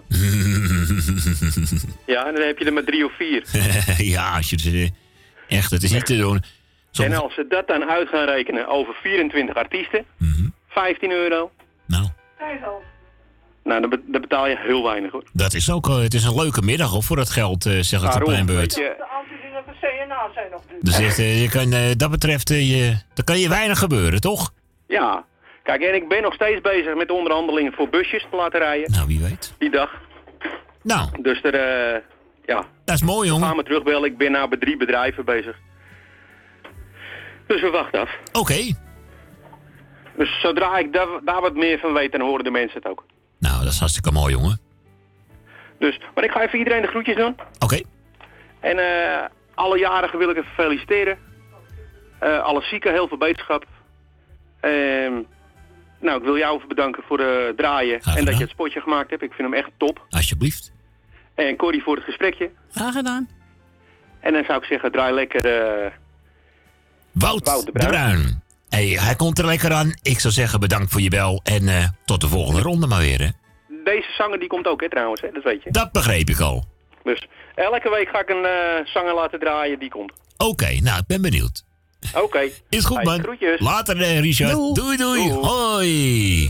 ja, en dan heb je er maar drie of vier. Ja, als je het, echt, het is niet te doen. Soms... En als ze dat dan uit gaan rekenen over vierentwintig artiesten, mm-hmm. vijftien euro. Nou. Nou, dan, be- dan betaal je heel weinig hoor. Dat is ook, uh, het is een leuke middag hoor, voor dat geld, uh, zeg ik op mijn beurt. Je, dat de C N A zijn nog duur. Dus echt, uh, je kan, uh, dat betreft, uh, je, er kan je weinig gebeuren, toch? Ja. Kijk, en ik ben nog steeds bezig met onderhandelingen voor busjes te laten rijden. Nou, wie weet. Die dag. Nou. Dus er, uh, ja. Dat is mooi, jongen. Ga me terugbellen. Ik ben nou bij drie bedrijven bezig. Dus we wachten af. Oké. Okay. Dus zodra ik daar, daar wat meer van weet, dan horen de mensen het ook. Nou, dat is hartstikke mooi, jongen. Dus, maar ik ga even iedereen de groetjes doen. Oké. Okay. En uh, alle jarigen wil ik even feliciteren. Uh, alle zieken, heel veel beterschap. Uh, nou, ik wil jou even bedanken voor het uh, draaien en dat je het spotje gemaakt hebt. Ik vind hem echt top. Alsjeblieft. En Corrie voor het gesprekje. Graag gedaan. En dan zou ik zeggen, draai lekker uh, Wout, Wout de Bruin. De Bruin. Hey, hij komt er lekker aan. Ik zou zeggen, bedankt voor je bel. En uh, tot de volgende ronde maar weer, hè. Deze zanger die komt ook, hè, trouwens, hè? Dat weet je. Dat begreep ik al. Dus elke week ga ik een uh, zanger laten draaien, die komt. Oké, okay, nou, ik ben benieuwd. Oké. Okay. Is goed, man. Groetjes. Later, uh, Richard. Doei, doei. doei. doei. Hoi.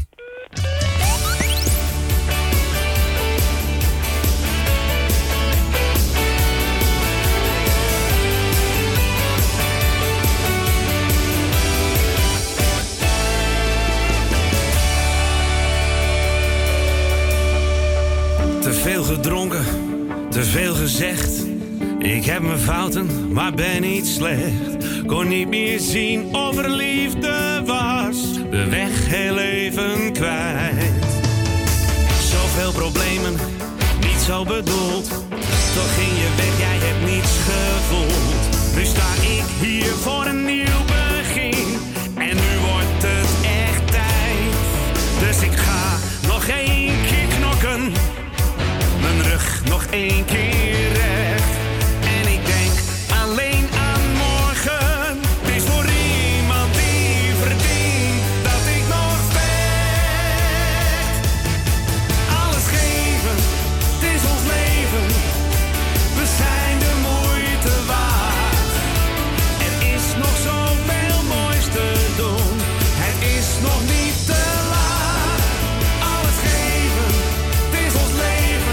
Te veel gedronken, te veel gezegd. Ik heb mijn fouten, maar ben niet slecht. Kon niet meer zien of er liefde was. De weg heel even kwijt. Zoveel problemen, niet zo bedoeld. Toch ging je weg, jij hebt niets gevoeld. Nu sta ik hier voor een nieuw begin. En nu wordt het echt tijd. Dus ik ga nog één keer knokken. Mijn rug nog één keer recht. En ik denk alleen aan morgen. Het is voor iemand die verdient dat ik nog vecht. Alles geven, het is ons leven. We zijn de moeite waard. Er is nog zoveel moois te doen. Het is nog niet te laat. Alles geven, het is ons leven.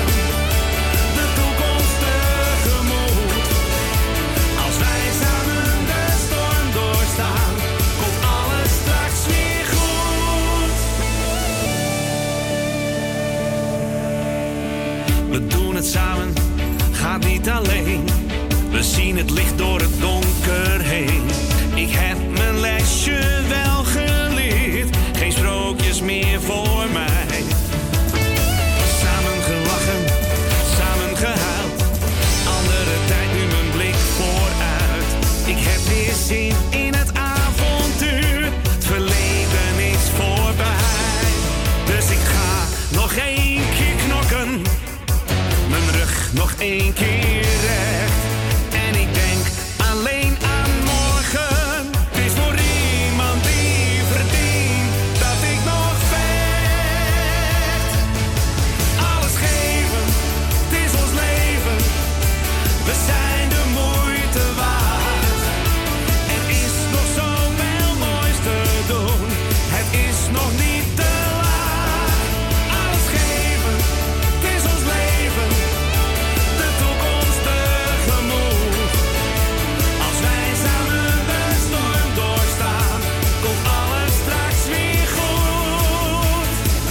We doen het samen, gaat niet alleen. We zien het licht door het donker heen. Ik heb mijn lesje wel geleerd. Geen sprookjes meer voor mij. Samen gelachen, samen gehuild. Andere tijd, nu mijn blik vooruit. Ik heb weer zin in het avontuur. Het verleden is voorbij. Dus ik ga nog één keer knokken. Mijn rug nog één keer recht. En ik denk alleen aan morgen. Het is voor iemand die verdient dat ik nog vecht. Alles geven, het is ons leven. We zijn de moeite waard. Er is nog zoveel moois te doen. Het is nog niet te laat. Alles geven, het is ons leven. De toekomst tegemoet. Als wij samen de storm doorstaan, komt alles straks weer goed.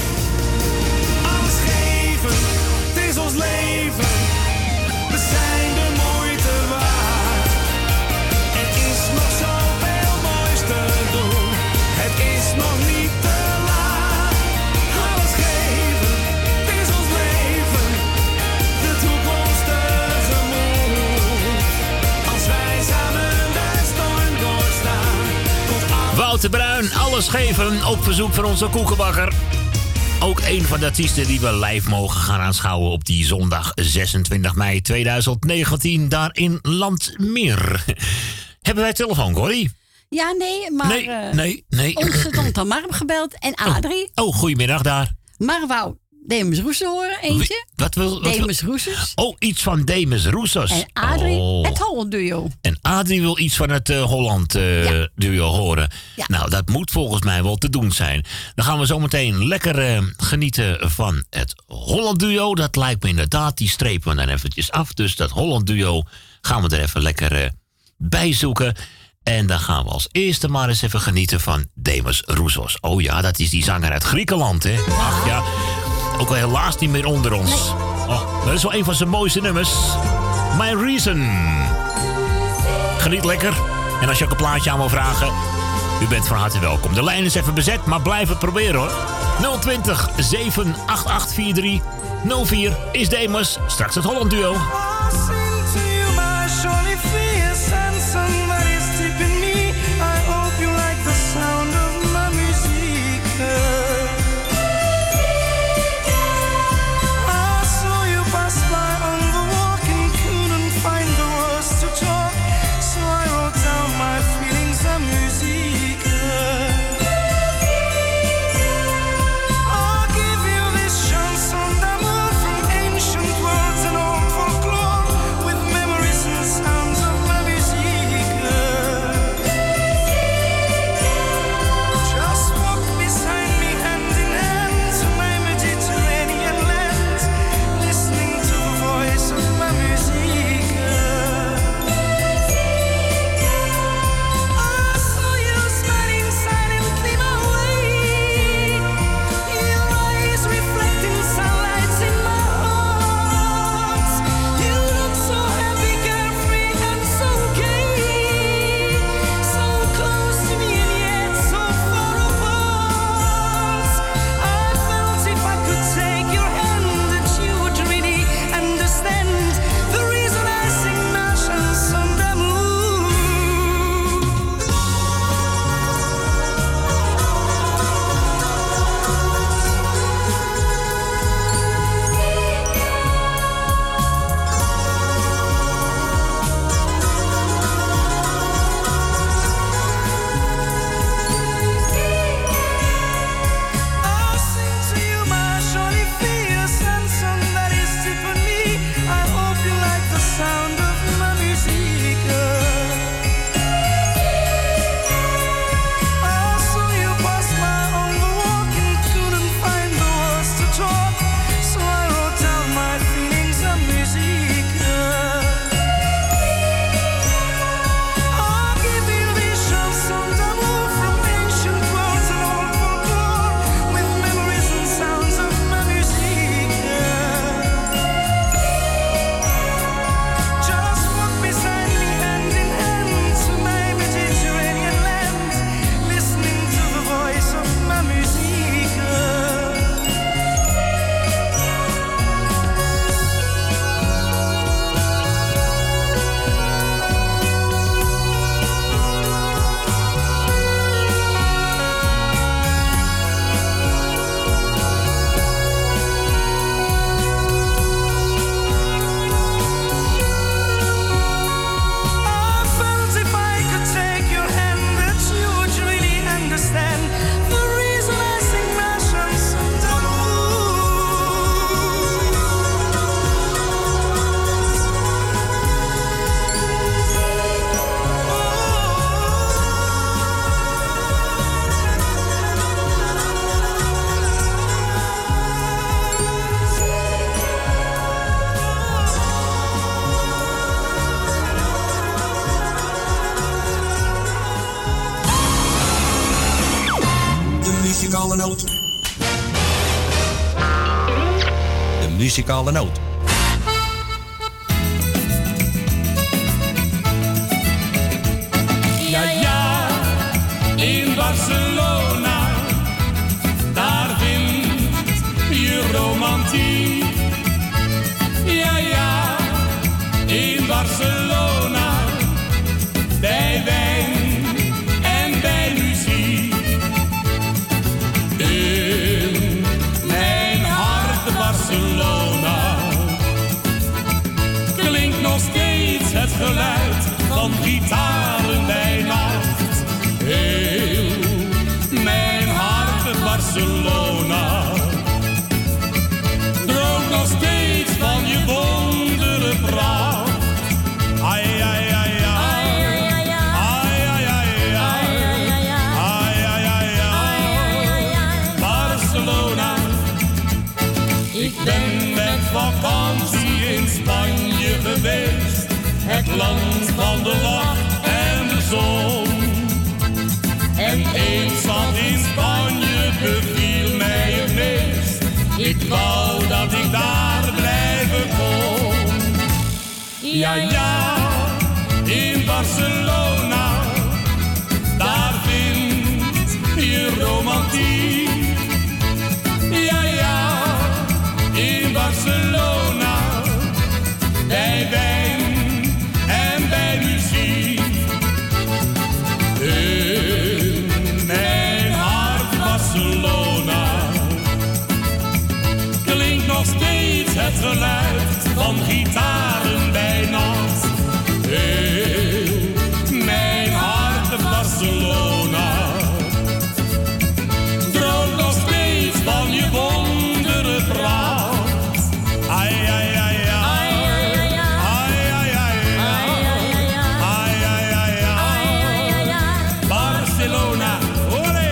Alles geven, het is ons leven. We zijn de moeite waard. Er is nog zoveel moois te doen. Het is nog niet te laat. Alles geven, het is ons leven. De toekomst tegemoet. Als wij samen de storm doorstaan, komt alles. Wout de Bruin, alles geven op verzoek van onze koekenbakker. Ook een van de artiesten die we live mogen gaan aanschouwen op die zondag zesentwintig mei tweeduizend negentien, daar in Landmeer. Hebben wij telefoon, Corrie? Ja, nee, maar... Nee, uh, nee, nee. Ons stond aan Marm gebeld en Adrie. Oh, oh, goedemiddag daar. Maar Wout, Demus Roussos horen, eentje. Wat wil... Wat Demus wil... Roussos. Oh, iets van Demus Roussos. En Adrie, oh. het Holland duo. En Adrie wil iets van het uh, Holland uh, Ja. duo horen. Ja. Nou, dat moet volgens mij wel te doen zijn. Dan gaan we zo meteen lekker uh, genieten van het Holland duo. Dat lijkt me inderdaad, die strepen we dan eventjes af. Dus dat Holland duo gaan we er even lekker uh, bij zoeken. En dan gaan we als eerste maar eens even genieten van Demus Roussos. Oh ja, dat is die zanger uit Griekenland, hè? Ach ja, ook al helaas niet meer onder ons. Oh, dat is wel een van zijn mooiste nummers. My Reason. Geniet lekker. En als je ook een plaatje aan wil vragen, u bent van harte welkom. De lijn is even bezet, maar blijf het proberen hoor. nul twintig, zeven acht acht vier drie nul vier is Demus. Straks het Holland duo. muzikale noot. De muzikale noot. Ja, ja, in Barcelona, daar vind je romantiek. Ja, ja, in Barcelona, bij wijn en bij muziek. In mijn hart Barcelona klinkt nog steeds het geluid van gitaren bij nacht. Heel mijn hart Barcelona land van de lach en de zon. En eens wat in Spanje beviel mij het meest. Ik wou dat ik daar blijven kon. Ja, ja, in Barcelona, daar vind je romantiek. Ja, ja, in Barcelona, bij wijn en bij muziek. In mijn hart Barcelona klinkt nog steeds het geluid van gitaren bij nacht. Heel mijn hart Barcelona droomt nog steeds van je wondere praat. Ai, ai, ai, ai. Ai, ai, ai. Ai, ai, ai, ai. Barcelona, olé.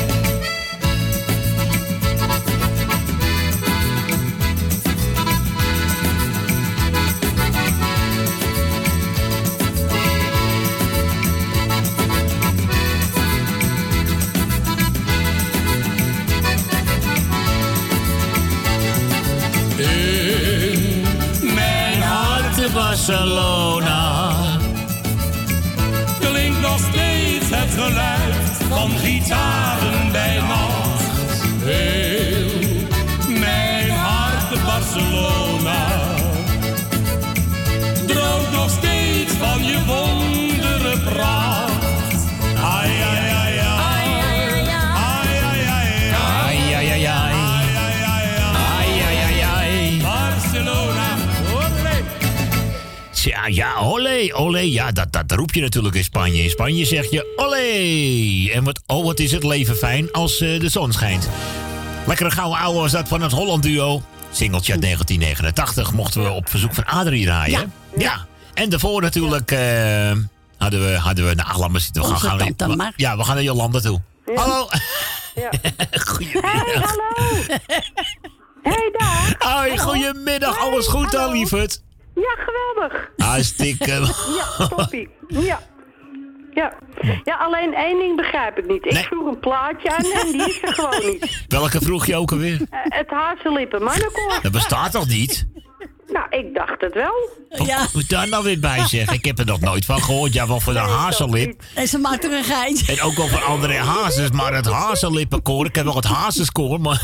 In mijn hart Barcelona klinkt nog steeds het geluid van gitaren bij nacht. Heel mijn hart Barcelona droomt nog steeds van je wondere pracht. Ai, ai, ai, ai. Ai, ai, ai, ai. Ai, ai, ai, ai. Barcelona, olé. Ja, ja, olé, olé. Ja, dat, dat roep je natuurlijk in Spanje. In Spanje zeg je olé. En wat, oh, wat is het leven fijn als uh, de zon schijnt. Lekkere gouden ouwe was dat van het Holland duo. Singeltje uit negentien negenentachtig mochten we op verzoek van Adrie draaien. Ja. ja. En daarvoor natuurlijk uh, hadden we, hadden we nou, laat maar zitten. We gaan, gaan we, ja, we gaan naar Jolanda toe. Ja. Hallo. Ja. Goedemiddag. Hey, hallo. Hey, daar. Hoi, goedemiddag. Hey, alles goed dan, lieverd? Ja, geweldig. Hartstikke. Ja, toppie. Ja. Ja. Ja, alleen één ding begrijp ik niet. Ik nee. vroeg een plaatje aan en die is er gewoon niet. Welke vroeg je ook alweer? Uh, het Hazenlippen mannenkoor. Dat bestaat toch niet? Nou, ik dacht het wel. Wat ja. moet daar nou weer bij zeggen? Ik heb er nog nooit van gehoord. Ja, wel voor de nee, hazenlip. En ze maakt er een geintje. En ook wel voor andere hazes, maar het hazenlippenkoor. Ik heb wel het hazenskoor, maar...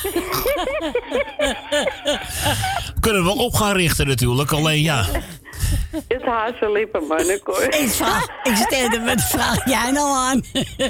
We kunnen wel op gaan richten natuurlijk, alleen ja. Het Hazenlippen mannenkoor. Ik, vraag, ik stelde me de vraag jij nou aan.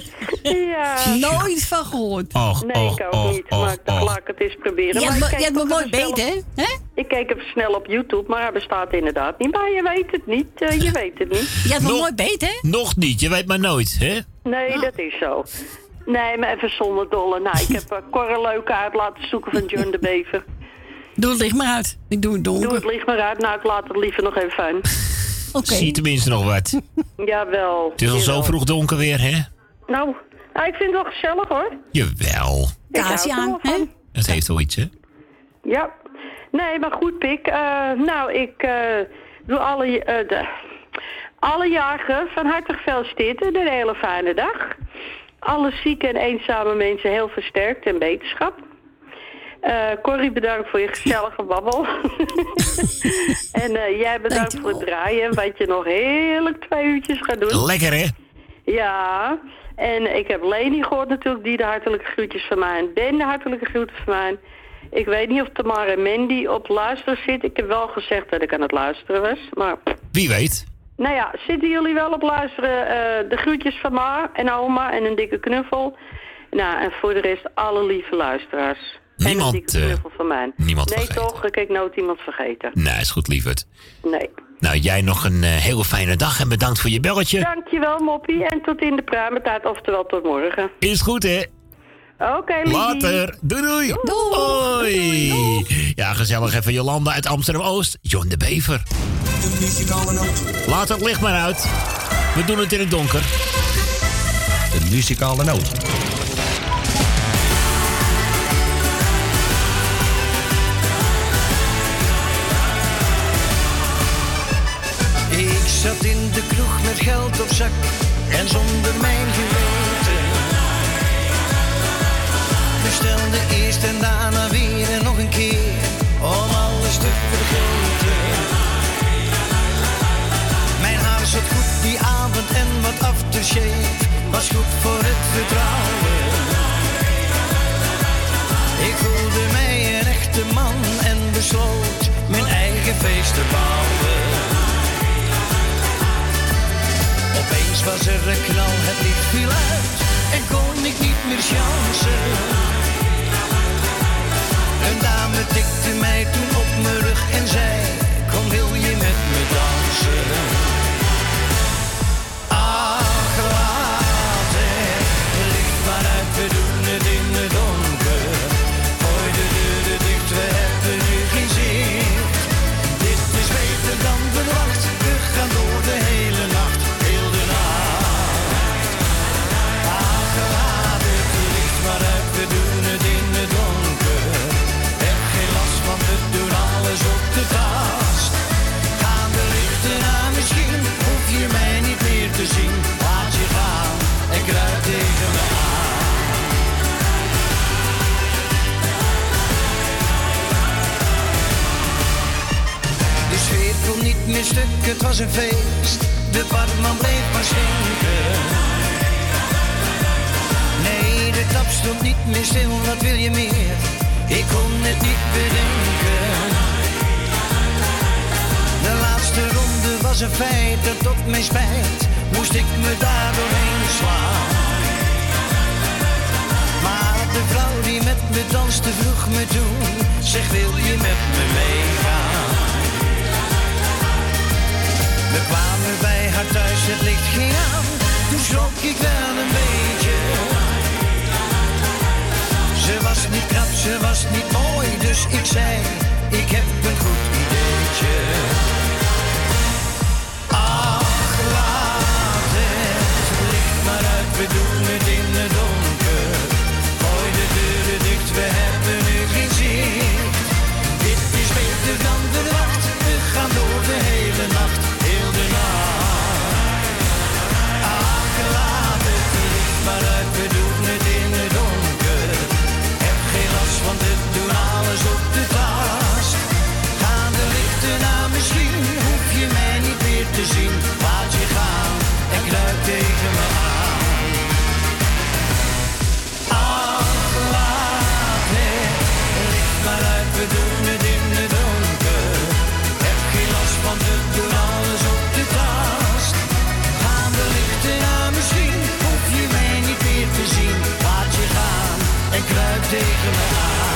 Ja. Nooit van gehoord. Och, nee, och, ik ook och, niet. Och, maar ik laat ik het eens proberen. Je hebt me mooi snel beet, hè? He? Ik keek even snel op YouTube, maar hij bestaat inderdaad niet. Maar je weet het niet. Uh, je weet het niet. Je hebt me mooi beet, hè? Nog niet, je weet maar nooit, hè? Nee, oh. dat is zo. Nee, maar even zonder dolle. Nou, ik heb uh, Cor een leuke uit laten zoeken van John de Bever. Doe het licht maar uit. Ik doe het donker. Doe het licht maar uit. Nou, ik laat het liever nog even aan. Okay. Zie tenminste nog wat. Jawel. Het is al jawel. zo vroeg donker weer, hè? Nou, nou, ik vind het wel gezellig, hoor. Jawel. Kaarsje aan, hè? Dat heeft wel iets, hè? Ja. Nee, maar goed, Pik. Uh, nou, ik uh, doe alle, uh, de, alle jarigen van harte gefeliciteerd. Een hele fijne dag. Alle zieke en eenzame mensen heel versterkt en beterschap. Uh, Corrie, bedankt voor je gezellige babbel. en uh, jij bedankt voor het draaien. Wat je nog heerlijk twee uurtjes gaat doen. Lekker, hè? Ja. En ik heb Leni gehoord natuurlijk, die de hartelijke groetjes van mij. En Ben de hartelijke groeten van mij. Ik weet niet of Tamara en Mandy op luisteren zitten. Ik heb wel gezegd dat ik aan het luisteren was. Maar... Wie weet. Nou ja, zitten jullie wel op luisteren? Uh, de groetjes van ma en oma en een dikke knuffel. Nou, en voor de rest alle lieve luisteraars. Niemand, en een dikke knuffel van mij. Niemand nee, vergeten. toch? Ik heb nooit iemand vergeten. Nee, is goed, lieverd. Nee. Nou, jij nog een uh, hele fijne dag en bedankt voor je belletje. Dankjewel, Moppie. En tot in de pruimentijd, oftewel tot morgen. Is goed, hè? Oké, okay, later. Doei, doei. Doei. Doei. Doei. Ja, gezellig even Jolanda uit Amsterdam-Oost. John de Bever. De muzikale noot. Laat het licht maar uit. We doen het in het donker. De muzikale noot. Ik zat in de kroeg met geld op zak en zonder mijn geweten. Bestelde eerst en daarna weer en nog een keer om alles te vergeten. Mijn haar zat goed die avond en wat aftershave was goed voor het vertrouwen. Ik voelde mij een echte man en besloot mijn eigen feest te bouwen. Opeens was er een knal, het licht viel uit en kon ik niet meer chansen. Een dame tikte mij toen op mijn rug en zei: kom, wil je met me dansen? Ach, laat het licht maar uit, we doen het in het donker. Gooi de deuren dicht, we hebben nu geen zicht. Dit is beter dan verwacht, we gaan door de hele nacht, heel de nacht. Ach, laat het licht maar uit, we doen het in het donker. Heb geen last, want we doen alles op de tast. Gaan de lichten aan, misschien hoef je mij niet meer te zien. Laat je gaan en kruip tegen me aan. De sfeer kon niet meer stuk, het was een feest. De barman bleef maar schenken. Nee, de tap stond niet meer stil, wat wil je meer? Ik kon het niet bedenken. De laatste ronde was een feit, dat tot mijn spijt moest ik me daar doorheen slaan. Maar de vrouw die met me danste vroeg me toen: zeg, wil je met me meegaan? We kwamen bij haar thuis, het licht ging aan. Toen schrok ik wel een beetje. Ze was niet knap, ze was niet mooi, dus ik zei: ik heb een goed ideetje. Ach, laat het licht maar uit, we doen het in het donker. Gooi de deuren dicht, we hebben nu geen zicht. Dit is beter dan verwacht, we gaan door de hele nacht, heel de nacht. Ach, laat het licht maar uit, we doen het in het donker. Heb geen last, want we doen alles op de tast. Gaan de lichten aan, misschien hoef je mij niet meer te zien. Laat je gaan en kruip tegen me aan. Ach, laat het licht maar uit, we doen het in het donker. Heb geen last, want we doen alles op de tast. Gaan de lichten aan, misschien hoef je mij niet meer te zien. Laat je gaan en kruip tegen me aan.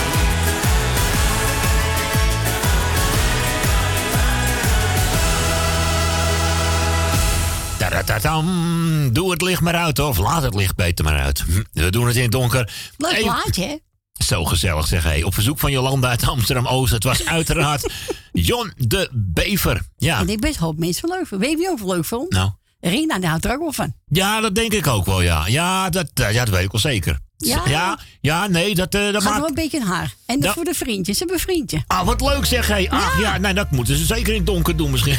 Tadadadam. Doe het licht maar uit, of laat het licht beter maar uit. We doen het in het donker. Leuk Hey, plaatje, hè? Zo gezellig, zeg hé. Op verzoek van Jolanda uit Amsterdam-Oost. Het was uiteraard John de Bever. Ja. En ik best hoop mensen wel leuk van. Weet je wie ook wel leuk vond? Nou. Rina, daar houdt er ook wel van. Ja, dat denk ik ook wel, ja. Ja, dat, ja, dat weet ik wel zeker. Ja? Ja, ja nee, dat, uh, dat Gaat maakt... wel een beetje in haar. En Ja. voor de vriendjes, ze hebben een vriendje. Ah, wat leuk zeg hé. Ach ja, nee, dat moeten ze zeker in het donker doen misschien.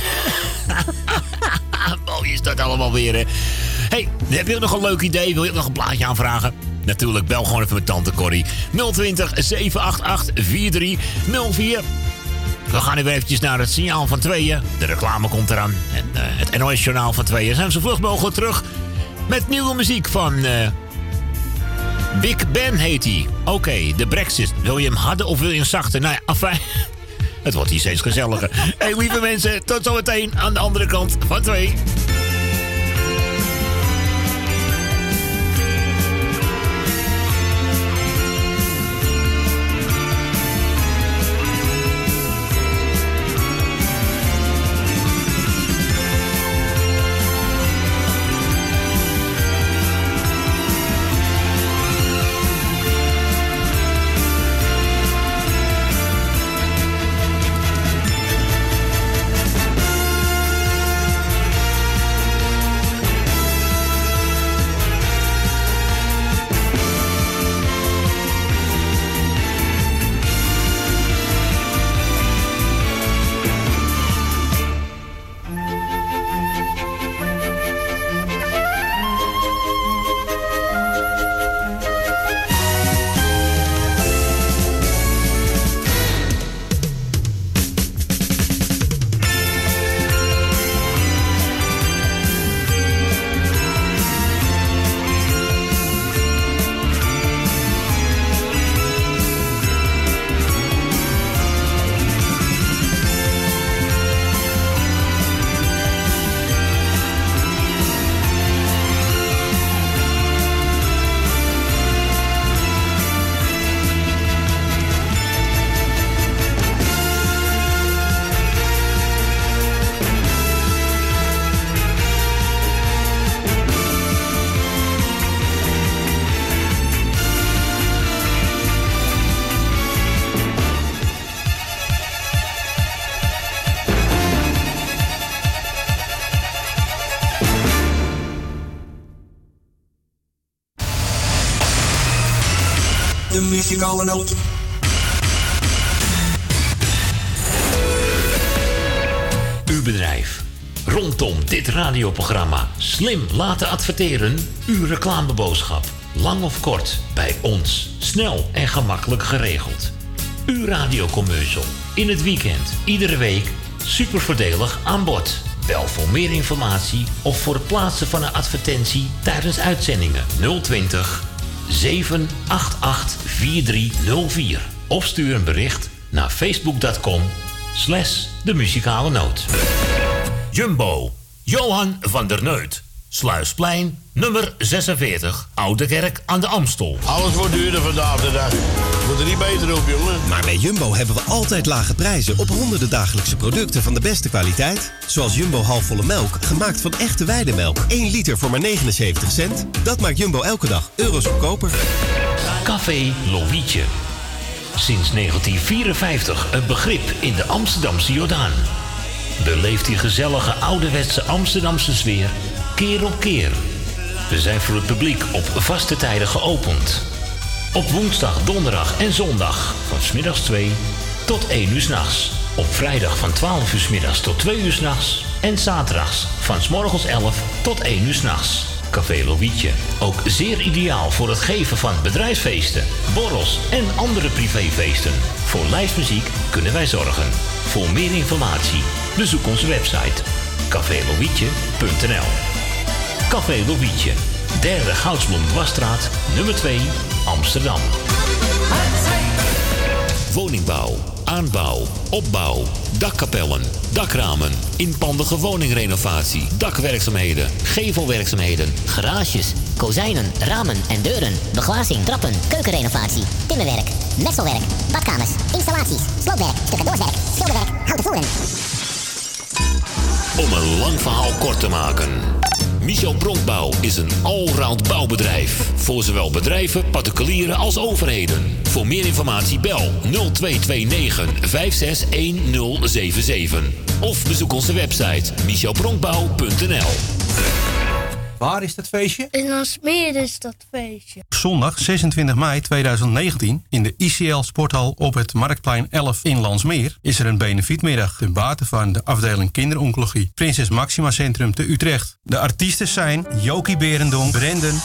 Mooi is dat allemaal weer, hè. Hey, heb je ook nog een leuk idee? Wil je ook nog een plaatje aanvragen? Natuurlijk, bel gewoon even met tante Corrie. nul twintig, zeven acht acht, vier drie nul vier. We gaan nu weer eventjes naar het signaal van tweeën. De reclame komt eraan. En uh, het N O S-journaal van tweeën. Zijn we zo vlug mogelijk terug met nieuwe muziek van... Uh, Big Ben heet hij. Oké, okay, de Brexit. Wil je hem harder of wil je hem zachter? Nou ja, afijn. Het wordt hier steeds gezelliger. Hé, hey, lieve mensen, tot zometeen aan de andere kant van twee. De muzikale noot. Uw bedrijf. Rondom dit radioprogramma slim laten adverteren. Uw reclameboodschap. Lang of kort, bij ons. Snel en gemakkelijk geregeld. Uw radiocommercial. In het weekend, iedere week. Super voordelig aan bod. Bel voor meer informatie of voor het plaatsen van een advertentie tijdens uitzendingen nul twintig, zeven acht acht, vier drie nul vier. Of stuur een bericht naar facebook.com slash de muzikale noot. Jumbo, Johan van der Neut. Sluisplein, nummer zesenveertig, Oude Kerk aan de Amstel. Alles wordt duurder vandaag de dag. Moet er niet beter op, jongen. Maar bij Jumbo hebben we altijd lage prijzen op honderden dagelijkse producten van de beste kwaliteit. Zoals Jumbo halfvolle melk, gemaakt van echte weidemelk. één liter voor maar negenenzeventig cent. Dat maakt Jumbo elke dag euro's goedkoper. Café Lovietje. Sinds negentien vierenvijftig een begrip in de Amsterdamse Jordaan. Beleeft die gezellige ouderwetse Amsterdamse sfeer keer op keer. We zijn voor het publiek op vaste tijden geopend. Op woensdag, donderdag en zondag van 's middags twee tot één uur 's nachts. Op vrijdag van twaalf uur 's middags tot twee uur 's nachts. En zaterdags van 's morgens elf tot één uur 's nachts. Café Lovietje. Ook zeer ideaal voor het geven van bedrijfsfeesten, borrels en andere privéfeesten. Voor lijstmuziek kunnen wij zorgen. Voor meer informatie bezoek onze website café lovietje punt n l. Café Lovietje, derde Goudsblom-Dwarsstraat, nummer twee, Amsterdam. Woningbouw, aanbouw, opbouw, dakkapellen, dakramen, inpandige woningrenovatie, dakwerkzaamheden, gevelwerkzaamheden, Garages, kozijnen, ramen en deuren, beglazing, trappen, keukenrenovatie, timmerwerk, messelwerk, badkamers, installaties, sloopwerk, stucadoorswerk, schilderwerk, houten voeren. Om een lang verhaal kort te maken. Michel Bronkbouw is een allround bouwbedrijf. Voor zowel bedrijven, particulieren als overheden. Voor meer informatie bel nul twee twee negen, vijf zes een nul zeven zeven. Of bezoek onze website michel bronkbouw punt n l. Waar is dat feestje? In Landsmeer is dat feestje. Zondag zesentwintig mei tweeduizend negentien in de I C L Sporthal op het Marktplein elf in Landsmeer is er een benefietmiddag ten bate van de afdeling kinderoncologie Prinses Maxima Centrum te Utrecht. De artiesten zijn Jokie Berendonk, Brendan,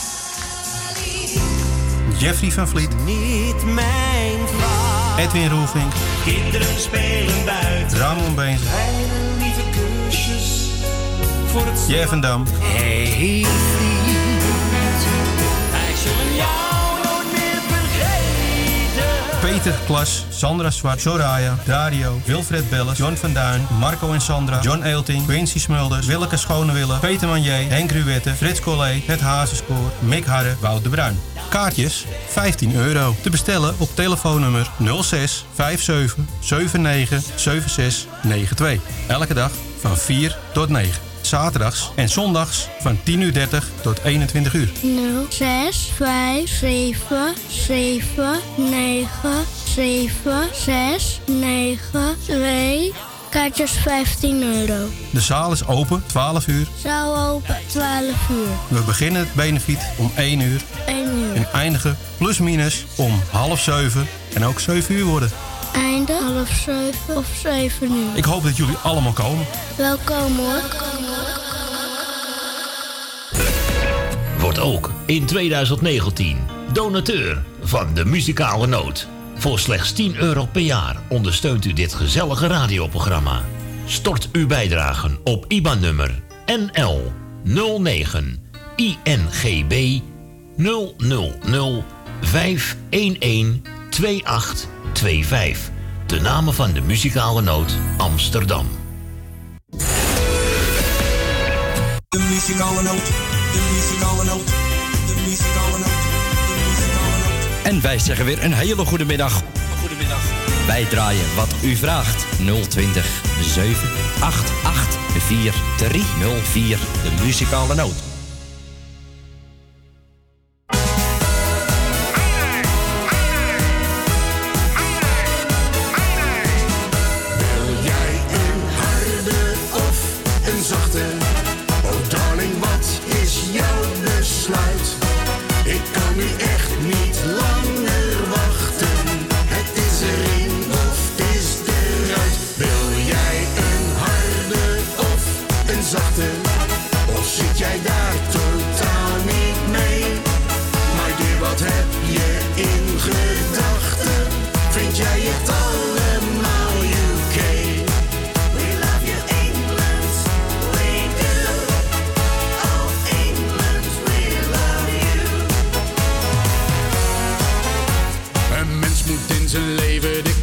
Jeffrey van Vliet, Niet mijn vrouw. Edwin Roelvink, Kinderen spelen buiten. Ramon Beens, Kleine lieve kusjes voor het Jeff en Dam, Hey vriend, wij zullen jou nooit meer vergeten. Peter Klas, Sandra Zwart, Soraya, Dario, Wilfred Belles, John van Duin, Marco en Sandra, John Eelting, Quincy Smulders, Willeke Schonewille, Peter Manier, Henk Ruwette, Frits Collé, Het Hazenskoor, Mick Harre, Wout de Bruin. Kaartjes vijftien euro. Te bestellen op telefoonnummer nul zes vijf zeven zeven negen zeven zes negen twee. Elke dag van vier tot negen. Zaterdags en zondags van tien uur dertig tot eenentwintig uur. nul zes vijf zeven zeven negen zeven zes negen twee. Kaartjes vijftien euro. De zaal is open twaalf uur. Zaal open twaalf uur. We beginnen het benefiet om één uur. één uur. En eindigen plus minus om half zeven en ook zeven uur worden. Einde half zeven of zeven uur. Ik hoop dat jullie allemaal komen. Welkom hoor. Wordt ook in tweeduizend negentien donateur van de muzikale noot. Voor slechts tien euro per jaar ondersteunt u dit gezellige radioprogramma. Stort uw bijdragen op I B A N-nummer N L nul negen I N G B nul nul nul vijf een een twee acht twee vijf. De namen van de muzikale noot Amsterdam. De muzikale noot, de muzikale noot, de muzikale noot, de muzikale noot. En wij zeggen weer een hele goede middag. Goedemiddag. Wij draaien wat u vraagt. nul twintig, zeven acht acht, vier drie nul vier. De muzikale noot. Wil jij een harde of een zachte? Oh darling, wat is jouw besluit? Ik kan nu echt niet langer wachten.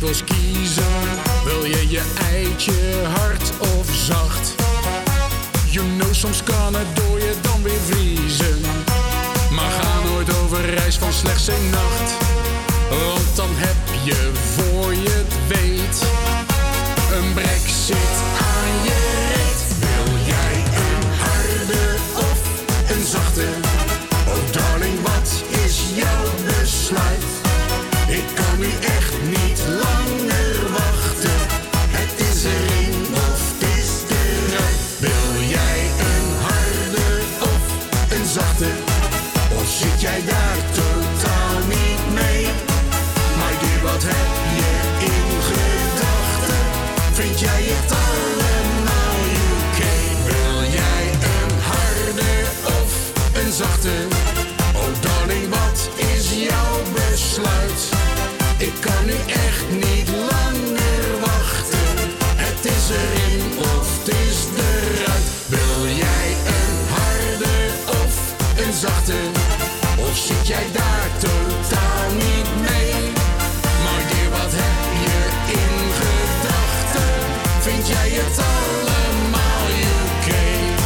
duivels kiezen. Wil je je eitje hard of zacht? You know, soms kan het door je dan weer vriezen. Maar ga nooit over reis van slechts een nacht. Want dan heb je, voor je het weet, een brexit aan je reet. Wil jij een harde of een zachte? Oh darling, wat is jouw besluit? Ik kan nu echt niet langer wachten. Het is erin of het is eruit. Wil jij een harde of een zachte? Of zit jij daar totaal niet mee? Maar dear, wat heb je in gedachten? Vind jij het allemaal oké? Wil jij een harde of een zachte? Oh darling, wat is jouw besluit? Ik kan nu echt niet langer wachten. Het is erin of het is eruit. Wil jij een harde of een zachte? Of zit jij daar totaal niet mee? Maar dear, wat heb je in gedachten? Vind jij het allemaal oké?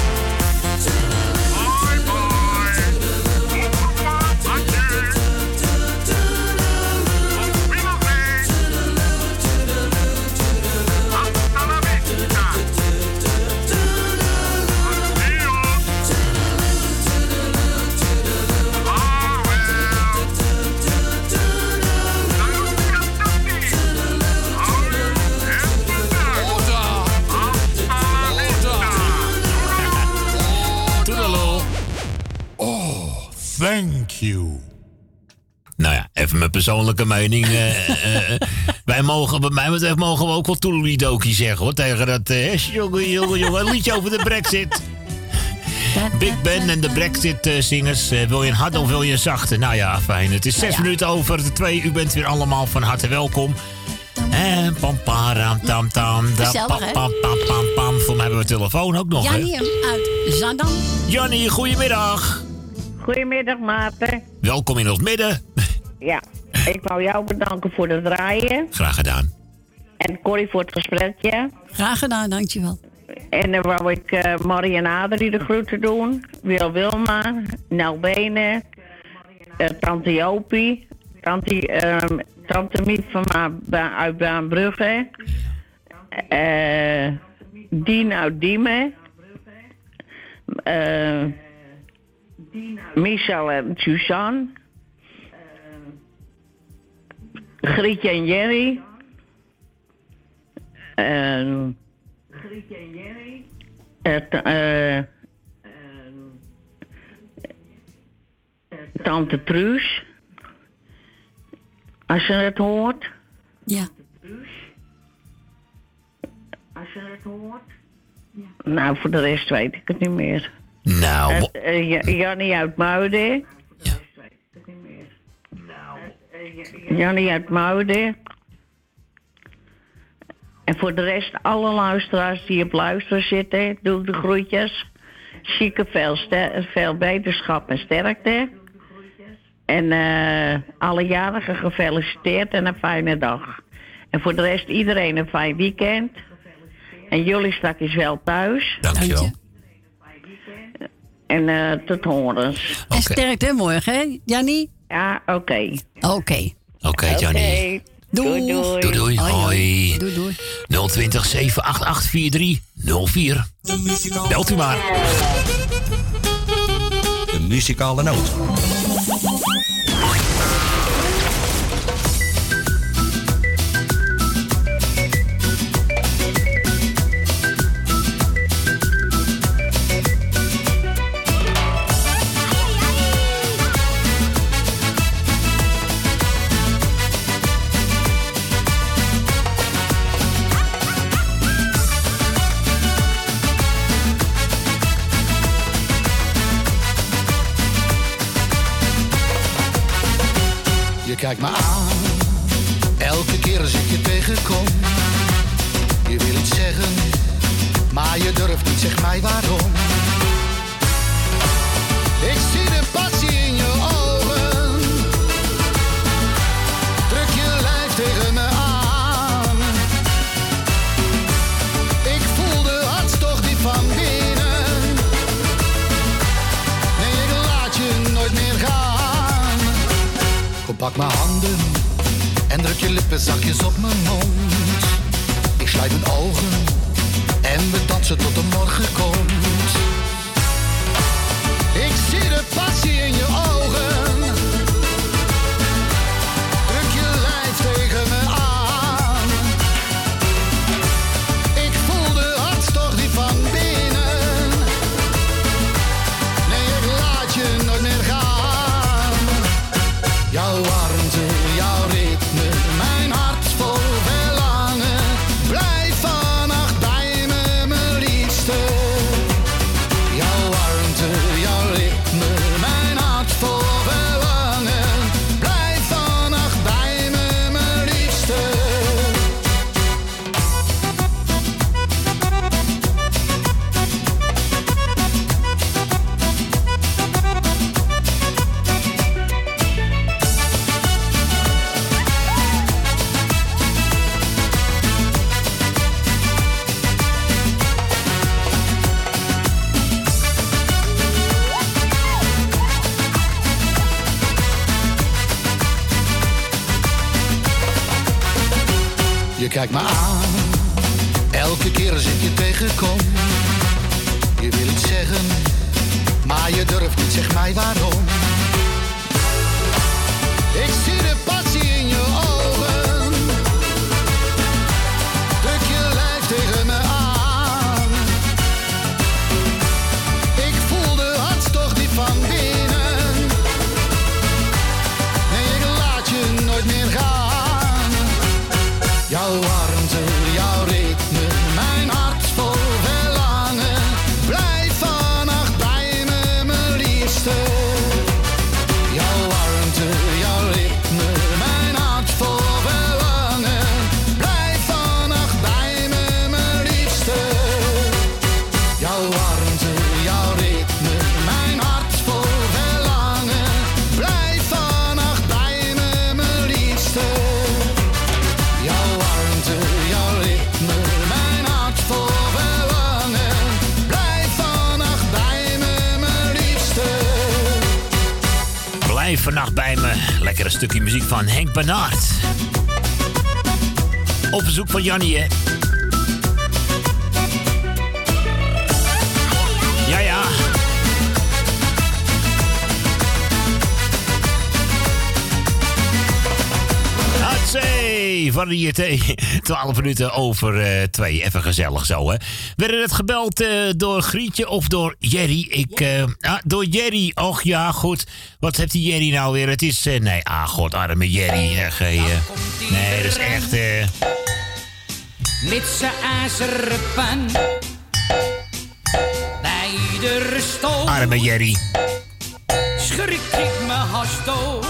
Thank you. Nou ja, even mijn persoonlijke mening. Uh, uh, wij mogen, wat mij betreft, mogen we ook wel toedelidokie zeggen, hoor. Tegen dat, uh, jongen, jongen, jongen, een liedje over de brexit. Big Ben en de brexit-zingers. Uh, wil je een harde of wil je een zachte? Nou ja, fijn. Het is zes ja. minuten over de twee. U bent weer allemaal van harte welkom. En pam, pam, tam, tam, da, pam, pam, pam, pam, pam. Voor mij hebben we telefoon ook nog, Jannie uit Zaandam. Jannie, goedemiddag. Goedemiddag, Maarten. Welkom in ons midden. Ja, ik wou jou bedanken voor het draaien. Graag gedaan. En Corrie voor het gesprekje. Graag gedaan, dankjewel. En dan wou ik uh, Marie en Adrie de groeten doen. Wil Wilma, Nel Benen, uh, Tante Jopie, Tante, uh, Tante Miep van Ma ba uit Baanbrugge, uh, Dien uit Diemen, uh, Michel en Suzanne, Grietje en Jerry, uh, Grietje en Jerry, uh, uh, Tante Truus, als je het hoort. Ja. Als je het hoort. Ja. Nou, voor de rest weet ik het niet meer. Nou. Uh, uh, Jannie uit Muiden. Ja. Jannie uit Muiden. En voor de rest, alle luisteraars die op luisteren zitten, doe ik de groetjes. Zieke, veel, veel beterschap en sterkte. En uh, alle jarigen gefeliciteerd en een fijne dag. En voor de rest iedereen een fijn weekend. En jullie straks wel thuis. Dankjewel. En uh, tot horens. Okay. En sterkte morgen, hè, Jannie? Ja, oké. Okay. Oké. Okay. Oké, okay, Jannie. Okay. Doei, doei. Doei, doei. Hoi. Hoi. Doei, doei. nul twintig, zeven acht acht, vier drie nul vier. Belt u maar. De muzikale noot. Kijk me aan, elke keer als ik je tegenkom. Je wil iets zeggen, maar je durft niet, zeg mij waarom. Ik zie de passie in je ogen. Druk je lijf tegen me aan. Kom pak mijn handen en druk je lippen zachtjes op mijn mond. Ik sluit mijn ogen en we dansen tot de morgen komt. Ik zie de passie in je ogen. Druk je lijf tegen me aan. Ik voel de hartstocht die van binnen. Nee, ik laat je nooit meer gaan. Jouw warmte, jouw ritme, mijn hart vol verlangen. Blijf vannacht bij me, mijn liefste. Jouw warmte, jouw ritme, mijn hart vol verlangen. Blijf vannacht bij me, mijn liefste. Je kijkt me aan, elke keer als ik je tegenkom. Je wil iets zeggen, maar je durft niet, zeg mij waarom. Ik zie de passie in je ogen. Druk je lijf tegen me aan. Ik voel de hartstocht die van binnen. Nee, ik laat je nooit meer gaan. Jouw warmte, jouw ritme, mijn hart vol verlangen. Blijf vannacht bij me, mijn liefste. Jouw warmte, jouw ritme, mijn hart vol verlangen. Blijf vannacht bij me, mijn liefste. Jouw warmte, jouw ritme, mijn hart vol verlangen. Blijf vannacht bij me, mijn liefste. Jouw warmte, jouw ritme, mijn hart vol verlangen. Blijf vannacht bij me, mijn liefste. Blijf vannacht bij me. Lekker een stukje muziek van Henk Bernhard. Op verzoek van Jannie, hè? Ja, ja. Hatsé, variété. twaalf minuten over uh, twee. Even gezellig zo, hè. Werden het gebeld uh, door Grietje of door Jerry? Ik, uh, ah, door Jerry. Och ja, goed. Wat heeft die Jerry nou weer? Het is... Uh, nee, ah, god, arme Jerry. Echt, uh, nee, dat is echt... Uh... Met z'n ijzeren pan. Bij de stoel. Arme Jerry. Schrik ik me haast dood.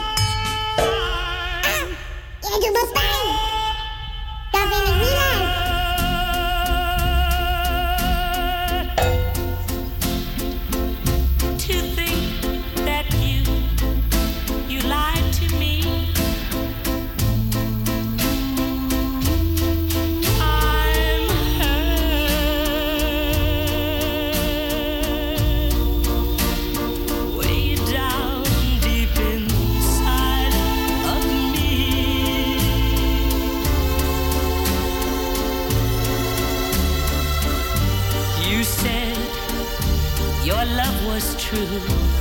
Je doet me pijn. Dat wil ik niet leuk. To think that you, you lied to me. I'm hurt. Way down deep inside of me. You said your love was true,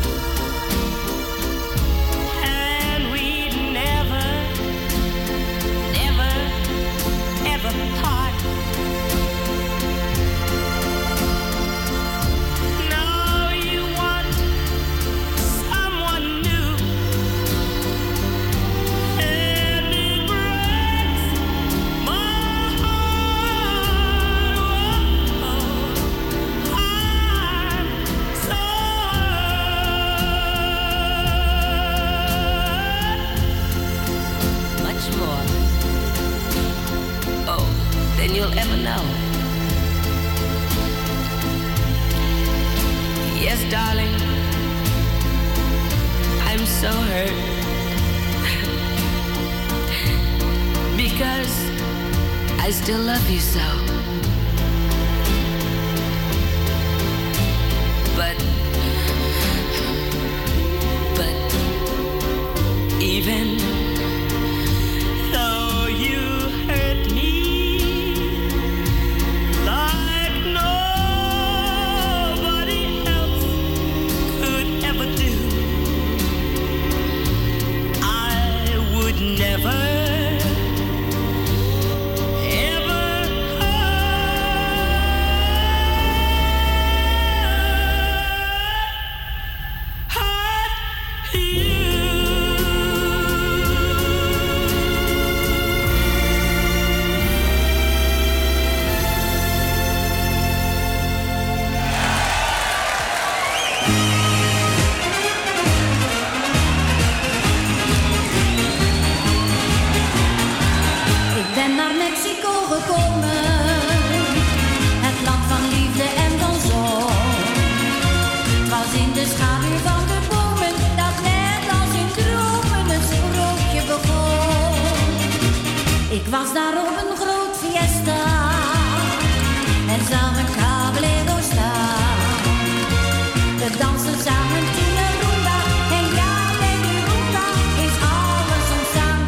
and we'd never, never, ever part. Now you want someone new, and it breaks my heart. Oh, I'm so hurt. Much more. Oh, than you'll ever know. Yes, darling, I'm so hurt. Because I still love you so. But, but even was daar op een groot fiesta en zag een caballero staan. We dansen samen Tina Rumba en ja, baby Rumba is alles ontstaan.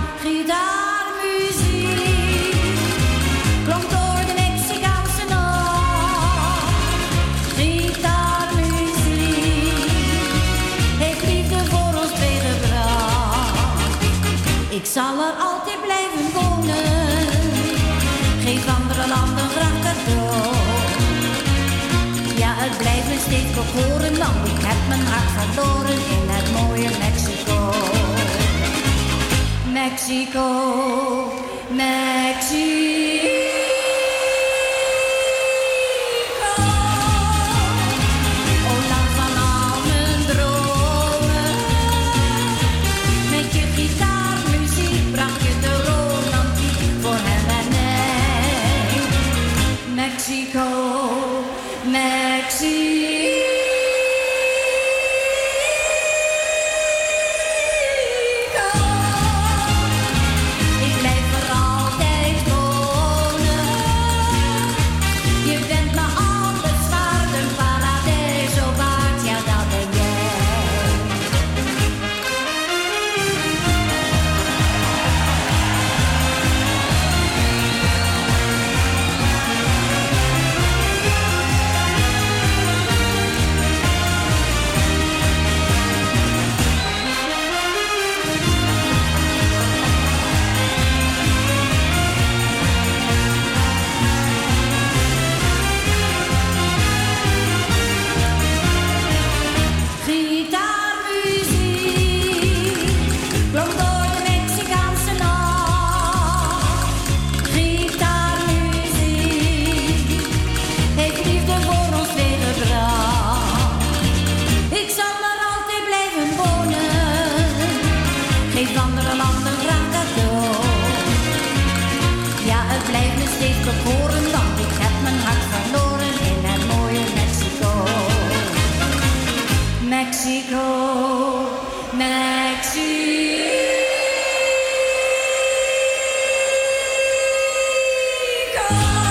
Gitaarmuziek klonk door de Mexicaanse nacht. Gitaarmuziek heeft liefde voor ons tweegebracht. Ik zal er altijd blijven wonen, geef andere landen graag cadeau. Ja, het blijft me steeds bekoren, want ik heb mijn hart verloren in het mooie Mexico. Mexico, Mexico. Oh, land van al mijn dromen. Met je gitaarmuziek bracht je de romantiek voor hem en mij. Mexico, Mexico. Ik blijf er altijd wonen. Je bent me alles waard, een paradiso waard, ja dat ben jij. Gitaarmuziek klonk door de Mexicaanse nacht. Gitaarmuziek heeft liefde voor ons tegengebracht. Ik zal er altijd blijven wonen, geef andere landen graag cadeau. Ja, het blijft me steeds bekoren, want ik heb mijn hart verloren in het mooie Mexico. Mexico, Mexico.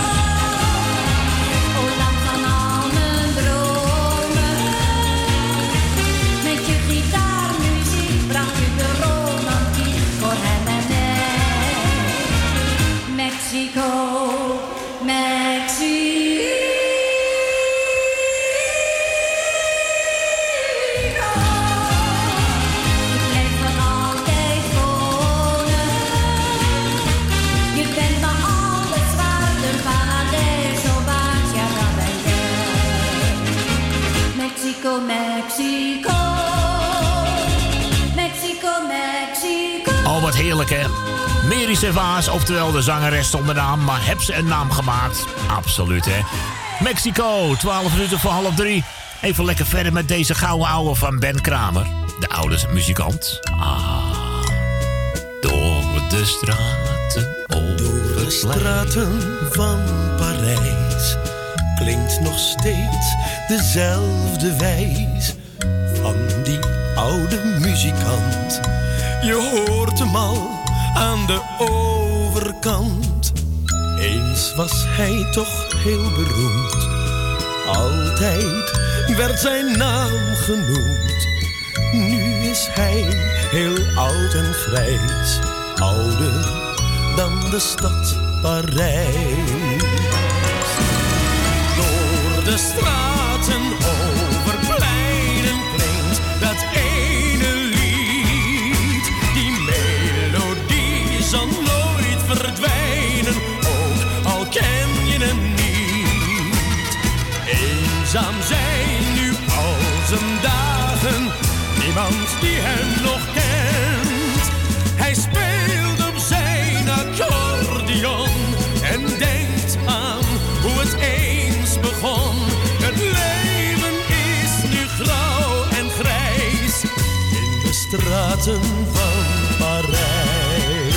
Oh, land van al mijn dromen. Met je gitaarmuziek bracht je de romantiek voor hem en mij. Mexico, Mexico. Ik blijf er altijd wonen. Je bent me alles waard, een paradiso waard, ja dat ben jij. Mexico, Mexico. Mexico, Mexico. Oh, wat heerlijk, hè? Mary Servaas, oftewel de zangeres zonder naam, maar heb ze een naam gemaakt? Absoluut, hè? Mexico, twaalf minuten voor half drie. Even lekker verder met deze gouden ouwe van Ben Kramer. De oude muzikant. Ah, door de straten, over de straten van Parijs klinkt nog steeds dezelfde wijs van die oude muzikant. Je hoort hem al aan de overkant. Eens was hij toch heel beroemd. Altijd werd zijn naam genoemd. Nu is hij heel oud en grijs, ouder dan de stad Parijs. Door de straten over pleinen klinkt dat ene lied. Die melodie zal nooit verdwijnen, ook al ken je hem niet. Eenzaam zijn nu al zijn dagen, niemand die hem nog kent. Hij speelt op zijn accordeon en denkt aan hoe het eens begon. Het leven is nu grauw en grijs in de straten van Parijs.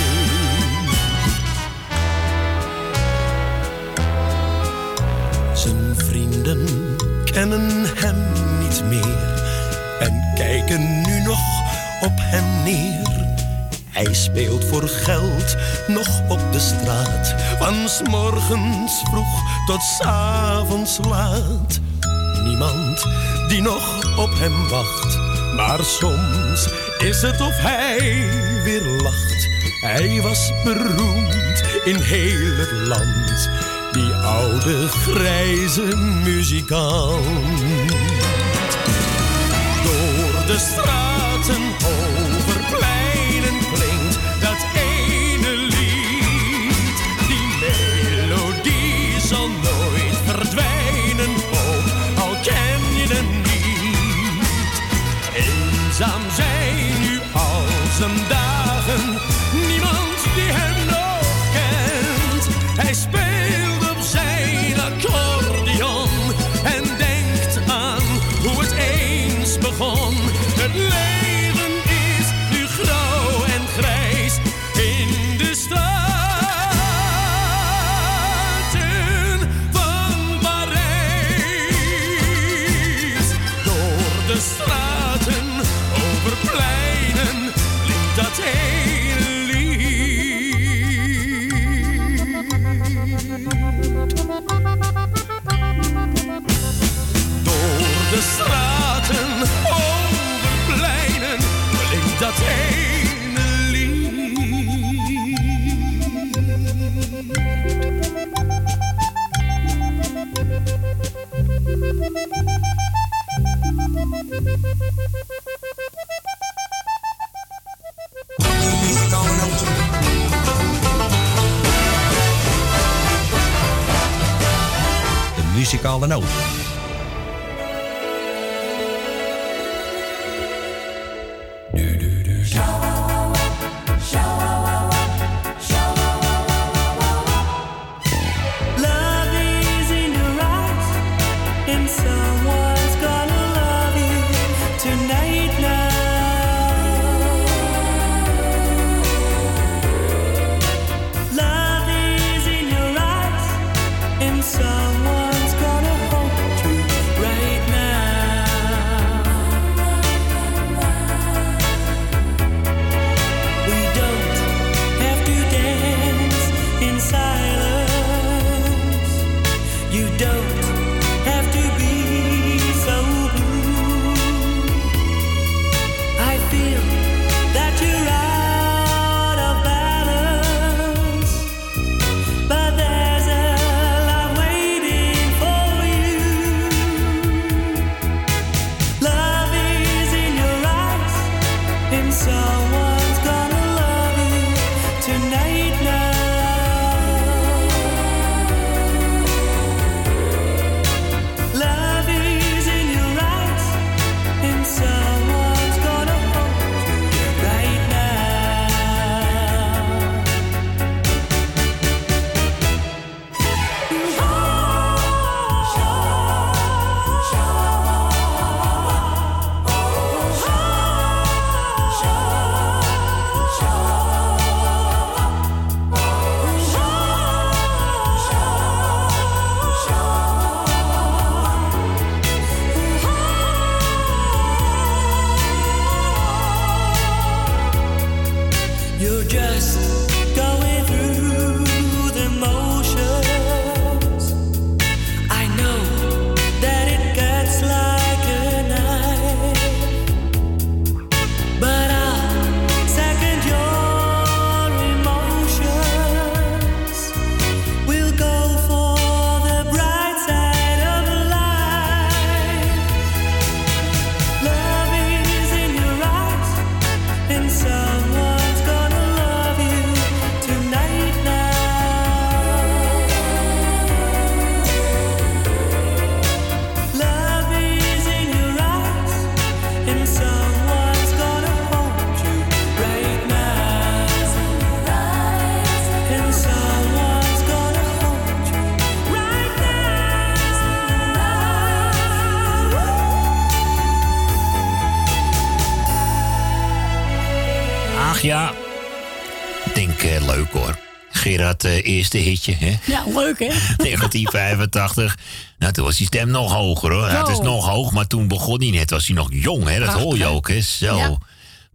Zijn vrienden kennen hem niet meer en kijken nu nog op hem neer. Hij speelt voor geld nog op de straat. Van 's morgens vroeg tot 's avonds laat. Niemand die nog op hem wacht. Maar soms is het of hij weer lacht. Hij was beroemd in heel het land. Die oude grijze muzikant. Door de straten over pleinen klinkt dat ene lied. Die melodie zal nooit verdwijnen, ook al ken je hem niet. Eenzaam zijn nu al zijn dagen, niemand die hem nog kent. Hij speelt op zijn accordeon en denkt aan hoe het eens begon. Het leven is nu grauw en grijs in de straten van Parijs. Door de straten over pleinen klinkt dat hele lied. Door de straten over pleinen klinkt dat ene De muzikale noot. Love is in your eyes, and someone's gonna love you tonight now. Love is in your eyes, and someone's gonna hold you right now. We don't have to dance in silence. You don't have to be so blue. I feel that you're out of balance, but there's a love waiting for you. Love is in your eyes, and someone's gonna love you tonight now. Love is in your eyes, and someone's gonna hold you right now. You're just going through the motions. I know that it cuts like a knife, but I'll second your emotions. We'll go for the bright side of life. Love is in your eyes, and someone's gonna love you tonight now. Love is in your eyes, and someone's gonna hold you right now. And someone's gonna hold you right Ach ja, ik denk eh, leuk hoor. Gerard, eh, eerste hitje, hè? Ja, leuk hè? negentien vijfentachtig. Nou, toen was die stem nog hoger hoor. Ja, het is Zo. nog hoog, maar toen begon hij net. Was hij nog jong, hè? Dat hoor je ook, hè? Zo. Ja.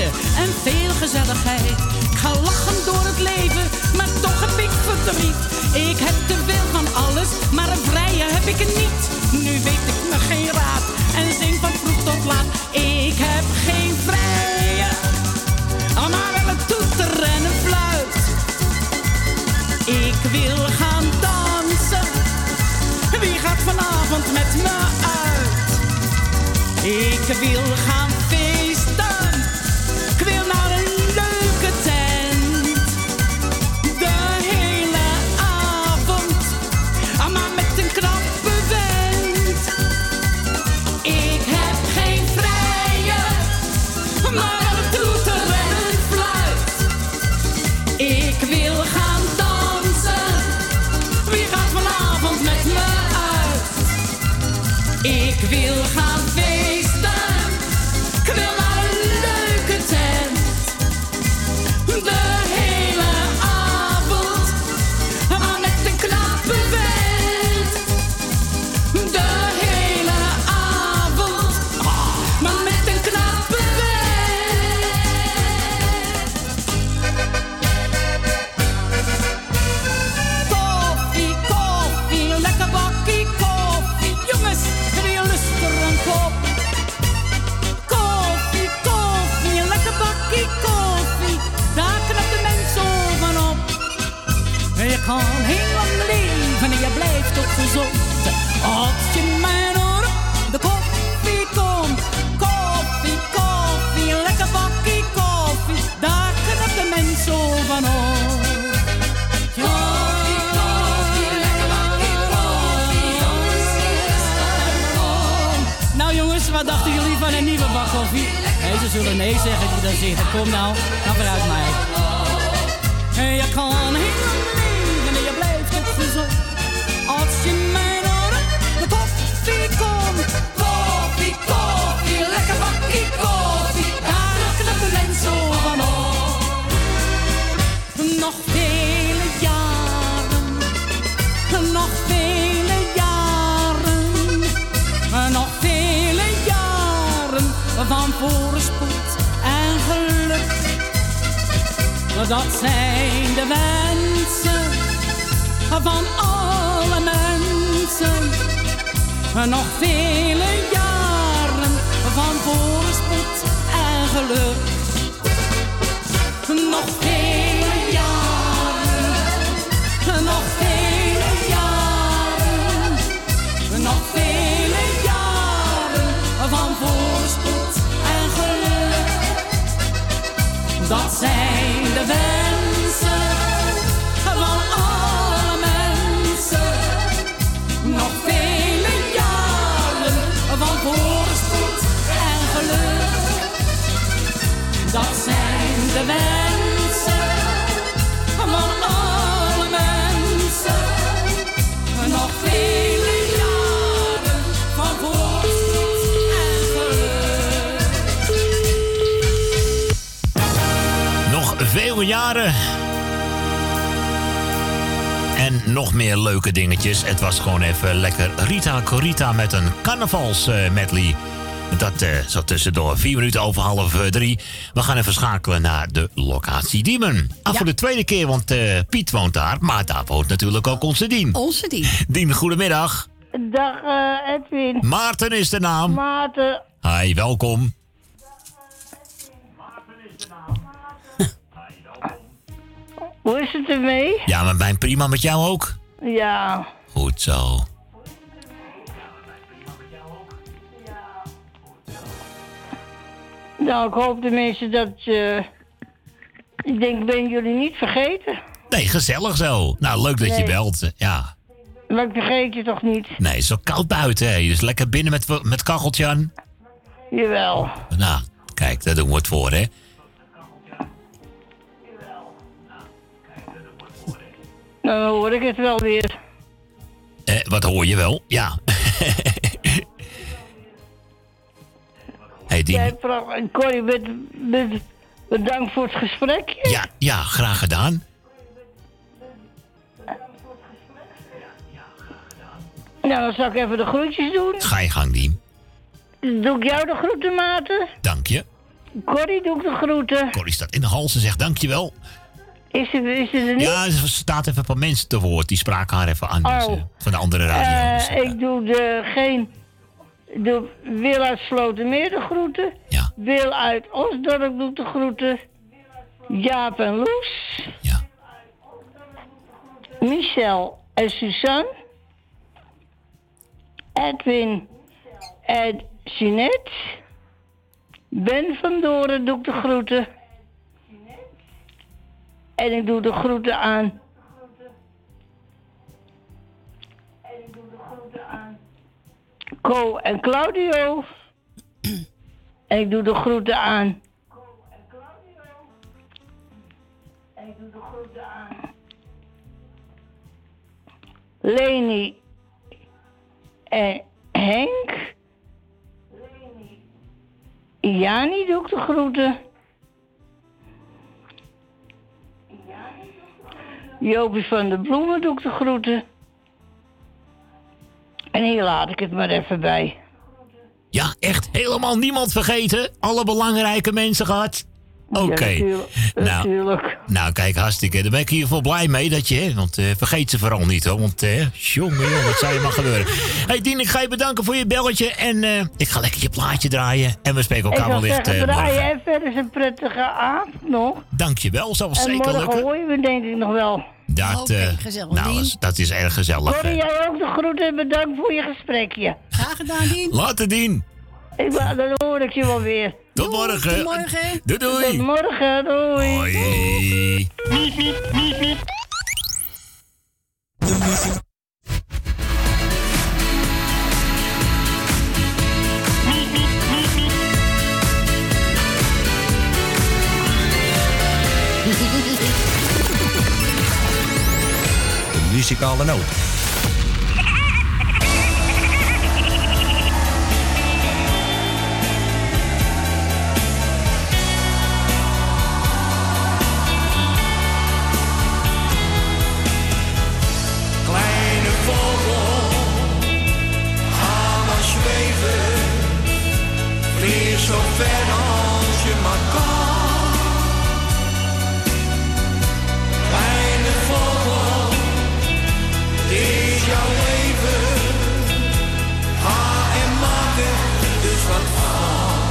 liefde en veel gezelligheid. Ik ga lachen door het leven, maar toch heb ik verdriet. Ik heb te veel van alles, maar een vrije heb ik er niet. Nu weet ik me geen raad en zing van vroeg tot laat. Ik heb geen vrije, maar wel een toeter en een fluit. Ik wil gaan dansen, wie gaat vanavond met me uit? Ik wil gaan feesten, ik wil naar een leuke tent. De hele avond, maar met een knappe vent. Ik heb geen vrije, maar wel een toeter en een fluit. Ik wil gaan dansen, wie gaat vanavond met me uit? Ik wil gaan feesten, ik wil naar een leuke tent. De hele avond, maar met een knappe vent. De hele avond, maar met een knappe vent. Koffie, koffie, lekker bakkie koffie. Jongens, hebben jullie lust voor een kop? Koffie, koffie, een lekker bakkie koffie. Daar knapt de mens zo van op. En je kan heel lang leven en je blijft ook gezond. Als je mijn oor de koffie komt. Koffie, koffie, een lekker bakkie koffie. Daar knapt de mens zo van op. Koffie, koffie, lekker bakkie koffie. Jongens, nou jongens, wat dachten jullie van een nieuwe bak koffie? Nee, ze zullen nee zeggen die dan zeggen. Kom nou, nou vooruit mij. En je kan heel lang leven en je blijft ook gezond. Als je mijn oren de koffie komt. Koffie, koffie, lekker bakkie koffie. Daar knapt de mens zo van op. Nog vele jaren, nog vele jaren, nog vele jaren van voorspoed en geluk. Dat zijn de wensen van alle mensen. Nog vele jaren van voorspoed en geluk. Nog vele jaren, nog vele jaren, nog vele jaren van voorspoed en geluk. Dat zijn de wensen van alle mensen. Nog vele jaren van voorspoed en geluk. Dat zijn de wensen van alle mensen. Nog vele jaren van voorspoed en geluk. Nog vele jaren. En nog meer leuke dingetjes. Het was gewoon even lekker Rita Corita met een carnavalsmedley. Dat uh, zo tussendoor. Vier minuten over half uh, drie. We gaan even schakelen naar de locatie Diemen. Af Ja. voor de tweede keer, want uh, Piet woont daar. Maar daar woont natuurlijk ook onze Dien. Onze Dien. Dien, goedemiddag. Dag uh, Edwin. Maarten is de naam. Maarten. Hi, welkom. Hoe is het ermee? Ja, maar mijn prima met jou ook. Ja. Goed zo. Nou, ik hoop tenminste dat... Uh, ik denk, ik ben jullie niet vergeten. Nee, gezellig zo. Nou, leuk dat Nee. je belt. Ja. Maar ik vergeet je toch niet? Nee, het is zo koud buiten. Hè. Dus lekker binnen met, met kacheltje aan. Jawel. Nou, kijk, daar doen we het voor, hè. Dan hoor ik het wel weer. Eh, wat hoor je wel? Ja. Hey, Dien. Jij praat, Corrie, met, met, bedankt voor het gesprek. Ja, ja, graag gedaan. Nou, dan zal ik even de groetjes doen. Ga je gang, Dien. Doe ik jou de groeten, Maarten? Dank je. Corrie doe ik de groeten. Corrie staat in de hal, ze zegt dankjewel. Is ze, is ze er niet? Ja, ze staat even een paar mensen te woord. Die spraken haar even aan. Dus, Oh. uh, van de andere radio. Eh, Dus, uh, ik doe de, geen... De Wil uit Slotermeer de groeten. Ja. Wil uit Osdorp doet de groeten. Jaap en Loes. Ja. Michel en Suzanne. Edwin en Jeanette. Ben van Doren doe ik de groeten. En ik doe de groeten aan. En ik doe de groeten aan. Co en Claudio. En ik doe de groeten aan. Co en Claudio. En ik doe de groeten aan. Leni en Henk. Leni. Jani doe ik de groeten. Jopie van de Bloemen doe ik de groeten. En hier laat ik het maar even bij. ja, echt helemaal niemand vergeten. Alle belangrijke mensen gehad. Oké. Ja, natuurlijk. Nou, natuurlijk. nou, kijk, hartstikke. Daar ben ik in ieder geval blij mee dat je, hè, want uh, vergeet ze vooral niet, hoor. Want, uh, jongen, jongen, wat zou je maar gebeuren. Hey, Dien, ik ga je bedanken voor je belletje. En uh, ik ga lekker je plaatje draaien. En we spreken elkaar Ik wellicht wil uh, zeggen, morgen. draaien en verder is een prettige avond nog. Dankjewel, zal En zeker morgen lukken. hoor je me denk ik nog wel. Dat, Oké, uh, gezellig, nou, Dien. dat is, dat is erg gezellig. Corrie, hè. jij ook de groeten en bedankt voor je gesprekje. Graag gedaan, Dien. Later, Dien. Ik, dan hoor ik je wel weer. Tot morgen. Tot morgen. Doei, doei. Tot morgen, doei. Hoi. Miep, miep, miep, miep. De muzikale noot. Kleine vogel, ga maar zweven. Vlieg zo ver als je maar kan. Kleine vogel, het is jouw leven. Ga en maak er dus wat van.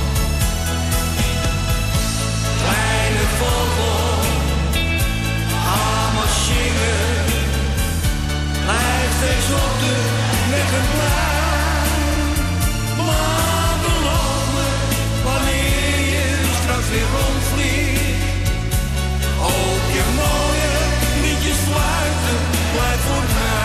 Kleine vogel, ga maar zingen. Blijf steeds op de weg en blij. Maar beloof me, wanneer je straks weer rondvliegt. Ook je mooie liedjes fluiten, blijf voor mij.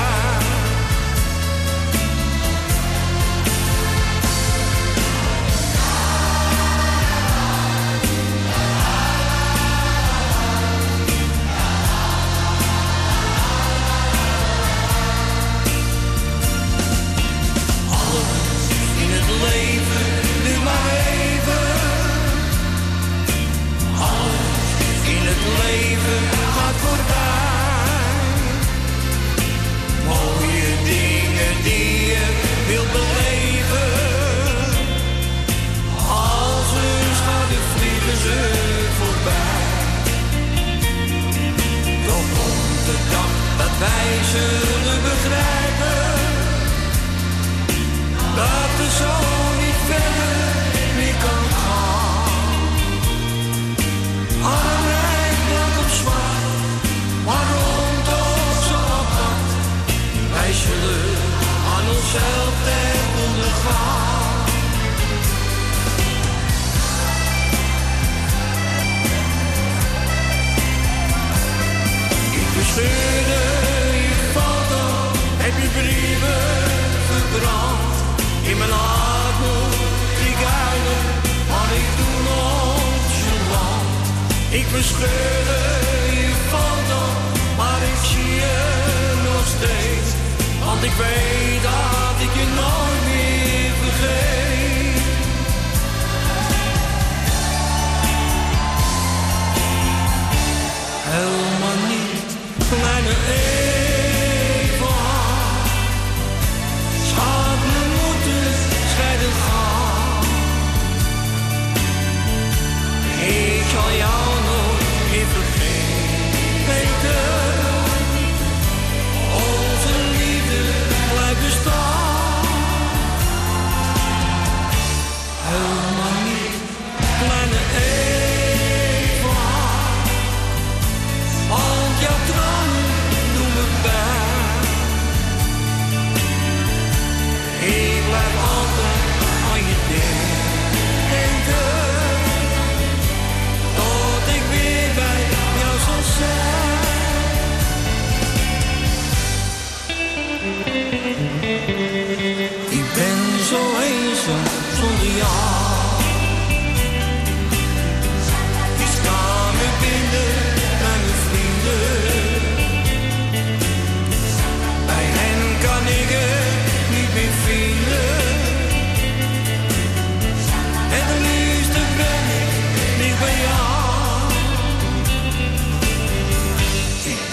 In het leven, nu maar even. Alles in het leven gaat voorbij. Mooie dingen die je wilt beleven. Als een schade vliegen ze voorbij. Dan komt de dag dat wij zullen begrijpen. Dat de zo niet verder meer kan gaan. Armrijk, blank op zwart, maar rond of zo apart. Wij zullen aan onszelf ten onder gaan. Ik bescheurde je foto, heb je brieven verbrand. In mijn hart moet ik huilen, maar ik doe nonchalant. Ik bescheurde je foto, maar ik zie je nog steeds. Want ik weet dat ik je nooit meer vergeet. Helemaal niet, kleine Eva. Schat, we moeten scheiden gaan.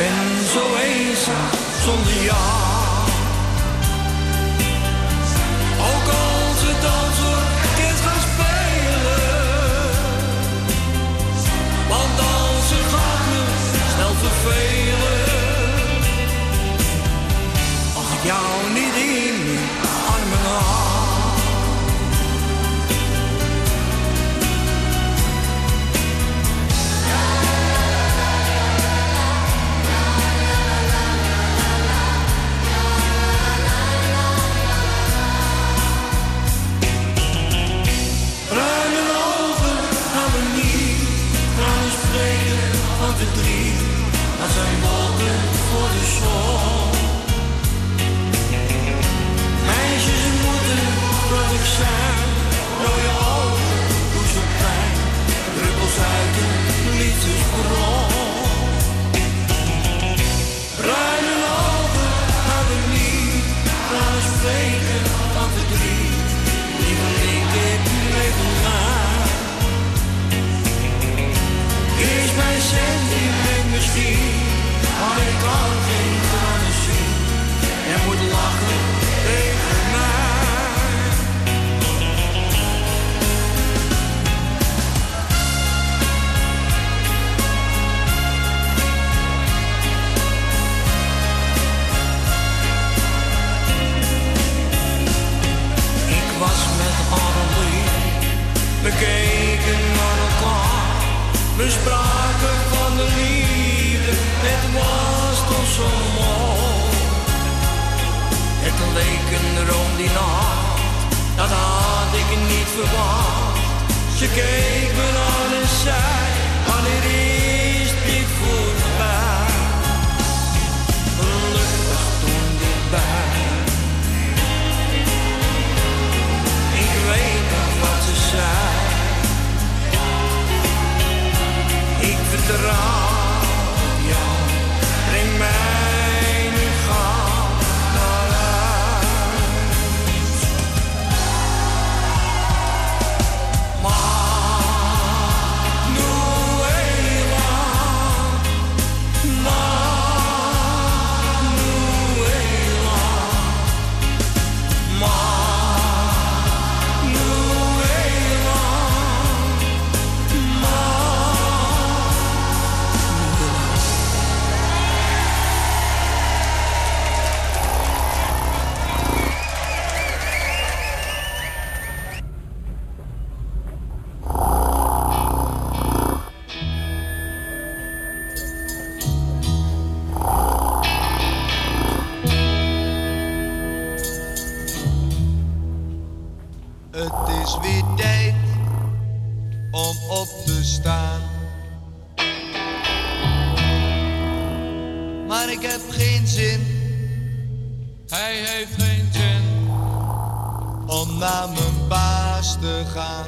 ben zo eenzaam zonder jou. Ook als het dans orkest gaat spelen, want dansen gaat me snel vervelen. Als ik jou niet in mijn armen haal. Dat zijn wolken voor de zon. Meisjes moeten vrolijk zijn. Rode ogen, doe zo pijn. Druppels uit een liefdesbron. Bruine ogen houden niet. Vrouwen spreken van verdriet. Lieveling, ik even naar. Is mijn sentiment misschien, maar ik kan geen tranen zien en moet lachen tegen mij. Ik was met Henri, we keken naar elkaar. We spraken van de liefde, het was toch zo mooi. Het leek een droom die nacht, dat had ik niet verwacht. Ze keek me aan en zei, wanneer is dit voorbij? Gelukkig toen dichtbij. Ik weet nog wat ze zei. Ik vertrouw op jou, breng mij nu gauw naar huis. Manuela, Manuela, Manuela, Het is weer tijd om op te staan. Maar ik heb geen zin. Hij heeft geen zin om naar mijn baas te gaan.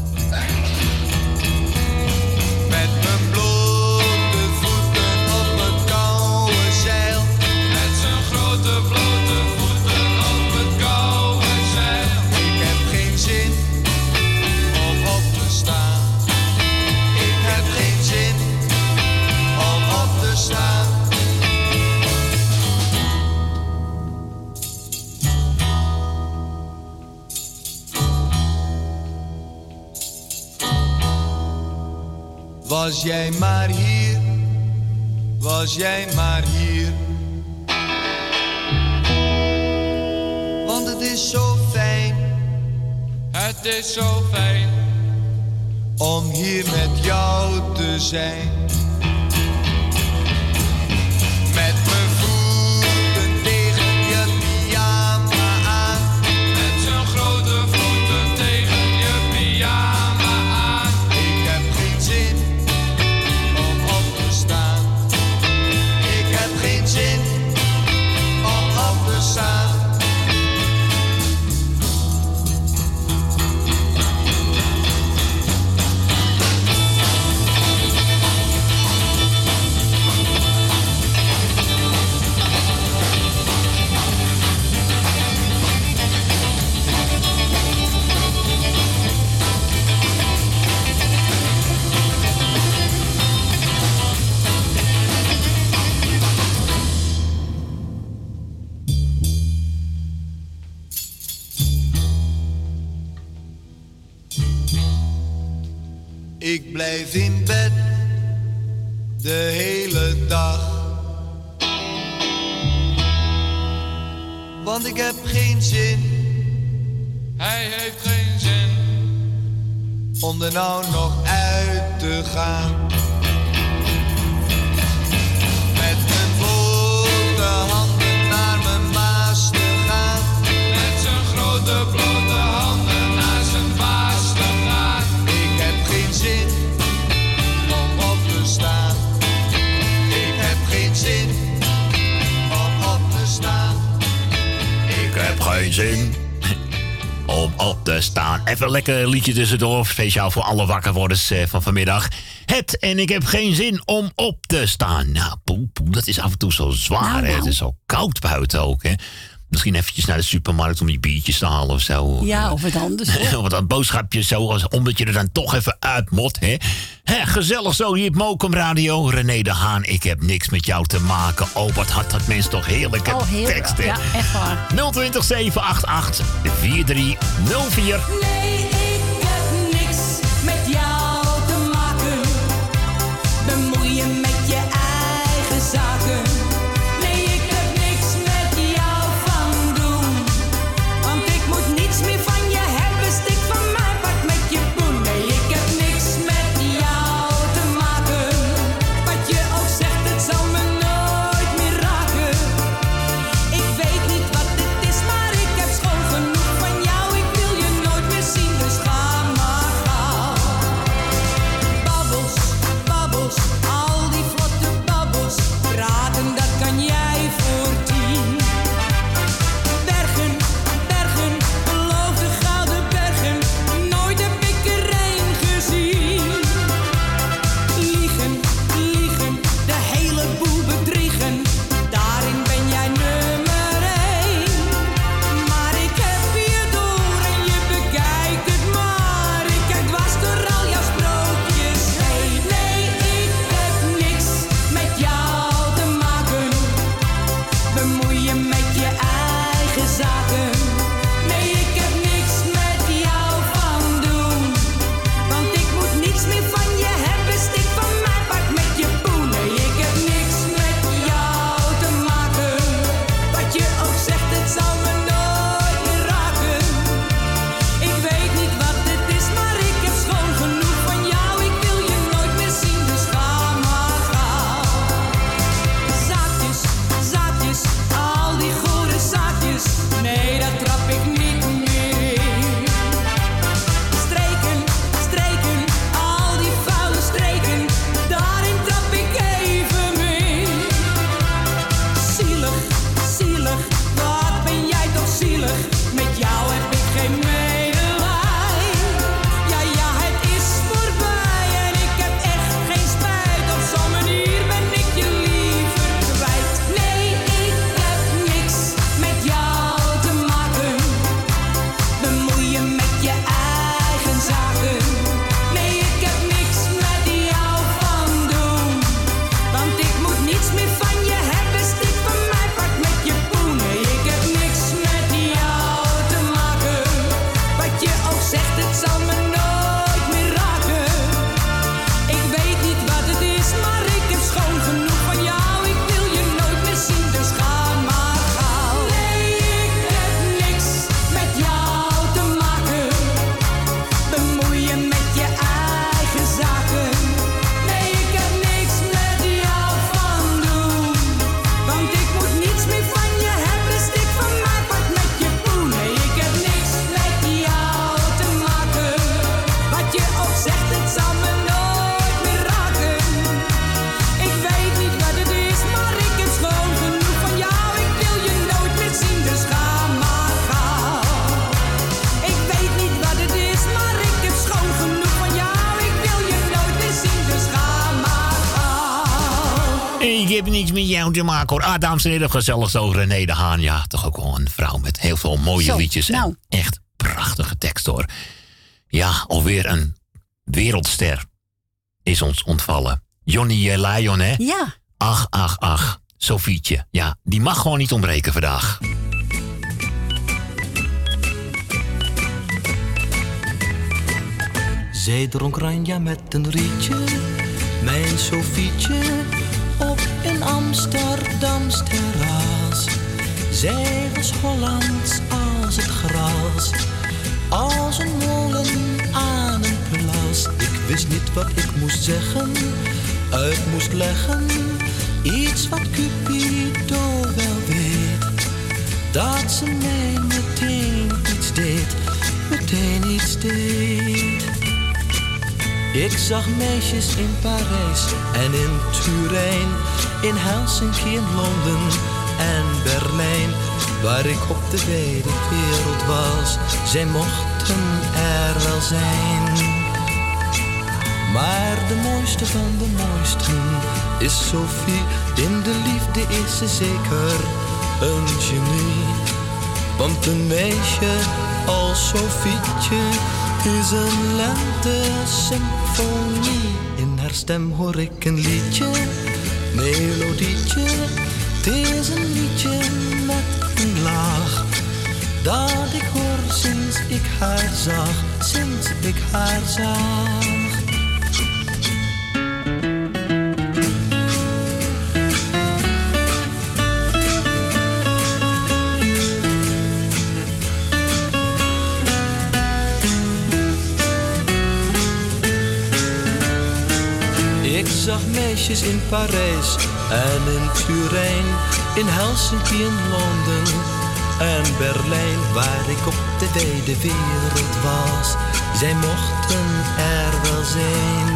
Met mijn blote voeten op het koude zeil. Met zijn grote blote voeten op het koude zeil. Ik heb geen zin om op te staan. Ik heb geen zin om op te staan. Was jij maar hier, was jij maar hier. Want het is zo fijn, het is zo fijn om hier met jou te zijn. Met mijn voeten tegen je pyjama aan. Met zijn grote voeten tegen je pyjama aan. Ik heb geen zin om op te staan. Ik heb geen zin om op te staan. blijf in bed de hele dag. Want ik heb geen zin. Hij heeft geen zin om er nou nog uit te gaan. Met mijn blote handen naar mijn baas te gaan. Met zijn grote blote handen naar zijn baas te gaan. Ik heb geen zin om op te staan. Ik heb geen zin om op te staan. Ik heb geen zin om op te staan. Even een lekker liedje tussendoor. Speciaal voor alle wakkerworders eh, van vanmiddag. Het en ik heb geen zin om op te staan. Nou, poe, poe, dat is af en toe zo zwaar. Nou, hè? nou. Het is zo koud buiten ook. Hè? Misschien eventjes naar de supermarkt om die biertjes te halen of zo. Ja, of wat anders. hoor. Wat een boodschapje zo, als, omdat je er dan toch even uit moet. Hè? Hè, gezellig zo hier op Mokum Radio. René de Haan, ik heb niks met jou te maken. Oh, wat had dat mens toch heerlijke Oh, heerlijk. teksten. Ja, echt waar. nul twintig zeven acht acht vier drie nul vier. Nee, ik heb niks met jou te maken. Bemoei je met je eigen zaken. Nee, ik heb niks met jou van doen. Want ik moet niets meer van je hebben. Stik van mij, pak met je poen. Nee, ik heb niks met jou te maken. Wat je ook zegt, het zal me nooit meer raken. Ik weet niet wat het is, maar ik heb schoon genoeg van jou. Ik wil je nooit meer zien, dus ga maar gauw. Babbels, babbels, al die vlotte babbels. Praten, dat kan jij voor tien. Bergen, bergen, beloofde gouden bergen. Nooit heb ik er een gezien. Liegen, liegen, de hele boel bedriegen. Daarin ben jij nummer één. Maar ik heb je door en je bekijkt het maar. Ik kijk dwars door al jouw sprookjes heen. Nee, ik heb niks met jou te maken. Bemoei je met je eigen zaken. Nee, ik heb niks met jou van doen. Want ik moet niets meer van je hebben. Stik van mij, pak met je poen. Nee, ik heb niks met jou te maken. Wat je ook zegt, het zal me nooit meer raken. Ik weet niet wat het is, maar ik heb schoon genoeg van jou. Ik wil je nooit meer zien, dus ga maar gauw. Zaakjes, zaakjes, al die gore zaakjes. Nee, dat trap ik niet meer in. Streken, streken, al die vuile streken. Daarin trap ik even mee. Zielig, zielig, wat ben jij toch zielig. Met jou heb ik geen medelij. Ja, ja, het is voorbij en ik heb echt geen spijt. Op zo'n manier ben ik je liever kwijt. Nee, ik heb niks met jou te maken. Bemoei je met je eigen zaken. Nee, ik heb niks met jou van doen. Want ik moet niets meer van je hebben. Stik van mij, pak met je poen. Nee, ik heb niks met jou te maken. Wat je ook zegt, het zal me nooit meer raken. Ik weet niet wat het is, maar ik heb schoon genoeg van jou. Ik wil je nooit meer zien, dus ga maar gauw. Nee, ik heb niks met jou te maken. Bemoei je met je eigen zaken. Nee, ik heb niks met jou van doen. Want ik moet niets meer van je hebben. Stik van mij, pak met je poen. Nee, ik heb niks met jou te maken. Wat je ook zegt, het zal me nooit meer raken. Ik weet niet wat het is, maar ik heb schoon genoeg van jou. Ik wil je nooit meer zien, dus ga maar gauw. Ik weet niet wat het is, maar ik heb schoon genoeg van jou. Ik wil je nooit meer zien, dus ga maar gauw. Ik heb niks met jou te maken hoor. Ah, dames en heren, gezellig zo. René de Haan, ja, toch ook wel een vrouw met heel veel mooie Zo, liedjes. nou. En echt prachtige tekst hoor. Ja, alweer een wereldster is ons ontvallen. Johnny eh, Lion, hè? Ja. Ach, ach, ach. Sofietje. Ja, die mag gewoon niet ontbreken vandaag. Zij dronk ranja met een rietje, mijn Sofietje, op een Amsterdams terras. Zij was Hollands als het gras, als een molen aan een plas. Ik wist niet wat ik moest zeggen, uit moest leggen, iets wat Cupido wel weet. Dat ze mij meteen iets deed, meteen iets deed. Ik zag meisjes in Parijs en in Turijn, in Helsinki, in Londen en Berlijn. Waar ik op de wijde wereld was, zij mochten er wel zijn. Maar de mooiste van de mooisten is Sophie. In de liefde is ze zeker een genie. Want een meisje als Sofietje is een lente-symfonie. In haar stem hoor ik een liedje, melodietje. Het is een liedje met een laag, dat ik hoor sinds ik haar zag, sinds ik haar zag. Ik zag meisjes in Parijs en in Turijn, in Helsinki, in Londen en Berlijn. Waar ik op de wijde wereld was, zij mochten er wel zijn.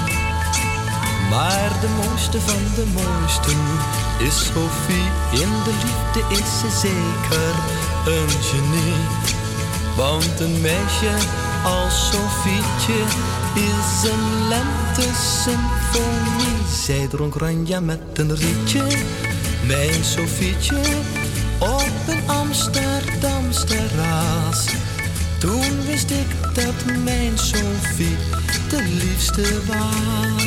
Maar de mooiste van de mooisten is Sophie. In de liefde is ze zeker een genie. Want een meisje als Sofietje is een lente-symfonie. Zij dronk ranja met een rietje, mijn Sofietje, op een Amsterdams terras. Toen wist ik dat mijn Sofie de liefste was.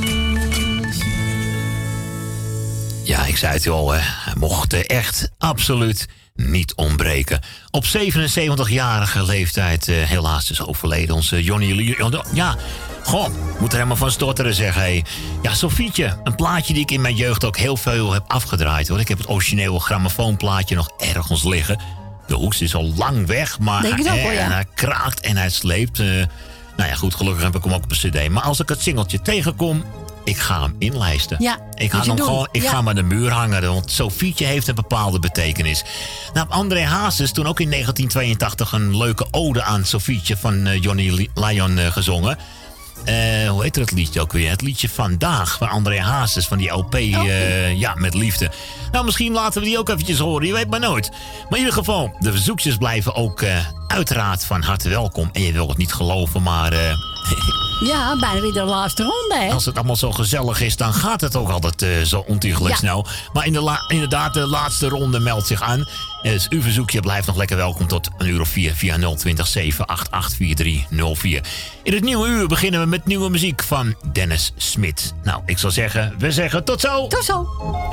Ja, ik zei het al, hè. Hij mocht echt absoluut niet ontbreken. Op zevenenzeventigjarige leeftijd uh, helaas dus overleden onze Johnny... Ja, goh, moet er helemaal van stotteren zeg. Hey. Ja, Sofietje, een plaatje die ik in mijn jeugd ook heel veel heb afgedraaid. Hoor. Ik heb het originele grammofoonplaatje nog ergens liggen. De hoes is al lang weg, maar Denk ik ook, hij, hoor, ja. en hij kraakt en hij sleept. Uh, nou ja, goed, gelukkig heb ik hem ook op een cd. Maar als ik het singeltje tegenkom, ik ga hem inlijsten. Ja, ik ga moet je hem doen. gewoon, ik Ja. ga hem aan de muur hangen, want Sofietje heeft een bepaalde betekenis. Nou, André Hazes toen ook in negentien tweeëntachtig een leuke ode aan Sofietje van uh, Johnny Lyon uh, gezongen. Uh, hoe heet het liedje ook weer? Het liedje Vandaag van André Hazes van die L P uh, ja, met liefde. Nou, misschien laten we die ook eventjes horen, je weet maar nooit. Maar in ieder geval, de verzoekjes blijven ook uh, uiteraard van harte welkom. En je wil het niet geloven, maar... Uh, Ja, bijna weer de laatste ronde, hè? Als het allemaal zo gezellig is, dan gaat het ook altijd uh, zo ontiegelijk Ja. snel. Maar in de la- inderdaad, de laatste ronde meldt zich aan. Dus uw verzoekje blijft nog lekker welkom tot een uur of vier via nul twintig zeven acht acht vier drie nul vier. In het nieuwe uur beginnen we met nieuwe muziek van Dennis Smit. Nou, ik zou zeggen, we zeggen tot zo! Tot zo!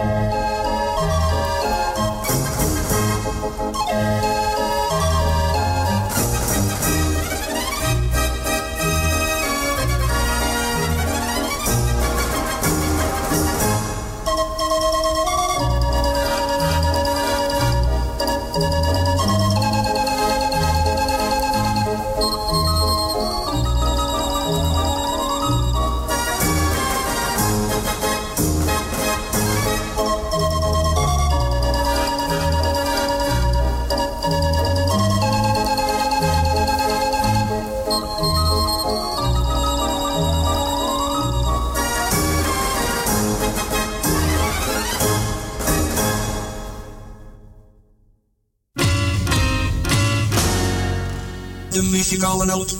De muzikale noot.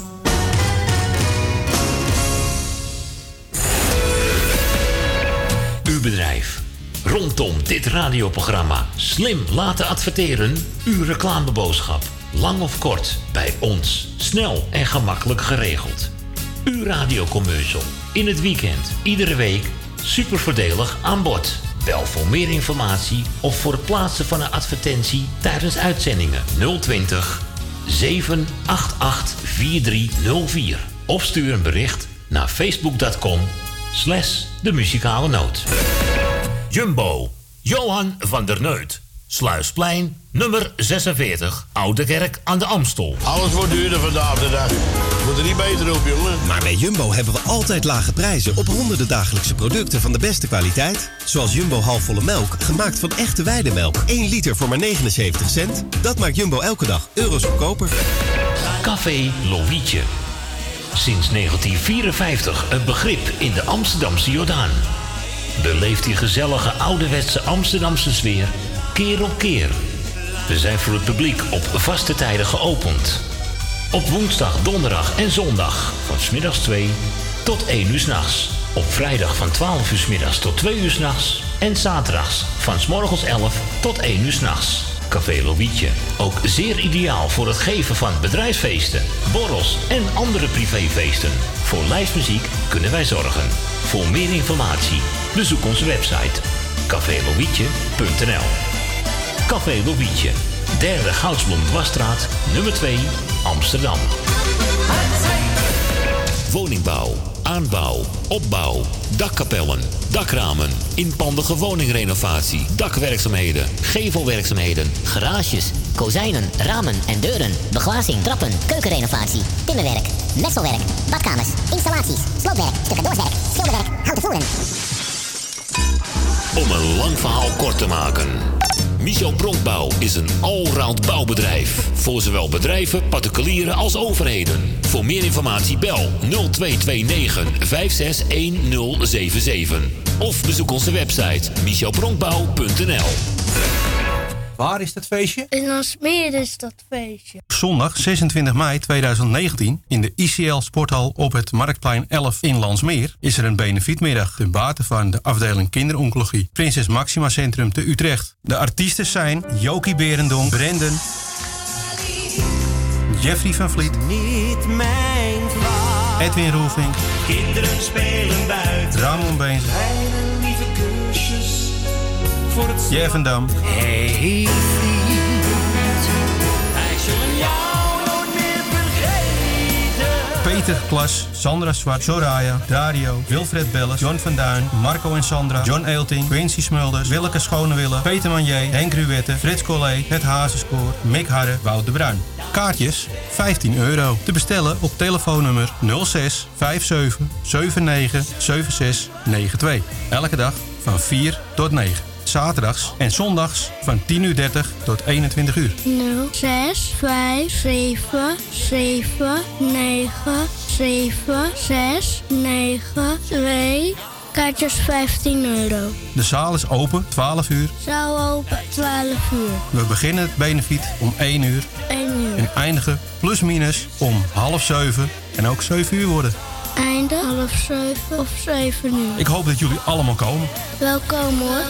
Uw bedrijf. Rondom dit radioprogramma slim laten adverteren. Uw reclameboodschap. Lang of kort, bij ons. Snel en gemakkelijk geregeld. Uw radiocommercial. In het weekend, iedere week. Super voordelig aan bod. Bel voor meer informatie of voor het plaatsen van een advertentie tijdens uitzendingen nul twintig zeven acht acht vier drie nul vier. of stuur een bericht naar facebook punt com slash de muzikale noot. Jumbo, Johan van der Neut. Sluisplein, nummer zesenveertig, Oude Kerk aan de Amstel. Alles wordt duurder vandaag de dag. Moet er niet beter op, jongen. Maar bij Jumbo hebben we altijd lage prijzen op honderden dagelijkse producten van de beste kwaliteit. Zoals Jumbo halfvolle melk, gemaakt van echte weidemelk. één liter voor maar negenenzeventig cent. Dat maakt Jumbo elke dag euro's goedkoper. Café Lovietje. Sinds negentien vierenvijftig een begrip in de Amsterdamse Jordaan. Beleef die gezellige ouderwetse Amsterdamse sfeer keer op keer. We zijn voor het publiek op vaste tijden geopend. Op woensdag, donderdag en zondag van 's middags twee tot één uur 's nachts. Op vrijdag van twaalf uur 's middags tot twee uur 's nachts. En zaterdags van 's morgens elf tot één uur 's nachts. Café Lovietje. Ook zeer ideaal voor het geven van bedrijfsfeesten, borrels en andere privéfeesten. Voor lijstmuziek kunnen wij zorgen. Voor meer informatie bezoek onze website café lovietje punt n l. Café Lovietje, derde Goudsblom-Dwarsstraat, nummer twee, Amsterdam. Woningbouw, aanbouw, opbouw, dakkapellen, dakramen, inpandige woningrenovatie, dakwerkzaamheden, gevelwerkzaamheden, Garages, kozijnen, ramen en deuren, beglazing, trappen, keukenrenovatie, timmerwerk, messelwerk, badkamers, installaties, sloopwerk, stucadoorswerk, schilderwerk, houten voeren. Om een lang verhaal kort te maken. Michel Bronkbouw is een allround bouwbedrijf. Voor zowel bedrijven, particulieren als overheden. Voor meer informatie bel nul twee twee negen vijf zes een nul zeven zeven. Of bezoek onze website michel bronkbouw punt n l. Waar is dat feestje? In Landsmeer is dat feestje. Zondag zesentwintig mei tweeduizend negentien in de I C L Sporthal op het Marktplein elf in Landsmeer is er een benefietmiddag ten bate van de afdeling kinderoncologie Prinses Maxima Centrum te Utrecht. De artiesten zijn Jokie Berendonk, Brendan, Jeffrey van Vliet, Niet mijn vrouw. Edwin Roelvink, Kinderen spelen buiten. Ramon Beens, Kleine lieve kusjes voor het Jeff en Dam, Hey vriend, wij zullen jou nooit meer vergeten. Peter Klas, Sandra Zwart, Soraya, Dario, Wilfred Belles, John van Duin, Marco en Sandra, John Eelting, Quincy Smulders, Willeke Schonewille, Peter Manier, Henk Ruwette, Frits Collé, Het Hazenskoor, Mick Harre, Wout de Bruin. Kaartjes vijftien euro. Te bestellen op telefoonnummer nul zes vijf zeven zeven negen zeven zes negen twee. Elke dag van vier tot negen. Zaterdags en zondags van tien uur dertig tot eenentwintig uur. nul zes vijf zeven zeven negen zeven zes negen twee. Kaartjes vijftien euro. De zaal is open twaalf uur. Zaal open twaalf uur. We beginnen het benefiet om één uur. één uur. En eindigen plus minus om half zeven en ook zeven uur worden. Einde half zeven of zeven uur. Ik hoop dat jullie allemaal komen. Welkom hoor.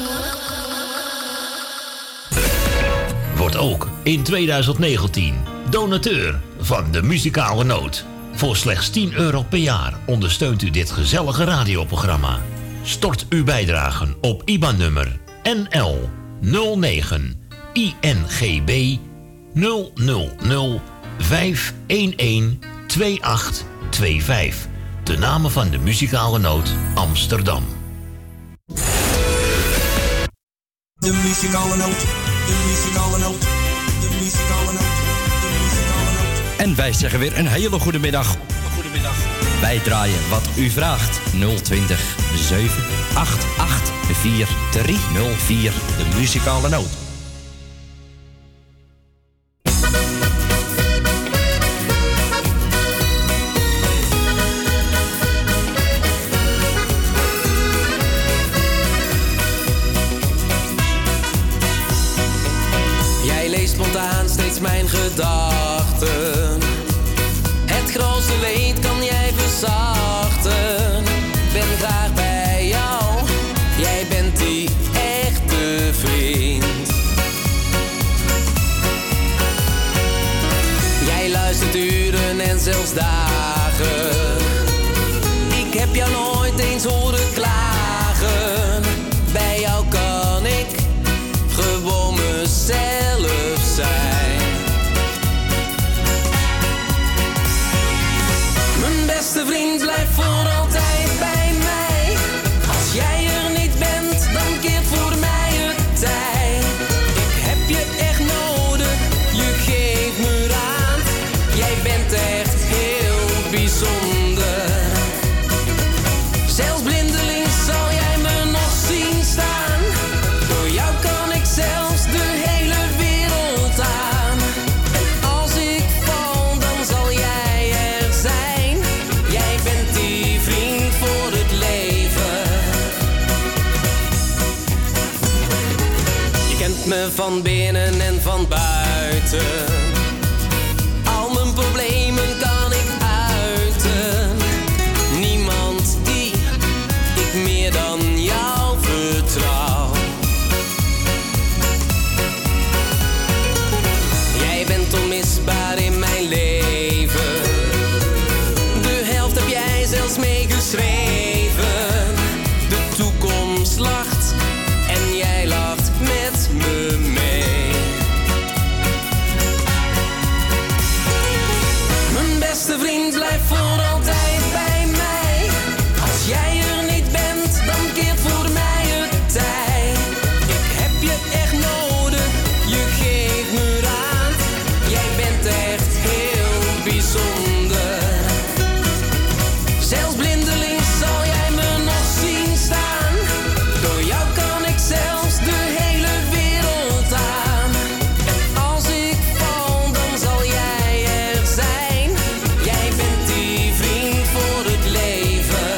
Wordt ook in tweeduizend negentien donateur van de muzikale noot. Voor slechts tien euro per jaar ondersteunt u dit gezellige radioprogramma. Stort uw bijdragen op I B A N-nummer N L nul negen I N G B nul nul nul vijf een een twee acht twee vijf. De namen van de muzikale noot Amsterdam. De muzikale noot, de muzikale noot, de muzikale noot, de muzikale noot. En wij zeggen weer een hele goede middag. Goedemiddag. Wij draaien wat u vraagt. nul twintig zeven acht acht vier drie nul vier. De muzikale noot. Jij leest spontaan steeds mijn gedachten. Het grootste leed kan jij verzachten. Ben graag bij jou. Jij bent die echte vriend. kent me van binnen en van buiten. Al mijn problemen kan ik uiten. Niemand die ik meer dan jou vertrouw. Jij bent onmisbaar in mijn leven. De helft heb jij zelfs meegeschreven. De toekomst lacht en jij lacht met me mee. Mijn beste vriend blijft voor altijd bij mij. Als jij er niet bent, dan keert voor mij het tij. Ik heb je echt nodig, je geeft me raad. Jij bent echt heel bijzonder. Zelfs blindelings zal jij me nog zien staan. Door jou kan ik zelfs de hele wereld aan. En als ik val, dan zal jij er zijn. Jij bent die vriend voor het leven.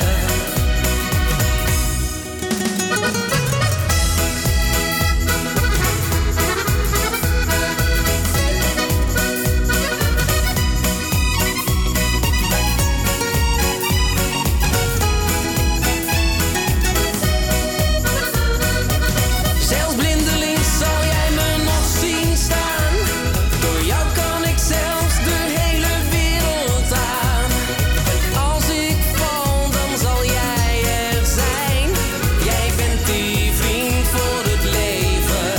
Zelfs blindelings zal jij me nog zien staan. Door jou kan ik zelfs de hele wereld aan. En als ik val, dan zal jij er zijn. Jij bent die vriend voor het leven.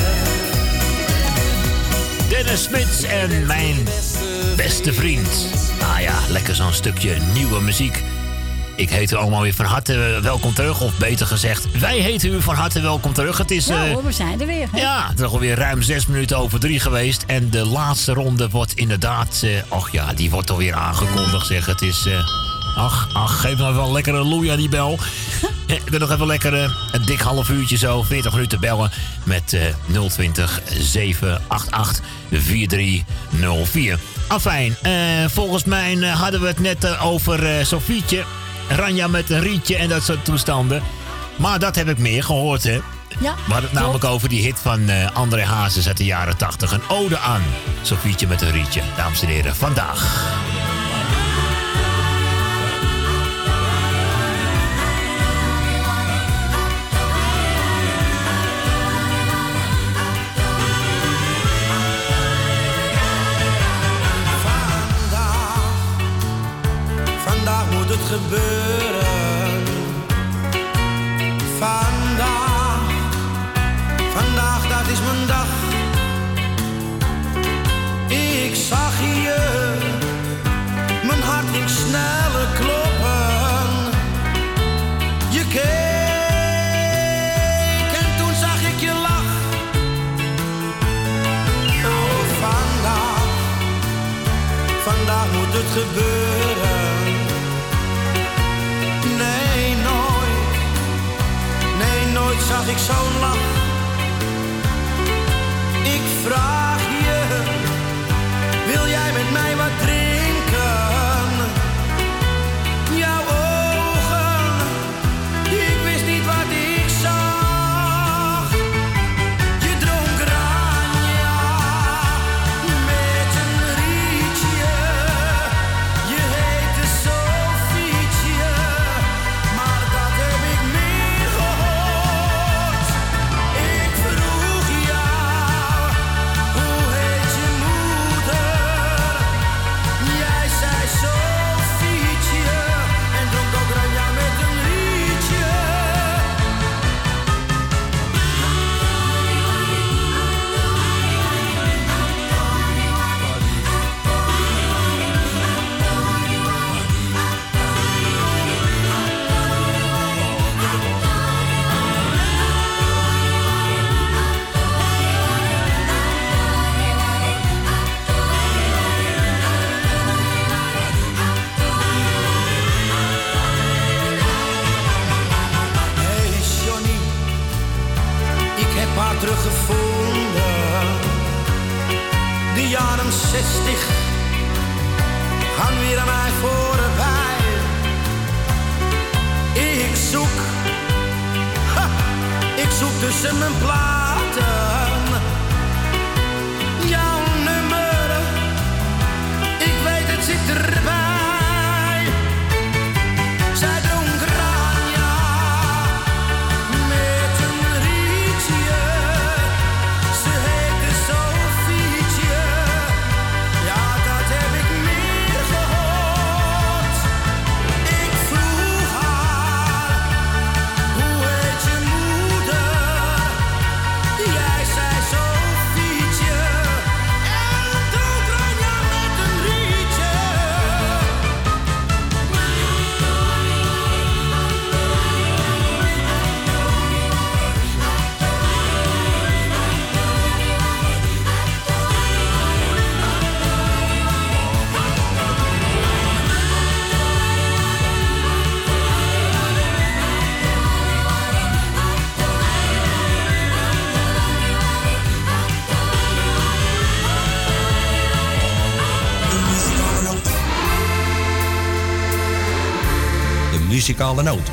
Dennis Smits en mijn beste vriend. Ah ja, lekker zo'n stukje nieuwe muziek. Ik heet u allemaal weer van harte welkom terug. Of beter gezegd, wij heten u van harte welkom terug. Het is, Ja eh, hoor, we zijn er weer. Hè? ja, het is alweer ruim zes minuten over drie geweest. En de laatste ronde wordt inderdaad... eh ach ja, die wordt alweer aangekondigd, zeg. Het is... eh, ach, ach, geef nou wel lekker een loei aan die bel. Eh, Ik ben nog even lekker eh, een dik half uurtje zo, veertig minuten bellen... met eh nul twintig, zeven acht acht, vier drie nul vier. Afijn, eh, volgens mij eh, hadden we het net eh, over eh, Sofietje... Ranja met een rietje en dat soort toestanden. Maar dat heb ik meer gehoord, hè. Ja, We hadden het namelijk over die hit van eh, André Hazes uit de jaren tachtig. Een ode aan Sofietje met een rietje. Dames en heren, vandaag. Vandaag moet het gebeuren. Vandaag, vandaag dat is mijn dag. Ik zag je, mijn hart ging sneller kloppen. Je keek en toen zag ik je lach. Oh, vandaag, vandaag moet het gebeuren. Nee, nooit, nee, nooit zag ik zo'n lach. Ik vraag je, wil jij met mij wat drinken? Jouw ogen, ik wist niet wat ik zag. Je dronk Ranja met een rietje. Je heette Sofietje, maar dat heb ik meer gehoord. Ik vroeg jou, hoe heet je moeder? Jij zei Sofietje en dronk ook Ranja met een rietje. Hey Johnny, ik heb haar teruggevonden. De jaren zestig gaan weer aan mij voorbij. Ik zoek, ha, ik zoek tussen mijn platen muzikale noot.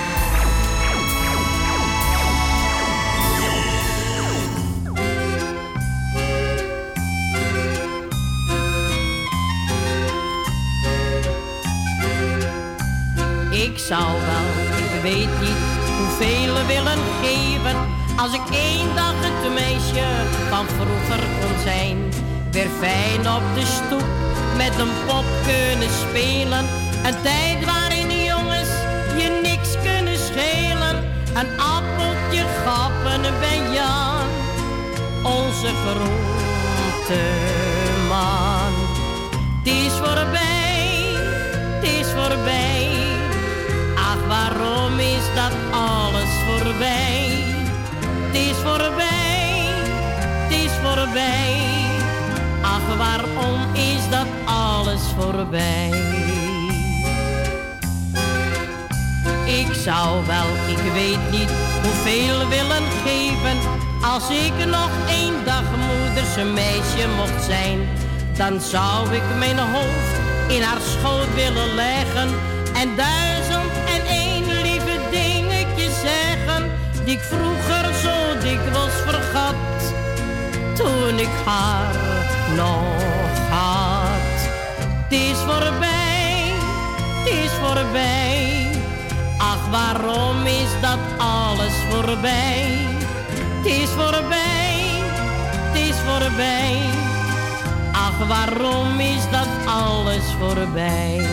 Ik zou wel, ik weet niet hoeveel willen geven, als ik één dag het meisje van vroeger kon zijn. Weer fijn op de stoep met een pop kunnen spelen. Een tijd waarin de jongens je niks kunnen schelen. Een appeltje gappen bij Jan, onze grote man. Het is voorbij, het is voorbij. Ach, waarom is dat alles voorbij? Het is voorbij, het is voorbij. Ach, waarom is dat alles voorbij? Ik zou wel, ik weet niet hoeveel willen geven, als ik nog één dag moeders een meisje mocht zijn. Dan zou ik mijn hoofd in haar schoot willen leggen en duizend en één lieve dingetje zeggen, die ik vroeger zo dikwijls vergat, toen ik haar nog had. Het is voorbij, het is voorbij. Ach, waarom is dat alles voorbij? Het is voorbij, het is voorbij. Ach, waarom is dat alles voorbij?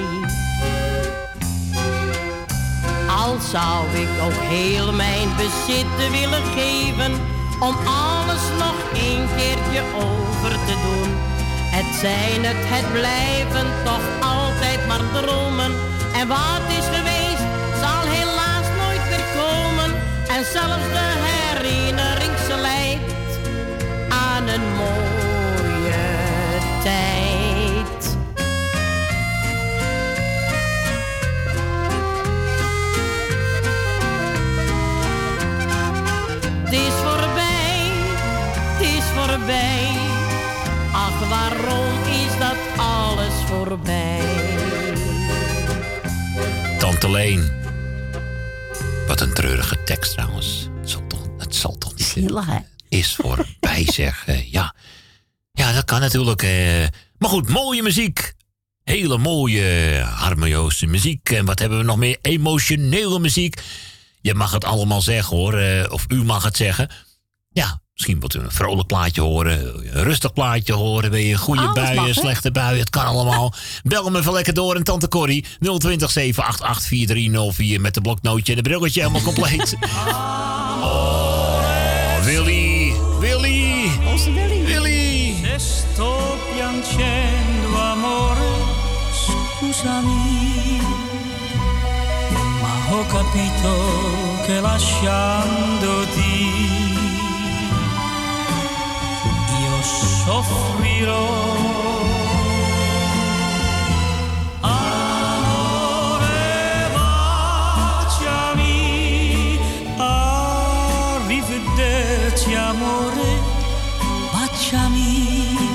Al zou ik ook heel mijn bezit willen geven, om alles nog een keertje over te doen. Het zijn het, het blijven toch altijd maar dromen. En wat is geweest, zal helaas nooit meer komen. En zelfs de herinnering slijt aan een mooie tijd. Het is voorbij, het is voorbij. Ach, waarom is dat alles voorbij? Tante Leen. Wat een treurige tekst trouwens. Het zal toch, het zal toch niet... Zielig, hè? Is voorbij, zeg. Uh, ja. ja, dat kan natuurlijk. Uh, maar goed, mooie muziek. Hele mooie, harmonieuze muziek. En wat hebben we nog meer? Emotionele muziek. Je mag het allemaal zeggen, hoor. Uh, of u mag het zeggen. Ja, misschien wilt u een vrolijk plaatje horen. Een rustig plaatje horen. Wil je een goede buien, een slechte buien. Het kan allemaal. Bel me even lekker door. En tante Corrie. nul twintig, zeven acht acht, vier drie nul vier. Met de bloknootje en de brilletje helemaal compleet. Oh, Willy. Willy. Onze Willy. Willy. Se sto piangendo amore, scusami, ma ho capito che lasciandoti io soffrirò. Amore, baciami, arrivederci amore, baciami.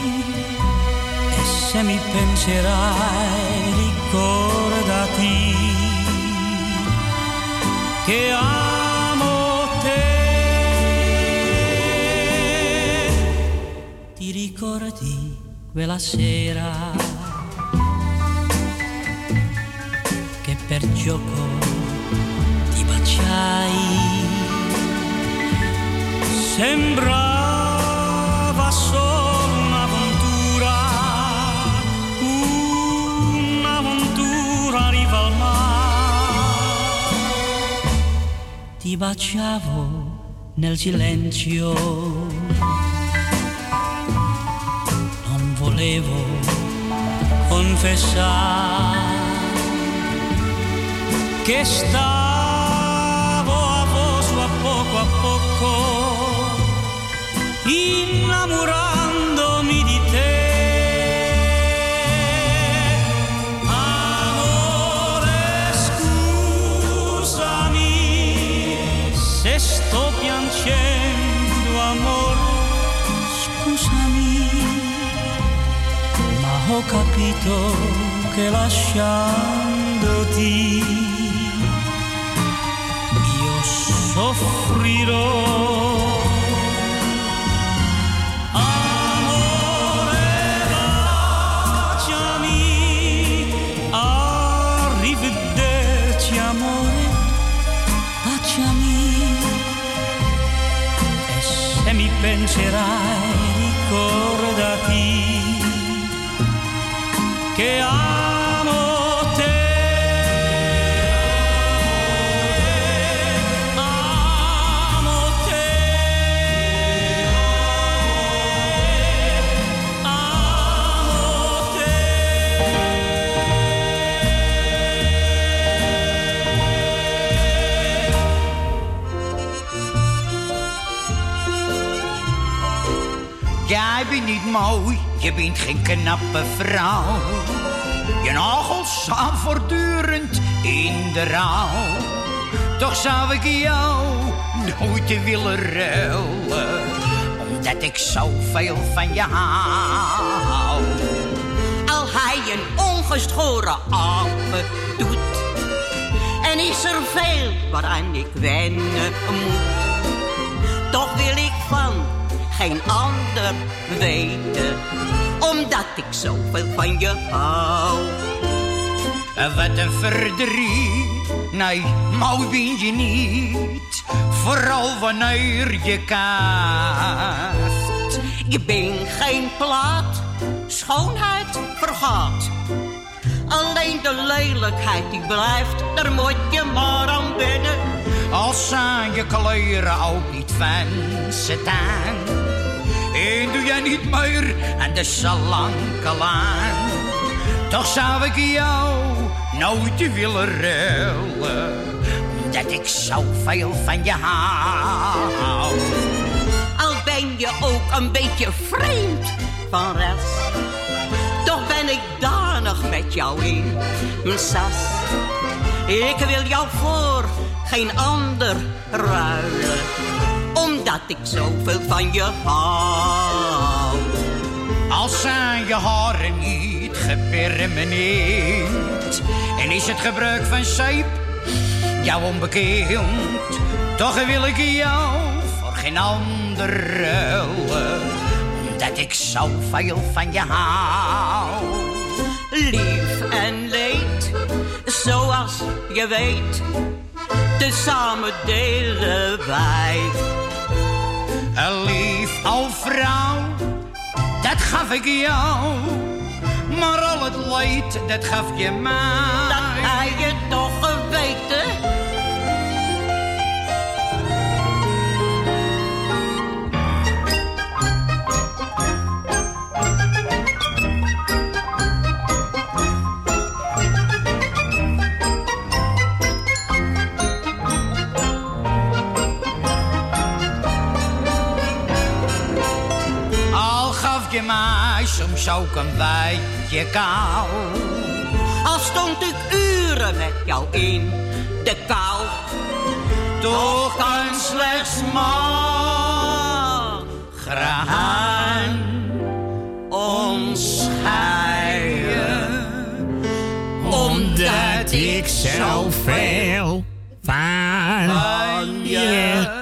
E se mi penserai ricordati che amo te. Ti ricordi quella sera che per gioco ti baciai? Sembrava solo un'avventura, un'avventura riva al mare. Ti baciavo nel silenzio, non volevo confessare che stavo a poco a poco a poco innamorandomi di te. Amore, scusami se sto piangendo, amore, scusami, ma ho capito che lasciandoti soffrirò. Amore, baciami, arrivederci amore, baciami. E se mi penserai, ricordati che amo te. Amo te. Amo te. Jij bent niet mooi, je bent geen knappe vrouw. Je nagels staan voortdurend in de rouw. Toch zou ik jou nooit willen ruilen, omdat ik zoveel van je hou. Al hij een ongeschoren apen doet, en is er veel waaraan ik wennen moet. Toch wil ik van geen ander weten, omdat ik zoveel van je hou. Wat een verdriet, nee, mooi ben je niet, vooral wanneer je kaft. Je bent geen plaat, schoonheid vergaat. Alleen de lelijkheid die blijft, daar moet je maar aan wennen. Al zijn je kleuren ook niet van satijn, en doe jij niet meer aan de slanke lijn, toch zou ik jou nooit willen ruilen, omdat ik zoveel van je hou. Al ben je ook een beetje vreemd van rest, toch ben ik danig met jou in mijn sas. Ik wil jou voor geen ander ruilen, omdat ik zoveel van je hou. Al zijn je haren niet gepermeneerd, en is het gebruik van zeep jou onbekend, toch wil ik jou voor geen ander ruilen, omdat ik zoveel van je hou. Lief en leed, zoals je weet, tezamen delen wij. Een lief oude vrouw, dat gaf ik jou, maar al het leed, dat gaf je mij. Dat hij je toch geweten. Je mij soms ook een beetje kou. Al stond ik uren met jou in de kou, toch kan slechts magraan ons scheiden, omdat ik zoveel van je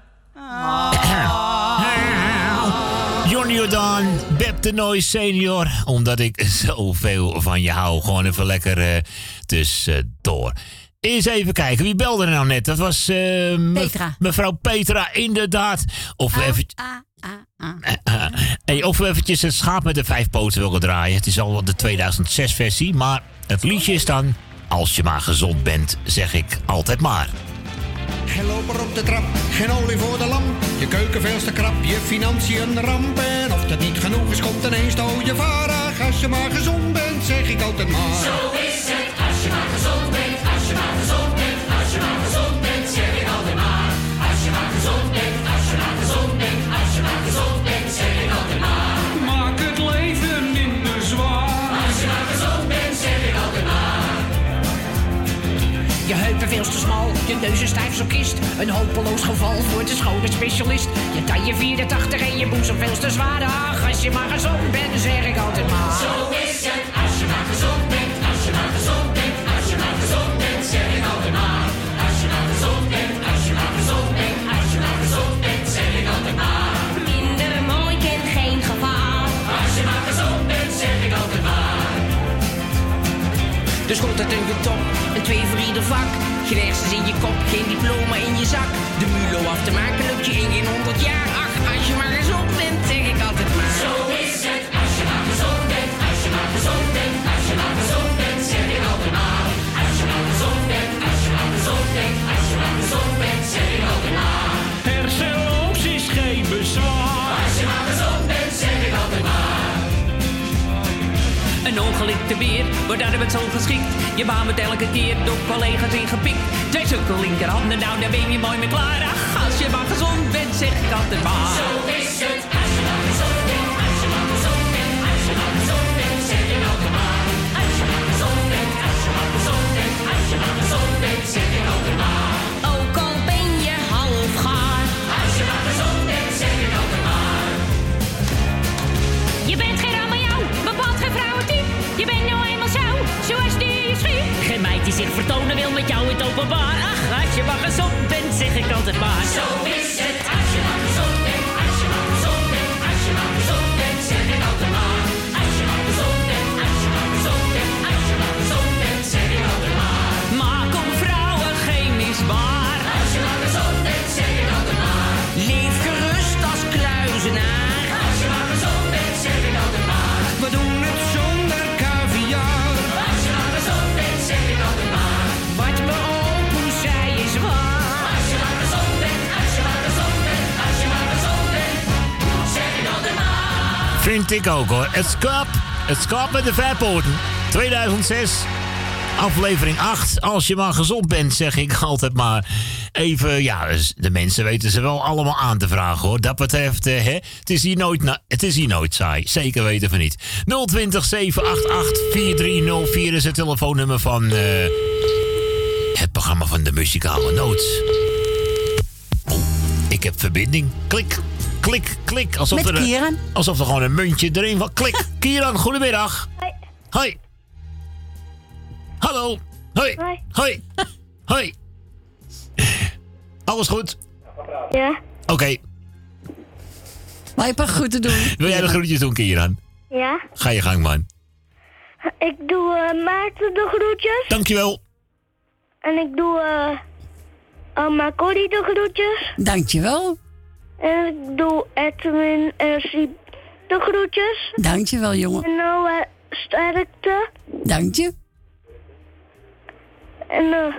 Johnny Jordaan, Beb de Noise senior. Omdat ik zoveel van je hou. Gewoon even lekker uh, tussendoor. Eens even kijken, wie belde er nou net? Dat was uh, Petra. mevrouw Petra, inderdaad. Of we ah, even... ah, ah, ah. Uh, uh, hey, of we eventjes het schaap met de vijf poten willen draaien. Het is al de tweeduizend zes versie. Maar het liedje is dan... Als je maar gezond bent, zeg ik altijd maar. Geen loper op de trap, geen olie voor de lamp. Je keuken veel te krap, je financiën een ramp. En of dat niet genoeg is, komt ineens de je varig. Als je maar gezond bent, zeg ik altijd maar. Zo is het, als je maar gezond bent. Als je maar gezond bent, als je maar gezond bent, zeg ik altijd maar. Als je maar gezond bent, als je maar gezond bent. Als je maar gezond bent, zeg ik altijd maar. Maak het leven minder zwaar. Als je maar gezond bent, zeg ik altijd maar. Je heupen veel te smal, je neus is stijf zo kist. Een hopeloos geval voor de schone specialist. Je taille vierentachtig en je boezem veel te zwaar. Ach, als je maar gezond bent, zeg ik altijd maar. Zo is het, als je maar gezond bent. Als je maar gezond bent, als je maar gezond bent, zeg ik altijd maar. Als je maar gezond bent, als je maar gezond je kop, geen diploma in je zak. De mulo af te maken lukt je in geen honderd jaar. Ach, als je maar gezond bent, zeg ik altijd maar. Zo is het, als je maar gezond bent, als je maar gezond bent, als je maar gezond bent, zeg ik altijd maar. Als je maar gezond bent, als je maar gezond bent, als je maar gezond bent, zeg ik altijd maar. Hersenloos is geen bezwaar. Als je maar gezond bent, zeg ik altijd maar. Een ongelikte beer wordt daar met zo'n geschikt. Je baan wordt elke keer door collega's ingepikt. Twee zulke linkerhanden, nou daar ben je mooi mee klaar. Ach, als je maar gezond bent, zeg ik altijd maar. Zo is het, als je maar gezond bent, als je maar gezond bent, als je maar gezond bent, zeg ik altijd maar. Als je maar gezond bent, als je maar gezond bent, als je maar gezond bent, zeg ik altijd maar. Ook al ben je half gaar. Als je maar gezond bent, zeg ik altijd maar. Je bent geen ramajou, bepaalt geen vrouwentype. Je bent nou eenmaal zo, zoals die je schiet. Geen meid die zich vertonen wil met jou in het openbaar. Ach, als je maar gezond bent, zeg ik altijd maar. Zo is het, als je maar gezond bent, als je maar gezond bent, als je maar gezond bent, zeg ik altijd maar. Als je maar gezond bent, als je maar gezond bent, als je maar gezond bent, zeg ik altijd maar. Maak om vrouwen geen misbaar. Als je maar gezond bent, zeg ik altijd maar. Leef gerust als kluizenaar. Als je maar gezond bent, zeg ik altijd maar. We doen het zonder caviar. Als je maar gezond bent, zeg ik altijd maar. Wat me open zij is waar. Als je maar gezond bent, als je maar gezond bent, als je maar gezond bent, zeg ik altijd maar. Vind ik ook hoor. Het skap. Het skap met de verpoorten. tweeduizend zes. Aflevering acht. Als je maar gezond bent, zeg ik altijd maar. Even, ja, dus de mensen weten ze wel allemaal aan te vragen hoor. Dat betreft, eh, hè, het is hier nooit, na- het is hier nooit saai. Zeker weten van niet. nul twintig, zeven acht acht, vier drie nul vier is het telefoonnummer van eh, het programma van de muzikale noot. Oh, ik heb verbinding. Klik, klik, klik. Alsof Met er, een- Kieran. alsof er gewoon een muntje erin van. Klik. Kieran, goedemiddag. Hoi. Hoi. Hallo. Hoi. Hoi. Hoi. Hoi. Alles goed? Ja. Oké. Maar je hebt goed te doen. Wil jij de groetjes doen, Kieran? Ja. Ga je gang, man. Ik doe eh, Maarten de groetjes. Dankjewel. En ik doe eh oma Corrie de groetjes. Dankjewel. En ik doe Edwin en Siep de groetjes. Dankjewel, jongen. En Noah sterkte. Dank je. En, eh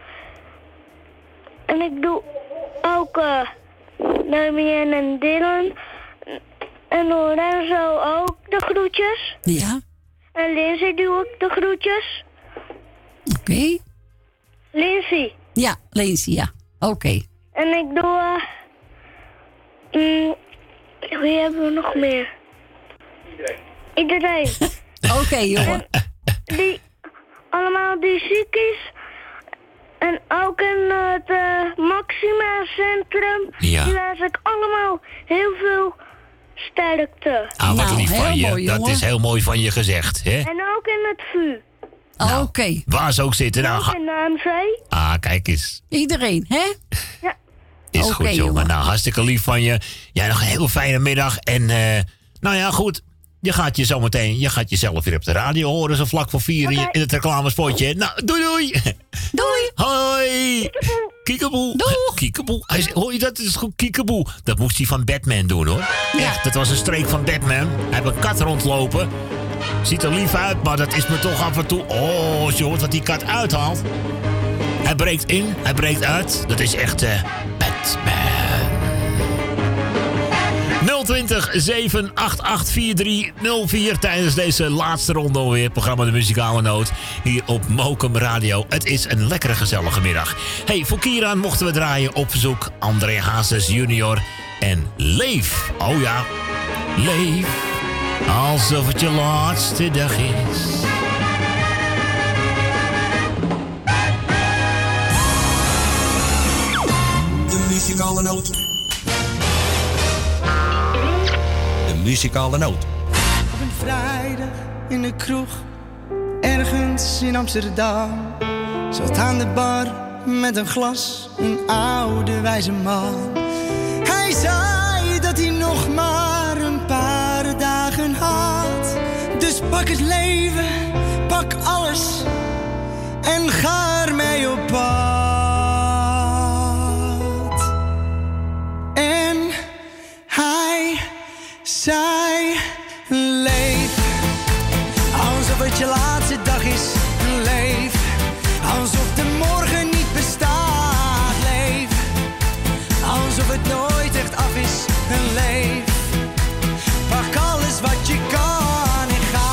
en ik doe ook eh Damien en Dylan. En Lorenzo ook de groetjes. Ja. En Lindsay doe ik de groetjes. Oké. Okay. Lindsay. Ja, Lindsay, ja. Oké. Okay. En ik doe... Uh, mm, wie hebben we nog meer? Iedereen. Iedereen. Oké, okay, jongen. En die, allemaal die ziek is. En ook in het uh, Maxima Centrum. Ja. Die wens ik allemaal heel veel sterkte. Ah, wat nou, lief van je. Mooi, dat is heel mooi van je gezegd, hè? En ook in het vuur. Nou, Oké. Okay. Waar ze ook zitten. Nou, ook in de M C. Ah, kijk eens. Iedereen, hè? Ja. Is okay, goed, jongen. jongen. Nou, hartstikke lief van je. Jij nog een heel fijne middag. En, uh, nou ja, goed. Je gaat je zometeen, je gaat jezelf weer op de radio horen, zo vlak voor vier okay. in, in het reclamespotje. Nou, doei doei. Doei. Hoi. Kiekeboe. Doeg. Kiekeboe. Hij zei, hoor je dat? Dat is goed, kiekeboe. Dat moest hij van Batman doen, hoor. Ja. Echt, dat was een streek van Batman. Hij heeft een kat rondlopen. Ziet er lief uit, maar dat is me toch af en toe... Oh, als je hoort wat die kat uithaalt. Hij breekt in, hij breekt uit. Dat is echt uh, Batman. nul twintig, zeven acht acht, vier drie nul vier tijdens deze laatste ronde alweer. Het programma De Muzikale Noot hier op Mokum Radio. Het is een lekkere gezellige middag. Hey, voor Kieran mochten we draaien op verzoek André Hazes junior en Leef. Oh ja, Leef. Alsof het je laatste dag is. De muzikale noot. De muzikale noot. Op een vrijdag in de kroeg, ergens in Amsterdam, zat aan de bar met een glas een oude wijze man. Hij zei dat hij nog maar een paar dagen had. Dus pak het leven, pak alles en ga ermee op pad. alsof het nooit echt af is. Een leef, pak alles wat je kan en ga.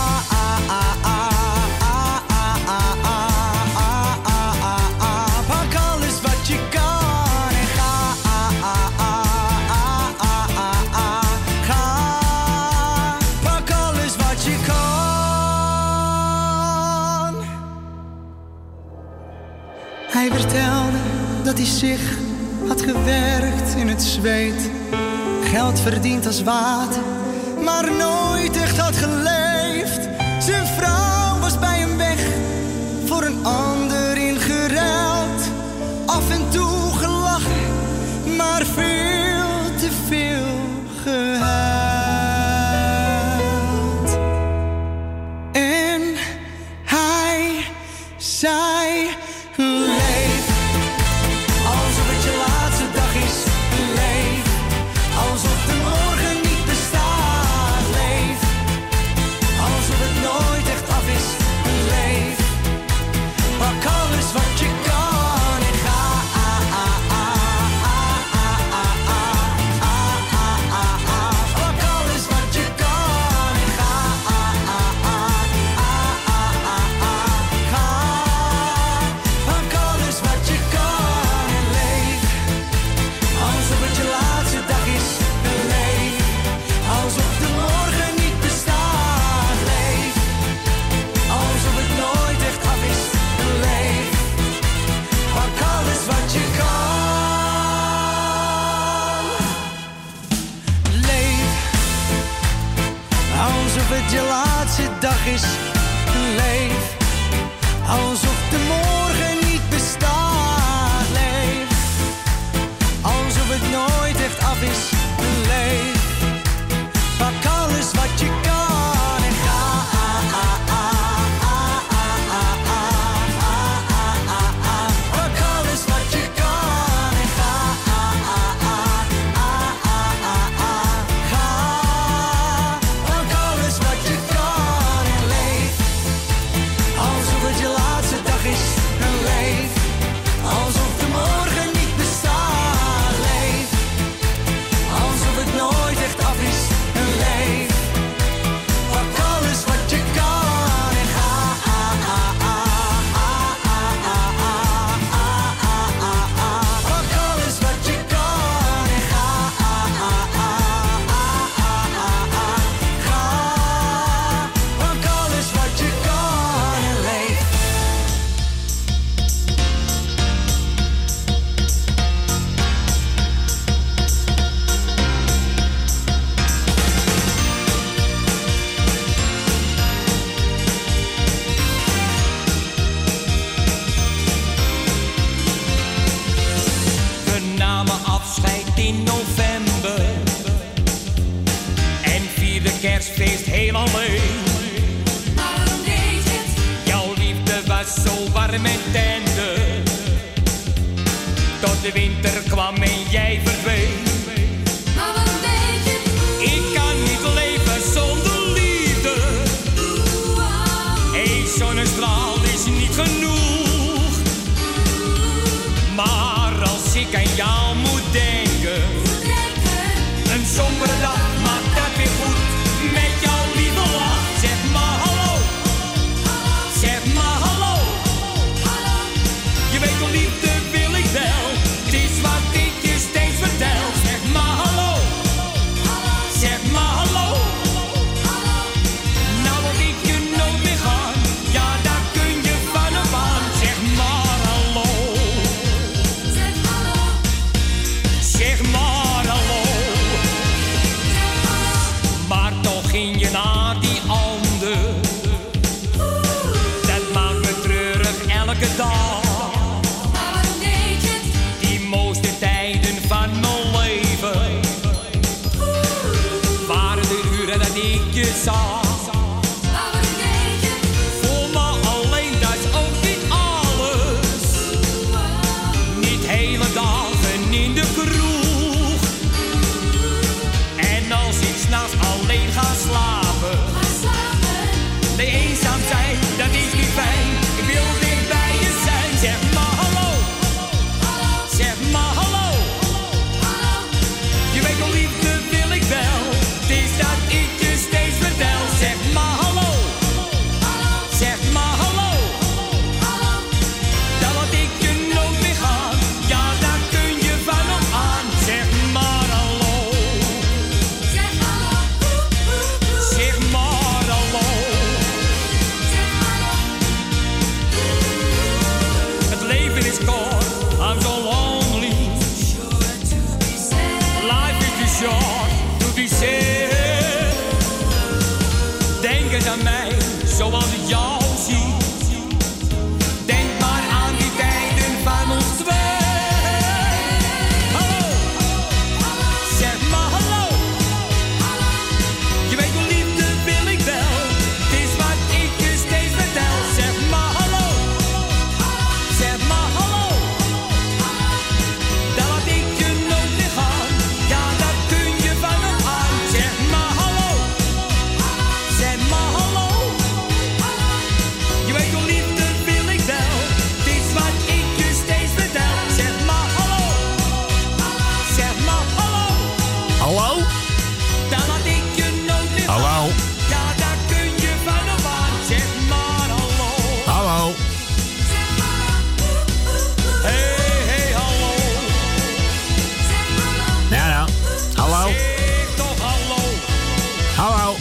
Pak alles wat je kan en ga. Ga, pak alles wat je kan. Hij vertelde dat hij zich had gewerkt in het zweet, geld verdiend als water, maar nooit echt had geleefd. Zijn vrouw was bij hem weg, voor een ander ingeruild. Af en toe gelachen, maar veel te veel gehuild. En hij zei: leef, alsof het je laatste dag is. Leef, alsof de morgen niet bestaat. Leef, alsof het nooit echt af is. Leef, pak alles wat je kan en ga. Pak alles wat je kan en ga. Ga, pak alles wat je kan en leef, alsof het je laatste dag is. Leef, alsof de morgen niet bestaat. Leef, alsof het nooit echt af is. Leef, pak alles wat je kan. Leef, alsof het je laatste dag is. Leef, alsof de morgen niet bestaat. Leef, alsof het nooit echt af is. Leef, pak alles wat je kan en ga. Pak alles wat je kan en ga. Ga, pak alles wat je kan en leef, alsof het je laatste dag is. Leef, alsof de morgen niet bestaat. Leef, alsof het nooit echt af is. Leef, pak alles wat je kan en ga. Pak alles wat je kan en ga. Ga, pak alles wat je kan en leef. We namen afscheid in november en vierden kerstfeest heel alleen. Waarom deed je het? Jouw liefde was zo warm en tender, tot de winter kwam en jij verdween. Waarom deed je het? Ik kan niet leven zonder liefde. Eén zonnestraal is niet genoeg, maar als ik aan jou moet denken, een sombere dag maakt dat weer goed. Met jouw lieve lach, zeg maar hallo. Zeg maar hallo. Je weet wel, liefde wil ik wel. Het is wat ik je steeds vertel. Zeg maar hallo. Zeg maar hallo. Nou wil ik je nooit meer gaan. Ja, daar kun je van op aan. Zeg maar hallo. Zeg maar hallo. short to be said. Denk eens aan mij, zoals ik jou zie. Denk maar aan die tijden van ons twee. Hallo, zeg maar hallo. Je weet hoe liefde wil ik wel. Het is wat ik je steeds vertel. Zeg maar hallo, zeg maar hallo. Dan laat ik je nooit meer gaan. Ja, dat kun je van me aan. Zeg maar hallo, zeg maar hallo. Je weet hoe liefde wil ik wel. Het is wat ik je steeds vertel. Zeg maar hallo, zeg maar hallo. Hallo? Dan laat ik je nooit meer gaan. Hallo? Ja, daar kun je van me aan. Zeg maar hallo. Hallo? Hey, hey, hallo. Ja, nou. Hallo? Zeg toch hallo. Hallo?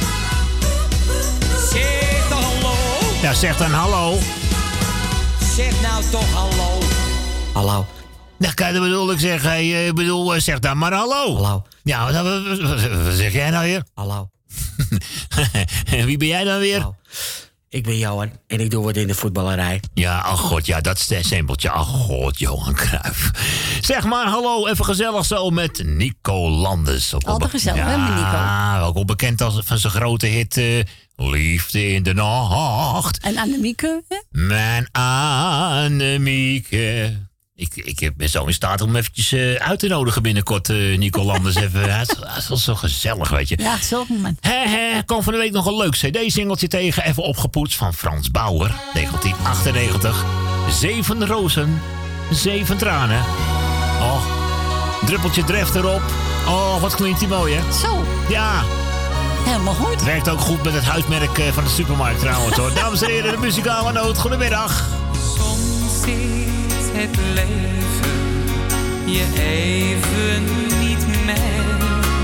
Zeg toch hallo. Ja, zeg dan hallo. Zeg nou toch hallo. Hallo. Nou, kan je dat bedoel ik zeggen? Hey, ik bedoel, eh, zeg dan maar hallo. Hallo. Ja, wat, wat, wat- wat- wat zeg jij nou weer? Hallo. En wie ben jij dan weer? Ik ben Johan en ik doe wat in de voetballerij. Ja, oh god, ja, dat is het simpeltje. Oh god, Johan Cruijff. Zeg maar hallo, even gezellig zo met Nico Landes. Ook wel Altijd be- gezellig, hè, met Nico? Ja, ook wel bekend als van zijn grote hit eh, Liefde in de Nacht. En Annemieke, hè? Mijn Annemieke. Ik, ik ben zo in staat om eventjes eh, uit te nodigen binnenkort, eh, Nico Landes. Even, het is- het is wel zo gezellig, weet je. Ja, zo man. Hè, hè, kwam van de week nog een leuk cd-singeltje tegen. Even opgepoetst van Frans Bauer, negentien achtennegentig. Zeven rozen, zeven tranen. Oh, druppeltje dreft erop. Oh, wat klinkt die mooi, hè? Zo. Ja. Helemaal goed. Werkt ook goed met het huismerk eh, van de supermarkt trouwens, hoor. Dames en heren, de muzikale noot. Goedemiddag. Soms zit het leven je even niet meer.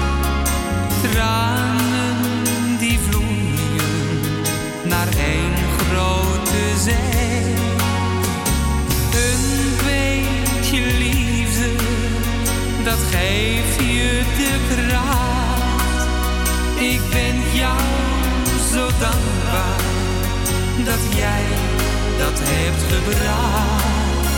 Tranen die vloeien naar één grote zee. Een beetje liefde, dat geeft je de kracht. Ik ben jou zo dankbaar dat jij dat hebt gebracht.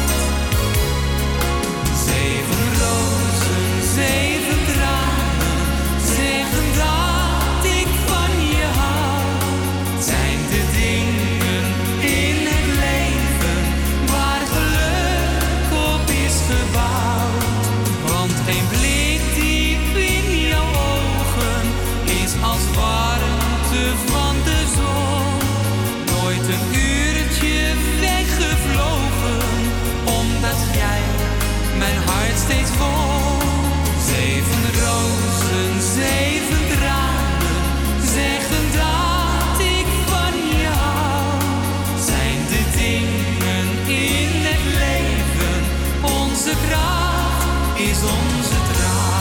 Zeven rozen, zeven tranen, zeggen dat ik van je hou. Zijn de dingen in het leven waar geluk op is gebouwd. Want een blik diep in jouw ogen is als warmte van de zon. Nooit een uurtje weggevlogen, omdat jij mijn hart steeds won. Zeven rozen, zeven tranen, zeggen dat ik van je hou. Zijn de dingen in het leven, onze kracht is onze trouw.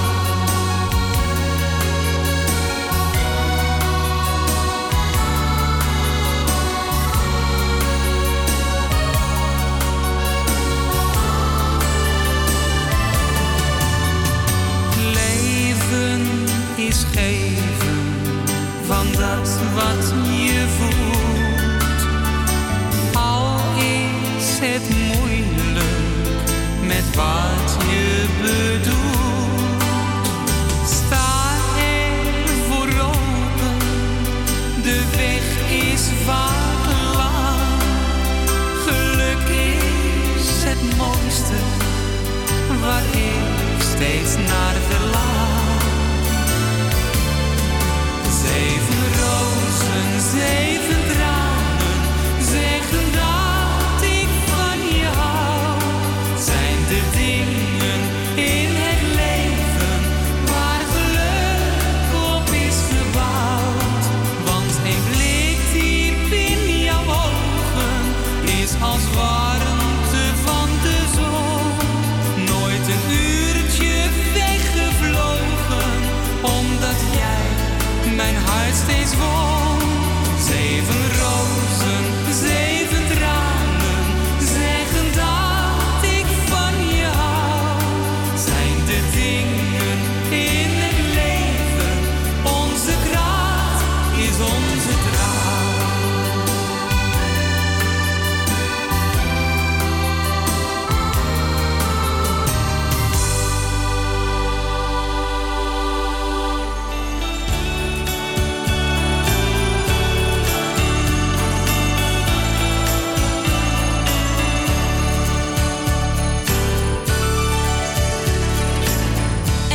Leven is geven van dat wat je voelt. Al is het moeilijk met wat je bedoelt. Sta er voor open, de weg is vaak lang. Geluk is het mooiste waar ik steeds naar verlang. Zeven rozen, zeven tranen, zeggen dat ik van je hou. Zijn de dingen in het leven waar geluk op is gebouwd. Want een blik diep in jouw ogen is als warmte van de zon. Nooit een uurtje weggevallen.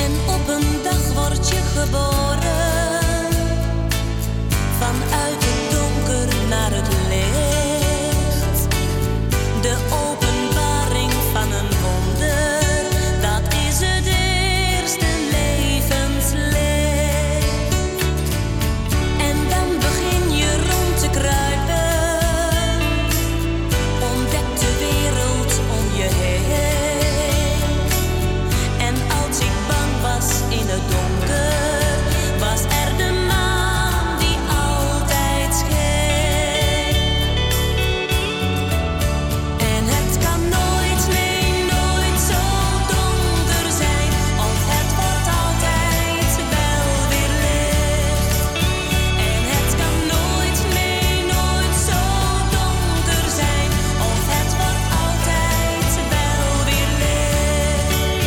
En op een dag word je geboren, vanuit het donker naar het licht. De openbaring van een wonder, dat is het eerste levenslicht. En dan begin je rond te kruipen, ontdek de wereld om je heen. En als ik bang was in het donker, was er de maan die altijd scheen. En het kan nooit, nee, nooit zo donker zijn, of het wordt altijd wel weer licht. En het kan nooit, nee, nooit zo donker zijn, of het wordt altijd wel weer licht.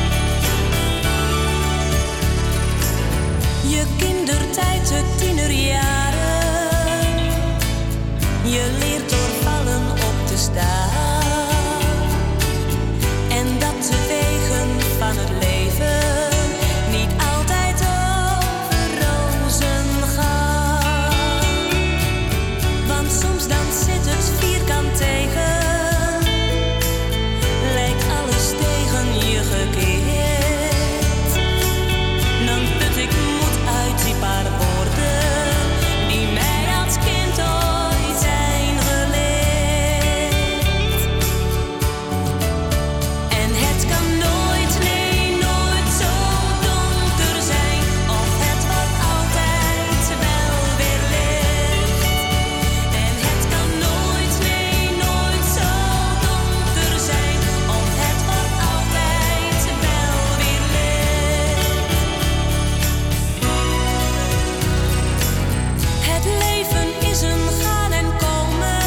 Je kindertijd, de tienerjaren, je leert door vallen op te staan. En dat de wegen van het leven niet altijd over rozen gaan. Want soms dan zit het vierkant tegen, lijkt alles tegen je gekeerd. Dan put ik moed uit die paar woorden die mij als kind ooit zijn geleerd. En het kan nooit, nee, nooit zo donker zijn, of het wordt altijd wel weer licht. En het kan nooit, nee, nooit zo donker zijn, of het wordt altijd wel weer licht. Het leven is een gaan en komen,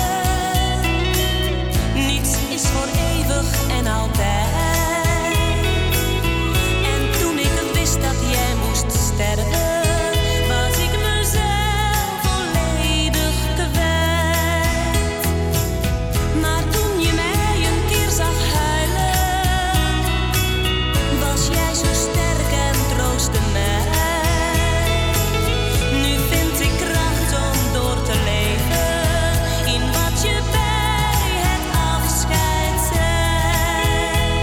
niets is voor eeuwig en altijd. En toen ik wist dat jij moest sterven, was ik mezelf volledig kwijt. Maar toen je mij een keer zag huilen, was jij zo sterk en troostte mij. Nu vind ik kracht om door te leven in wat je bij het afscheid zei.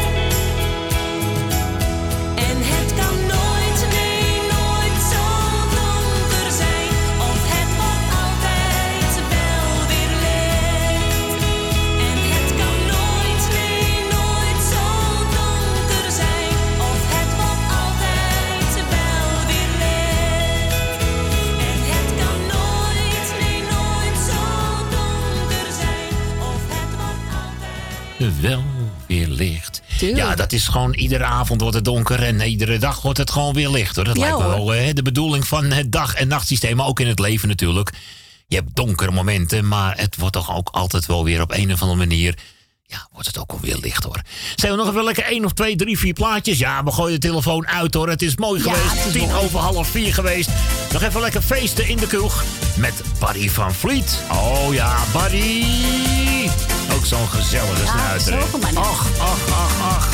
En het kan nooit, nee, nooit zo donker zijn, of het wordt altijd wel weer licht. En het kan nooit, nee, nooit zo donker zijn, of het wordt altijd wel weer licht. En het kan nooit, nee, nooit zo donker zijn, of het wordt altijd Wel weer licht. Tuurlijk. Ja, dat is gewoon iedere avond wordt het donker en iedere dag wordt het gewoon weer licht. Hoor. Dat Ja, lijkt me hoor. wel eh, de bedoeling van het dag- en nachtsysteem, maar ook in het leven natuurlijk. Je hebt donkere momenten, maar het wordt toch ook altijd wel weer op een of andere manier, ja, wordt het ook wel weer licht hoor. Zijn we nog even lekker één of twee, drie, vier plaatjes? Ja, we gooien de telefoon uit hoor. Het is mooi Ja, geweest. het is Tien mooi. over half vier geweest. Nog even lekker feesten in de kroeg met Barry van Vliet. Oh ja, Barry. Ook zo'n gezellige Ja, snuiter. hè. zo man. Ach, ach, ach, ach.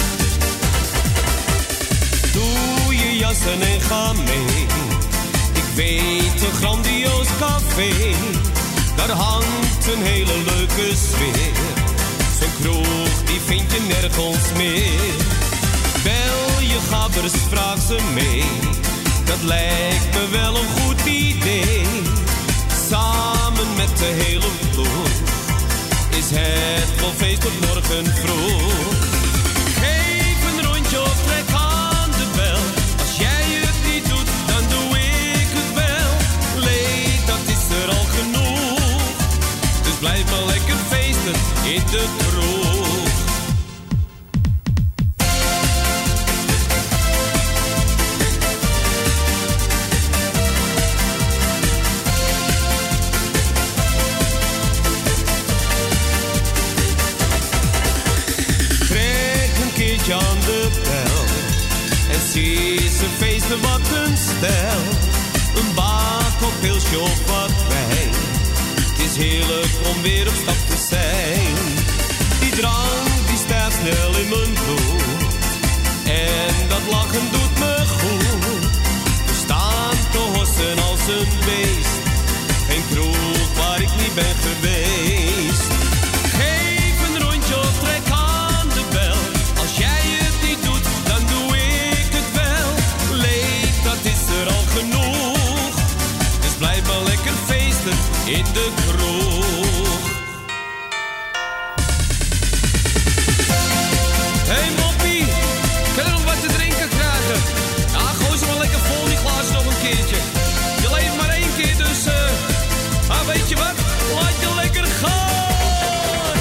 Doe je jassen en ga mee. Ik weet een grandioos café. Daar hangt een hele leuke sfeer. Zo'n kroeg die vind je nergens meer. Bel je gabbers, vraag ze mee. Dat lijkt me wel een goed idee. Samen met de hele ploeg is het wel feest tot morgen vroeg. Geef een rondje of trek aan de bel. Als jij het niet doet, dan doe ik het wel. Leed, dat is er al genoeg. Dus blijf maar lekker feesten in de kroeg. Aan de bel en zie ze feesten wat een stijl. Een bar, cocktailsje of wat wijn. Het is heerlijk om weer op stap te zijn. Die drank die stijgt snel in mijn bloed. En dat lachen doet me in de kroeg. Hey moppie, kan je nog wat te drinken krijgen? Ja, gooi ze maar lekker vol die glazen nog een keertje. Je leeft maar één keer, dus uh, ah, weet je wat? Laat je lekker gaan.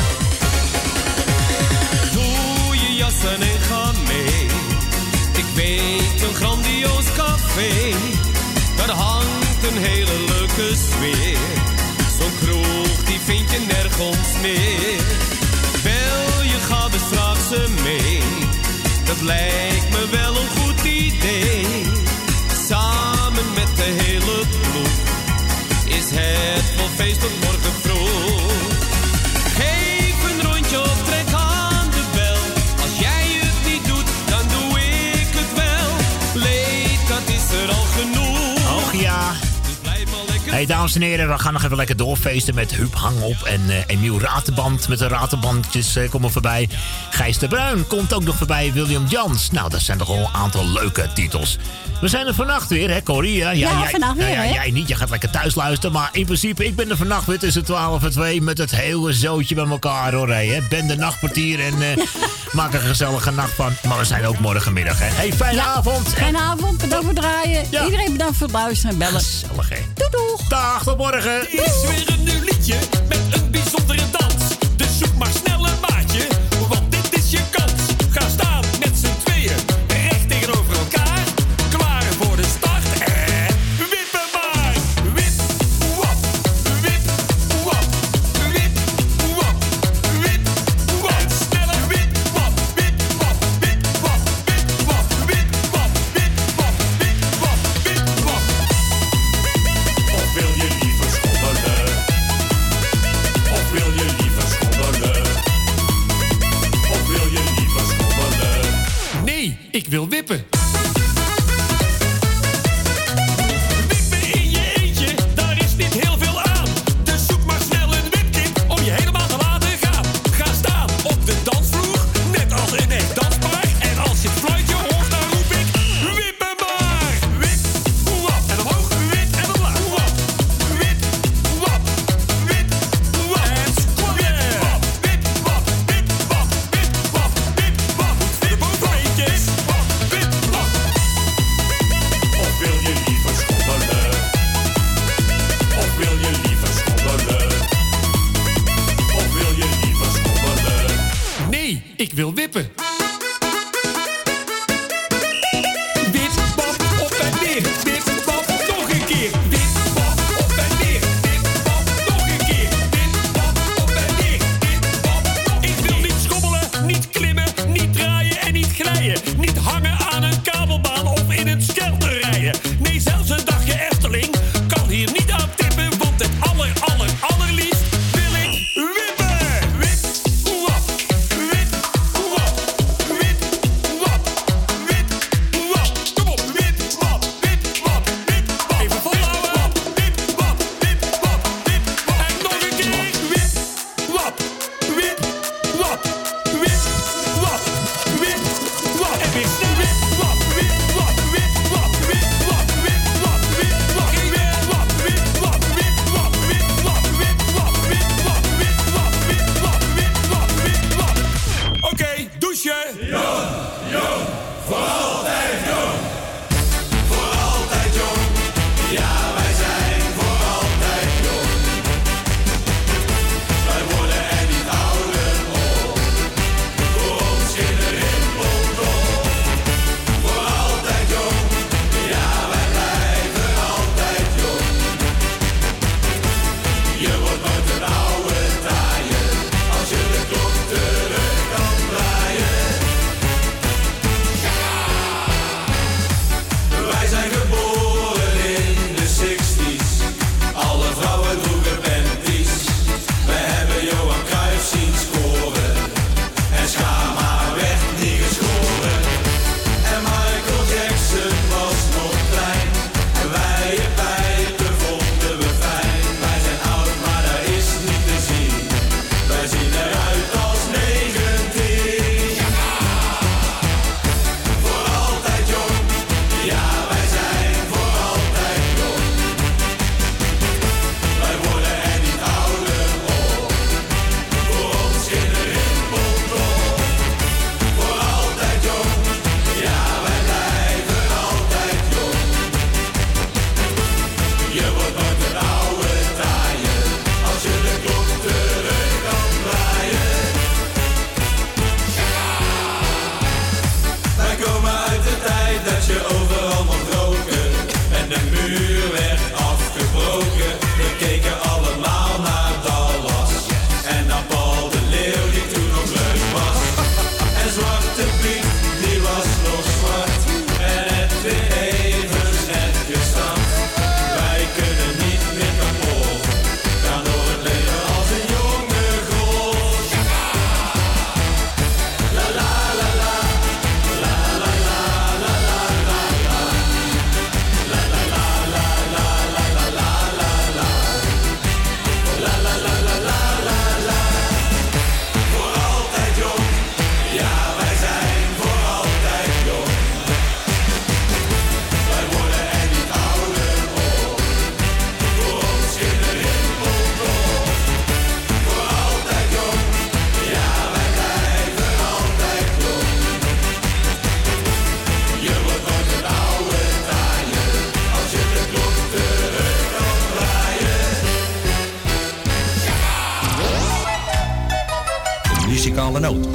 Doe je jassen en ga mee. Ik weet een grandioos café. Daar hangt een hele leuke sfeer. Zo'n kroeg die vind je nergens meer. Wel, je gaat er straks mee. Dat lijkt me wel een goed idee. Samen met de hele ploeg is het wel feest tot morgen vroeg. Geef een rondje of trek aan de bel. Als jij het niet doet, dan doe ik het wel. Leed, dat is er al genoeg. Och ja. Hey dames en heren, we gaan nog even lekker doorfeesten met Huub Hangop en uh, Emiel Ratenband. Met de ratenbandjes uh, komen voorbij. Gijs de Bruin komt ook nog voorbij. William Jans. Nou, dat zijn toch al een aantal leuke titels. We zijn er vannacht weer, hè Corrie? Ja, Ja, jij, vannacht weer, nou, ja, hè? jij niet, je gaat lekker thuis luisteren. Maar in principe, ik ben er vannacht weer tussen twaalf en twee met het hele zootje bij elkaar, hoor. Hè? Ben de nachtportier en uh, maak er een gezellige nacht van. Maar we zijn ook morgenmiddag, hè? Hey, fijne Ja, avond. Fijne avond, bedankt voor het draaien. Ja. Iedereen bedankt voor het luisteren en bellen. Gezellig, hè? Doei, doeg. Dag, tot morgen. Er is weer een nieuw liedje met een bijzondere dans. Dus zoek maar snel een maatje, want dit is je kans. Ga staan met z'n tweeën, recht tegenover elkaar. Klaar voor de start en wippen maar. Wip, wap, wip, wap, wip, wap, wip, wap. Sneller, wip, wap, wip, wap, wip, wap, wip, wap, wip, wap, wip, wap, wip, wap, wip, wap. Of wil je liever schommelen? Of wil je liever schommelen? Of wil je liever schommelen? Nee, ik wil wippen. Wippen in je eentje, daar is niet heel veel aan. Dus zoek maar snel een wipkit om je helemaal te laten gaan. Ga staan op de dansvloer, net als een echt danspaar. En als je het fluitje hoort, dan roep ik wippen maar. Wip, wap, en omhoog, wip en omlaag. Wap, wip, wap, wip, wap. En square. Wip, wap, wip, wap, wip, wap, wip, wap. Wip, wap, wip, wap, wip, noot.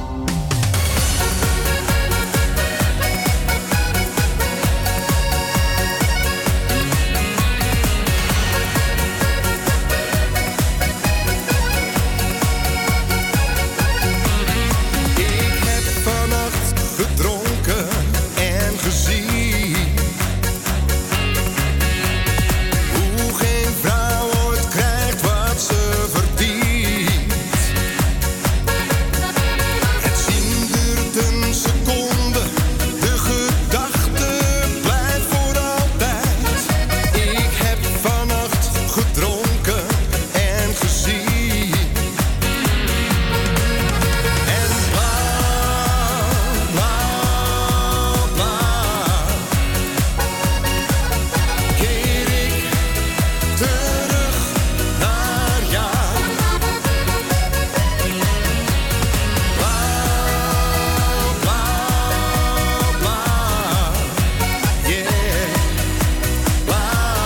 Ik heb vannacht gedronken en gezien hoe geen vrouw ooit krijgt wat ze verdient. Het zien duurt een seconde, de gedachte blijft voor altijd. Ik heb vannacht gedronken en gezien. En bla, bla, bla, keer ik terug naar jou. Bla, bla, bla, yeah, bla.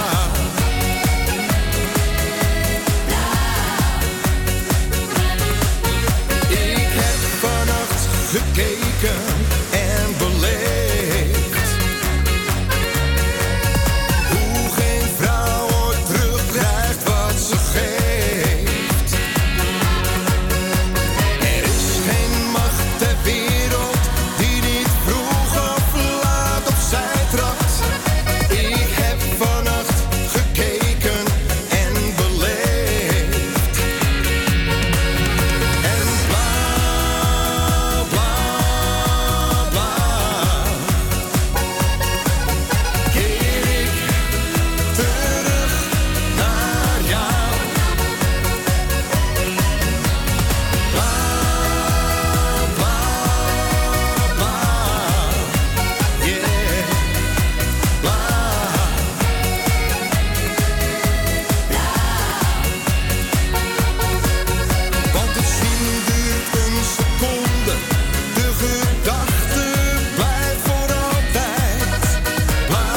Ik heb vannacht gekeken en beleefd hoe geen vrouw ooit terugkrijgt wat ze geeft. Er is geen macht ter wereld die niet vroeg of laat op zij trapt. Ik heb vannacht gekeken en beleefd. En bla, bla, bla, keer ik terug naar jou. Bla, bla, bla, yeah, bla. Want het zien duurt een seconde, de gedachte blijft voor altijd. Bla,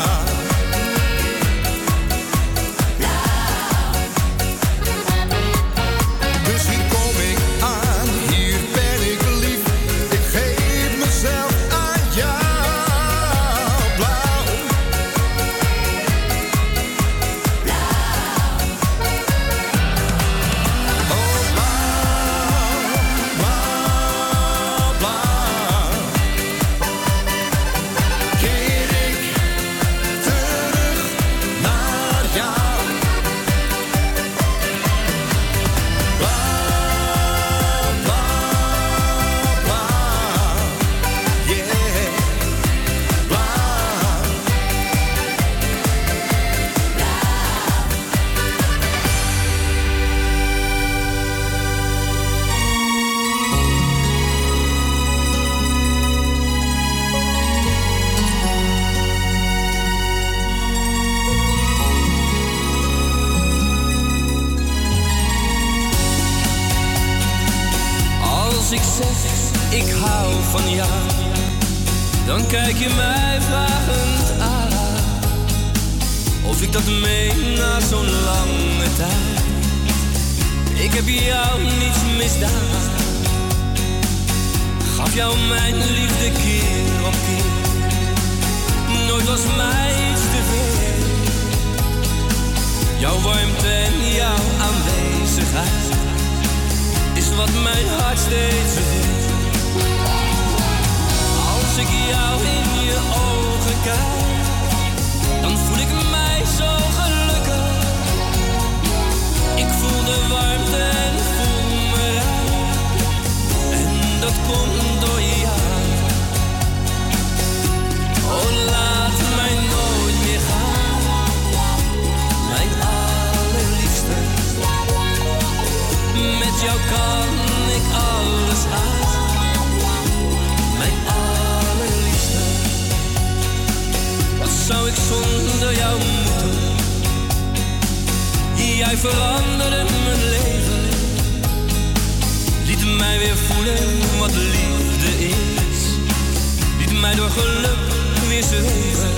dus hier kom ik aan, hier ben ik lief. Ik geef mezelf aan jou. Blauw, oh blauw, blauw, blauw, keer ik terug naar jou. Blauw, blauw, blauw, yeah, blauw. Als ik zeg, ik hou van jou, dan kijk je mij vragend aan. Of ik dat meen na zo'n lange tijd. Ik heb jou niets misdaan. Gaf jou mijn liefde keer op keer. Nooit was mij iets te veel. Jouw warmte en jouw aanwezigheid is wat mijn hart steeds wil. Als ik jou in je ogen kijk, dan voel ik mij zo gelukkig. Ik voel de warmte en voel me rijk. En dat komt door jou. Oh, laat mij nooit meer gaan, mijn allerliefste. Met jou kan ik alles aan, mijn allerliefste. Wat zou ik zonder jou moeten? Jij veranderde mijn leven, liet mij weer voelen wat liefde is. Liet mij door geluk weer zweven.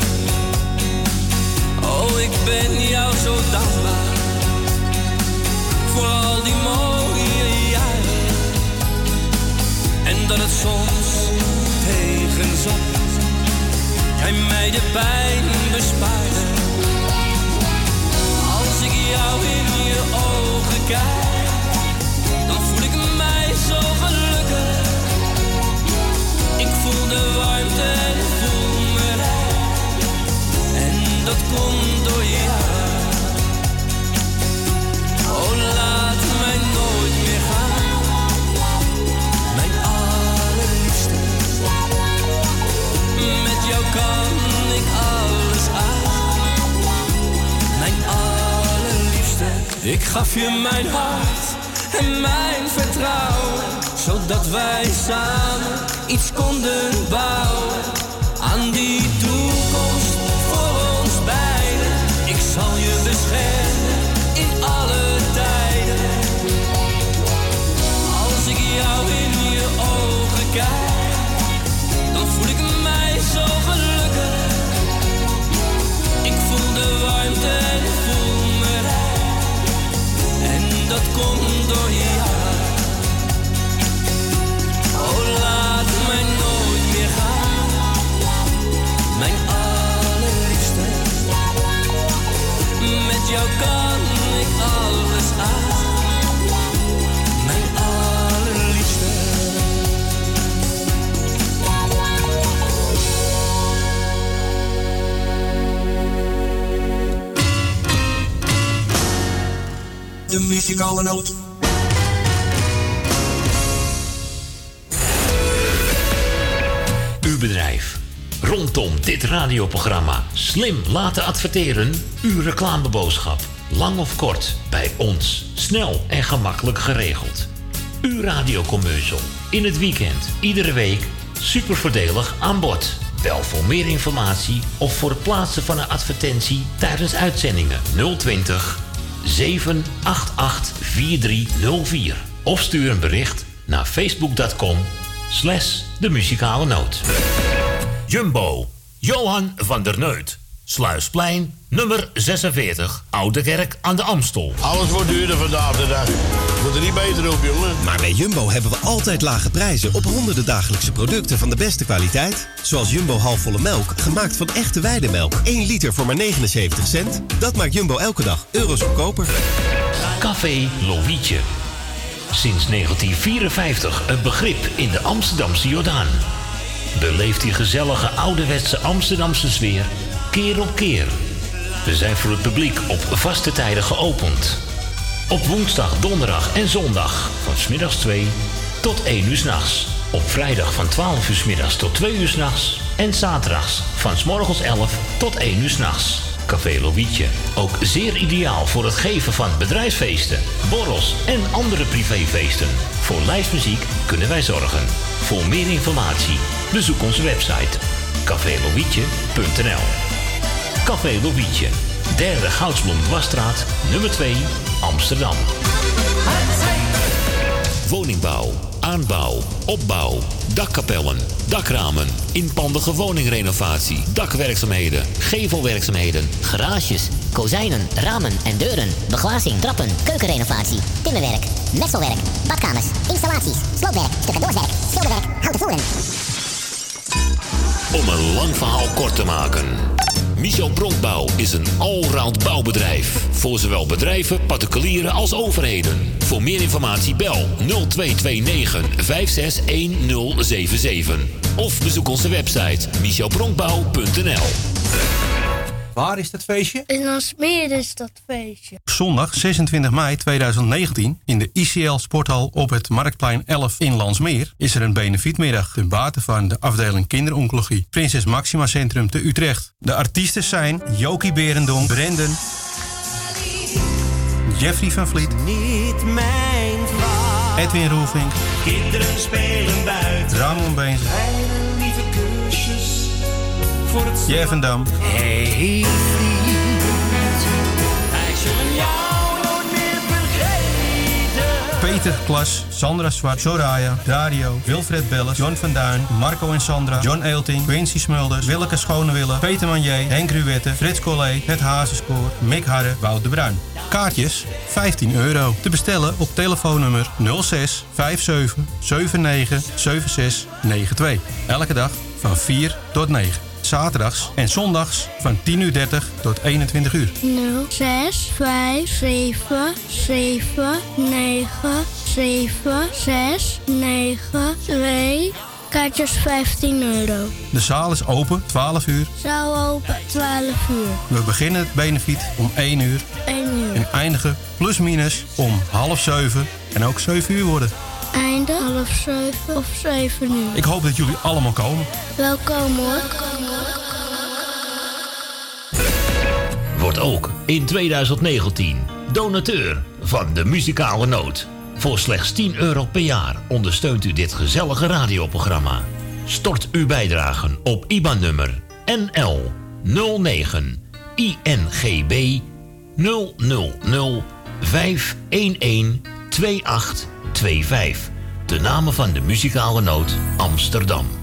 Oh, ik ben jou zo dankbaar voor al die mooie jaren. dat het soms tegenzat. Jij mij de pijn bespaarde. Als ik jou in je ogen kijk, dan voel ik mij zo gelukkig. Ik voel de warmte en voel me rijk. En dat komt door jou. Oh, laat mij nooit meer gaan. Mijn allerliefste. Met jou kan ik alles aan. Mijn allerliefste. Ik gaf je mijn hart en mijn vertrouwen, zodat wij samen iets konden bouwen. Aan die toekomst voor ons beiden. Ik zal je beschermen in alle tijden. Als ik jou in je ogen kijk, dan voel ik mij zo gelukkig. Ik voel de warmte en voel me rijk. En dat komt door jou. Oh, laat mij nooit meer gaan. Mijn allerliefste. Met jou kan ik alles aan. Mijn allerliefste. De muzikale noot. Uw bedrijf. Rondom dit radioprogramma slim laten adverteren. Uw reclameboodschap. Lang of kort, bij ons. Snel en gemakkelijk geregeld. Uw radiocommercial. In het weekend, iedere week. Super voordelig aan bod. Bel voor meer informatie of voor het plaatsen van een advertentie tijdens uitzendingen nul twintig, zeven acht acht, vier drie nul vier. Of stuur een bericht naar facebook punt com slash de muzikale noot. Jumbo, Johan van der Neut. Sluisplein, nummer zesenveertig, Oude Kerk aan de Amstel. Alles wordt duurder vandaag de dag. Wordt er niet beter op, jongen. Maar bij Jumbo hebben we altijd lage prijzen op honderden dagelijkse producten van de beste kwaliteit. Zoals Jumbo halfvolle melk, gemaakt van echte weidemelk. één liter voor maar negenenzeventig cent. Dat maakt Jumbo elke dag euro's goedkoper. Café Lovietje. Sinds negentien vierenvijftig een begrip in de Amsterdamse Jordaan. Beleef die gezellige ouderwetse Amsterdamse sfeer keer op keer. We zijn voor het publiek op vaste tijden geopend. Op woensdag, donderdag en zondag van 's middags twee tot één uur 's nachts. Op vrijdag van twaalf uur 's middags tot twee uur 's nachts. En zaterdags van 's morgens elf tot één uur 's nachts. Café Lovietje. Ook zeer ideaal voor het geven van bedrijfsfeesten, borrels en andere privéfeesten. Voor lijstmuziek kunnen wij zorgen. Voor meer informatie bezoek onze website café lovietje punt n l. Café Lovietje, derde Goudsblom-Dwarsstraat, nummer twee, Amsterdam. Woningbouw, aanbouw, opbouw, dakkapellen, dakramen, inpandige woningrenovatie, dakwerkzaamheden, gevelwerkzaamheden, Garages, kozijnen, ramen en deuren, beglazing, trappen, keukenrenovatie, timmerwerk, messelwerk, badkamers, installaties, sloopwerk, stucadoorswerk, schilderwerk, houten voeren. Om een lang verhaal kort te maken. Michel Bronkbouw is een allround bouwbedrijf. Voor zowel bedrijven, particulieren als overheden. Voor meer informatie bel nul twee twee negen, vijf zes een nul zeven zeven. Of bezoek onze website michel bronkbouw punt n l. Waar is dat feestje? In Landsmeer is dat feestje. Zondag zesentwintig mei tweeduizend negentien in de I C L Sporthal op het Marktplein elf in Landsmeer is er een benefietmiddag ten bate van de afdeling kinderoncologie Prinses Maxima Centrum te Utrecht. De artiesten zijn Jokie Berendonk, Brendan, Jeffrey van Vliet, Niet mijn vrouw. Edwin Roelvink, Kinderen spelen buiten. Ramon Beens, Kleine lieve kusjes voor het Jeff en Dam, Hey vriend, wij zullen jou nooit meer vergeten. Peter Klas, Sandra Zwart, Soraya, Dario, Wilfred Belles, John van Duin, Marco en Sandra, John Eelting, Quincy Smulders, Willeke Schonewille, Peter Manier, Henk Ruwette, Frits Collé, Het Hazenskoor, Mick Harre, Wout de Bruin. Kaartjes vijftien euro. Te bestellen op telefoonnummer nul zes vijf zeven zeven negen zeven zes negen twee. Elke dag van vier tot negen. Zaterdags en zondags van tien uur dertig tot eenentwintig uur. nul zes vijf zeven zeven negen zeven zes negen twee. Kaartjes vijftien euro. De zaal is open twaalf uur. Zaal open twaalf uur. We beginnen het benefiet om één uur. één uur. En eindigen plus minus om half zeven en ook zeven uur worden. Einde half zeven of zeven uur. Ik hoop dat jullie allemaal komen. Welkom hoor. Wordt ook in tweeduizend negentien donateur van de Muzikale Noot. Voor slechts tien euro per jaar ondersteunt u dit gezellige radioprogramma. Stort uw bijdragen op I B A N-nummer N L nul negen I N G B nul nul nul vijf een een twee acht twee vijf. De namen van de Muzikale Noot Amsterdam.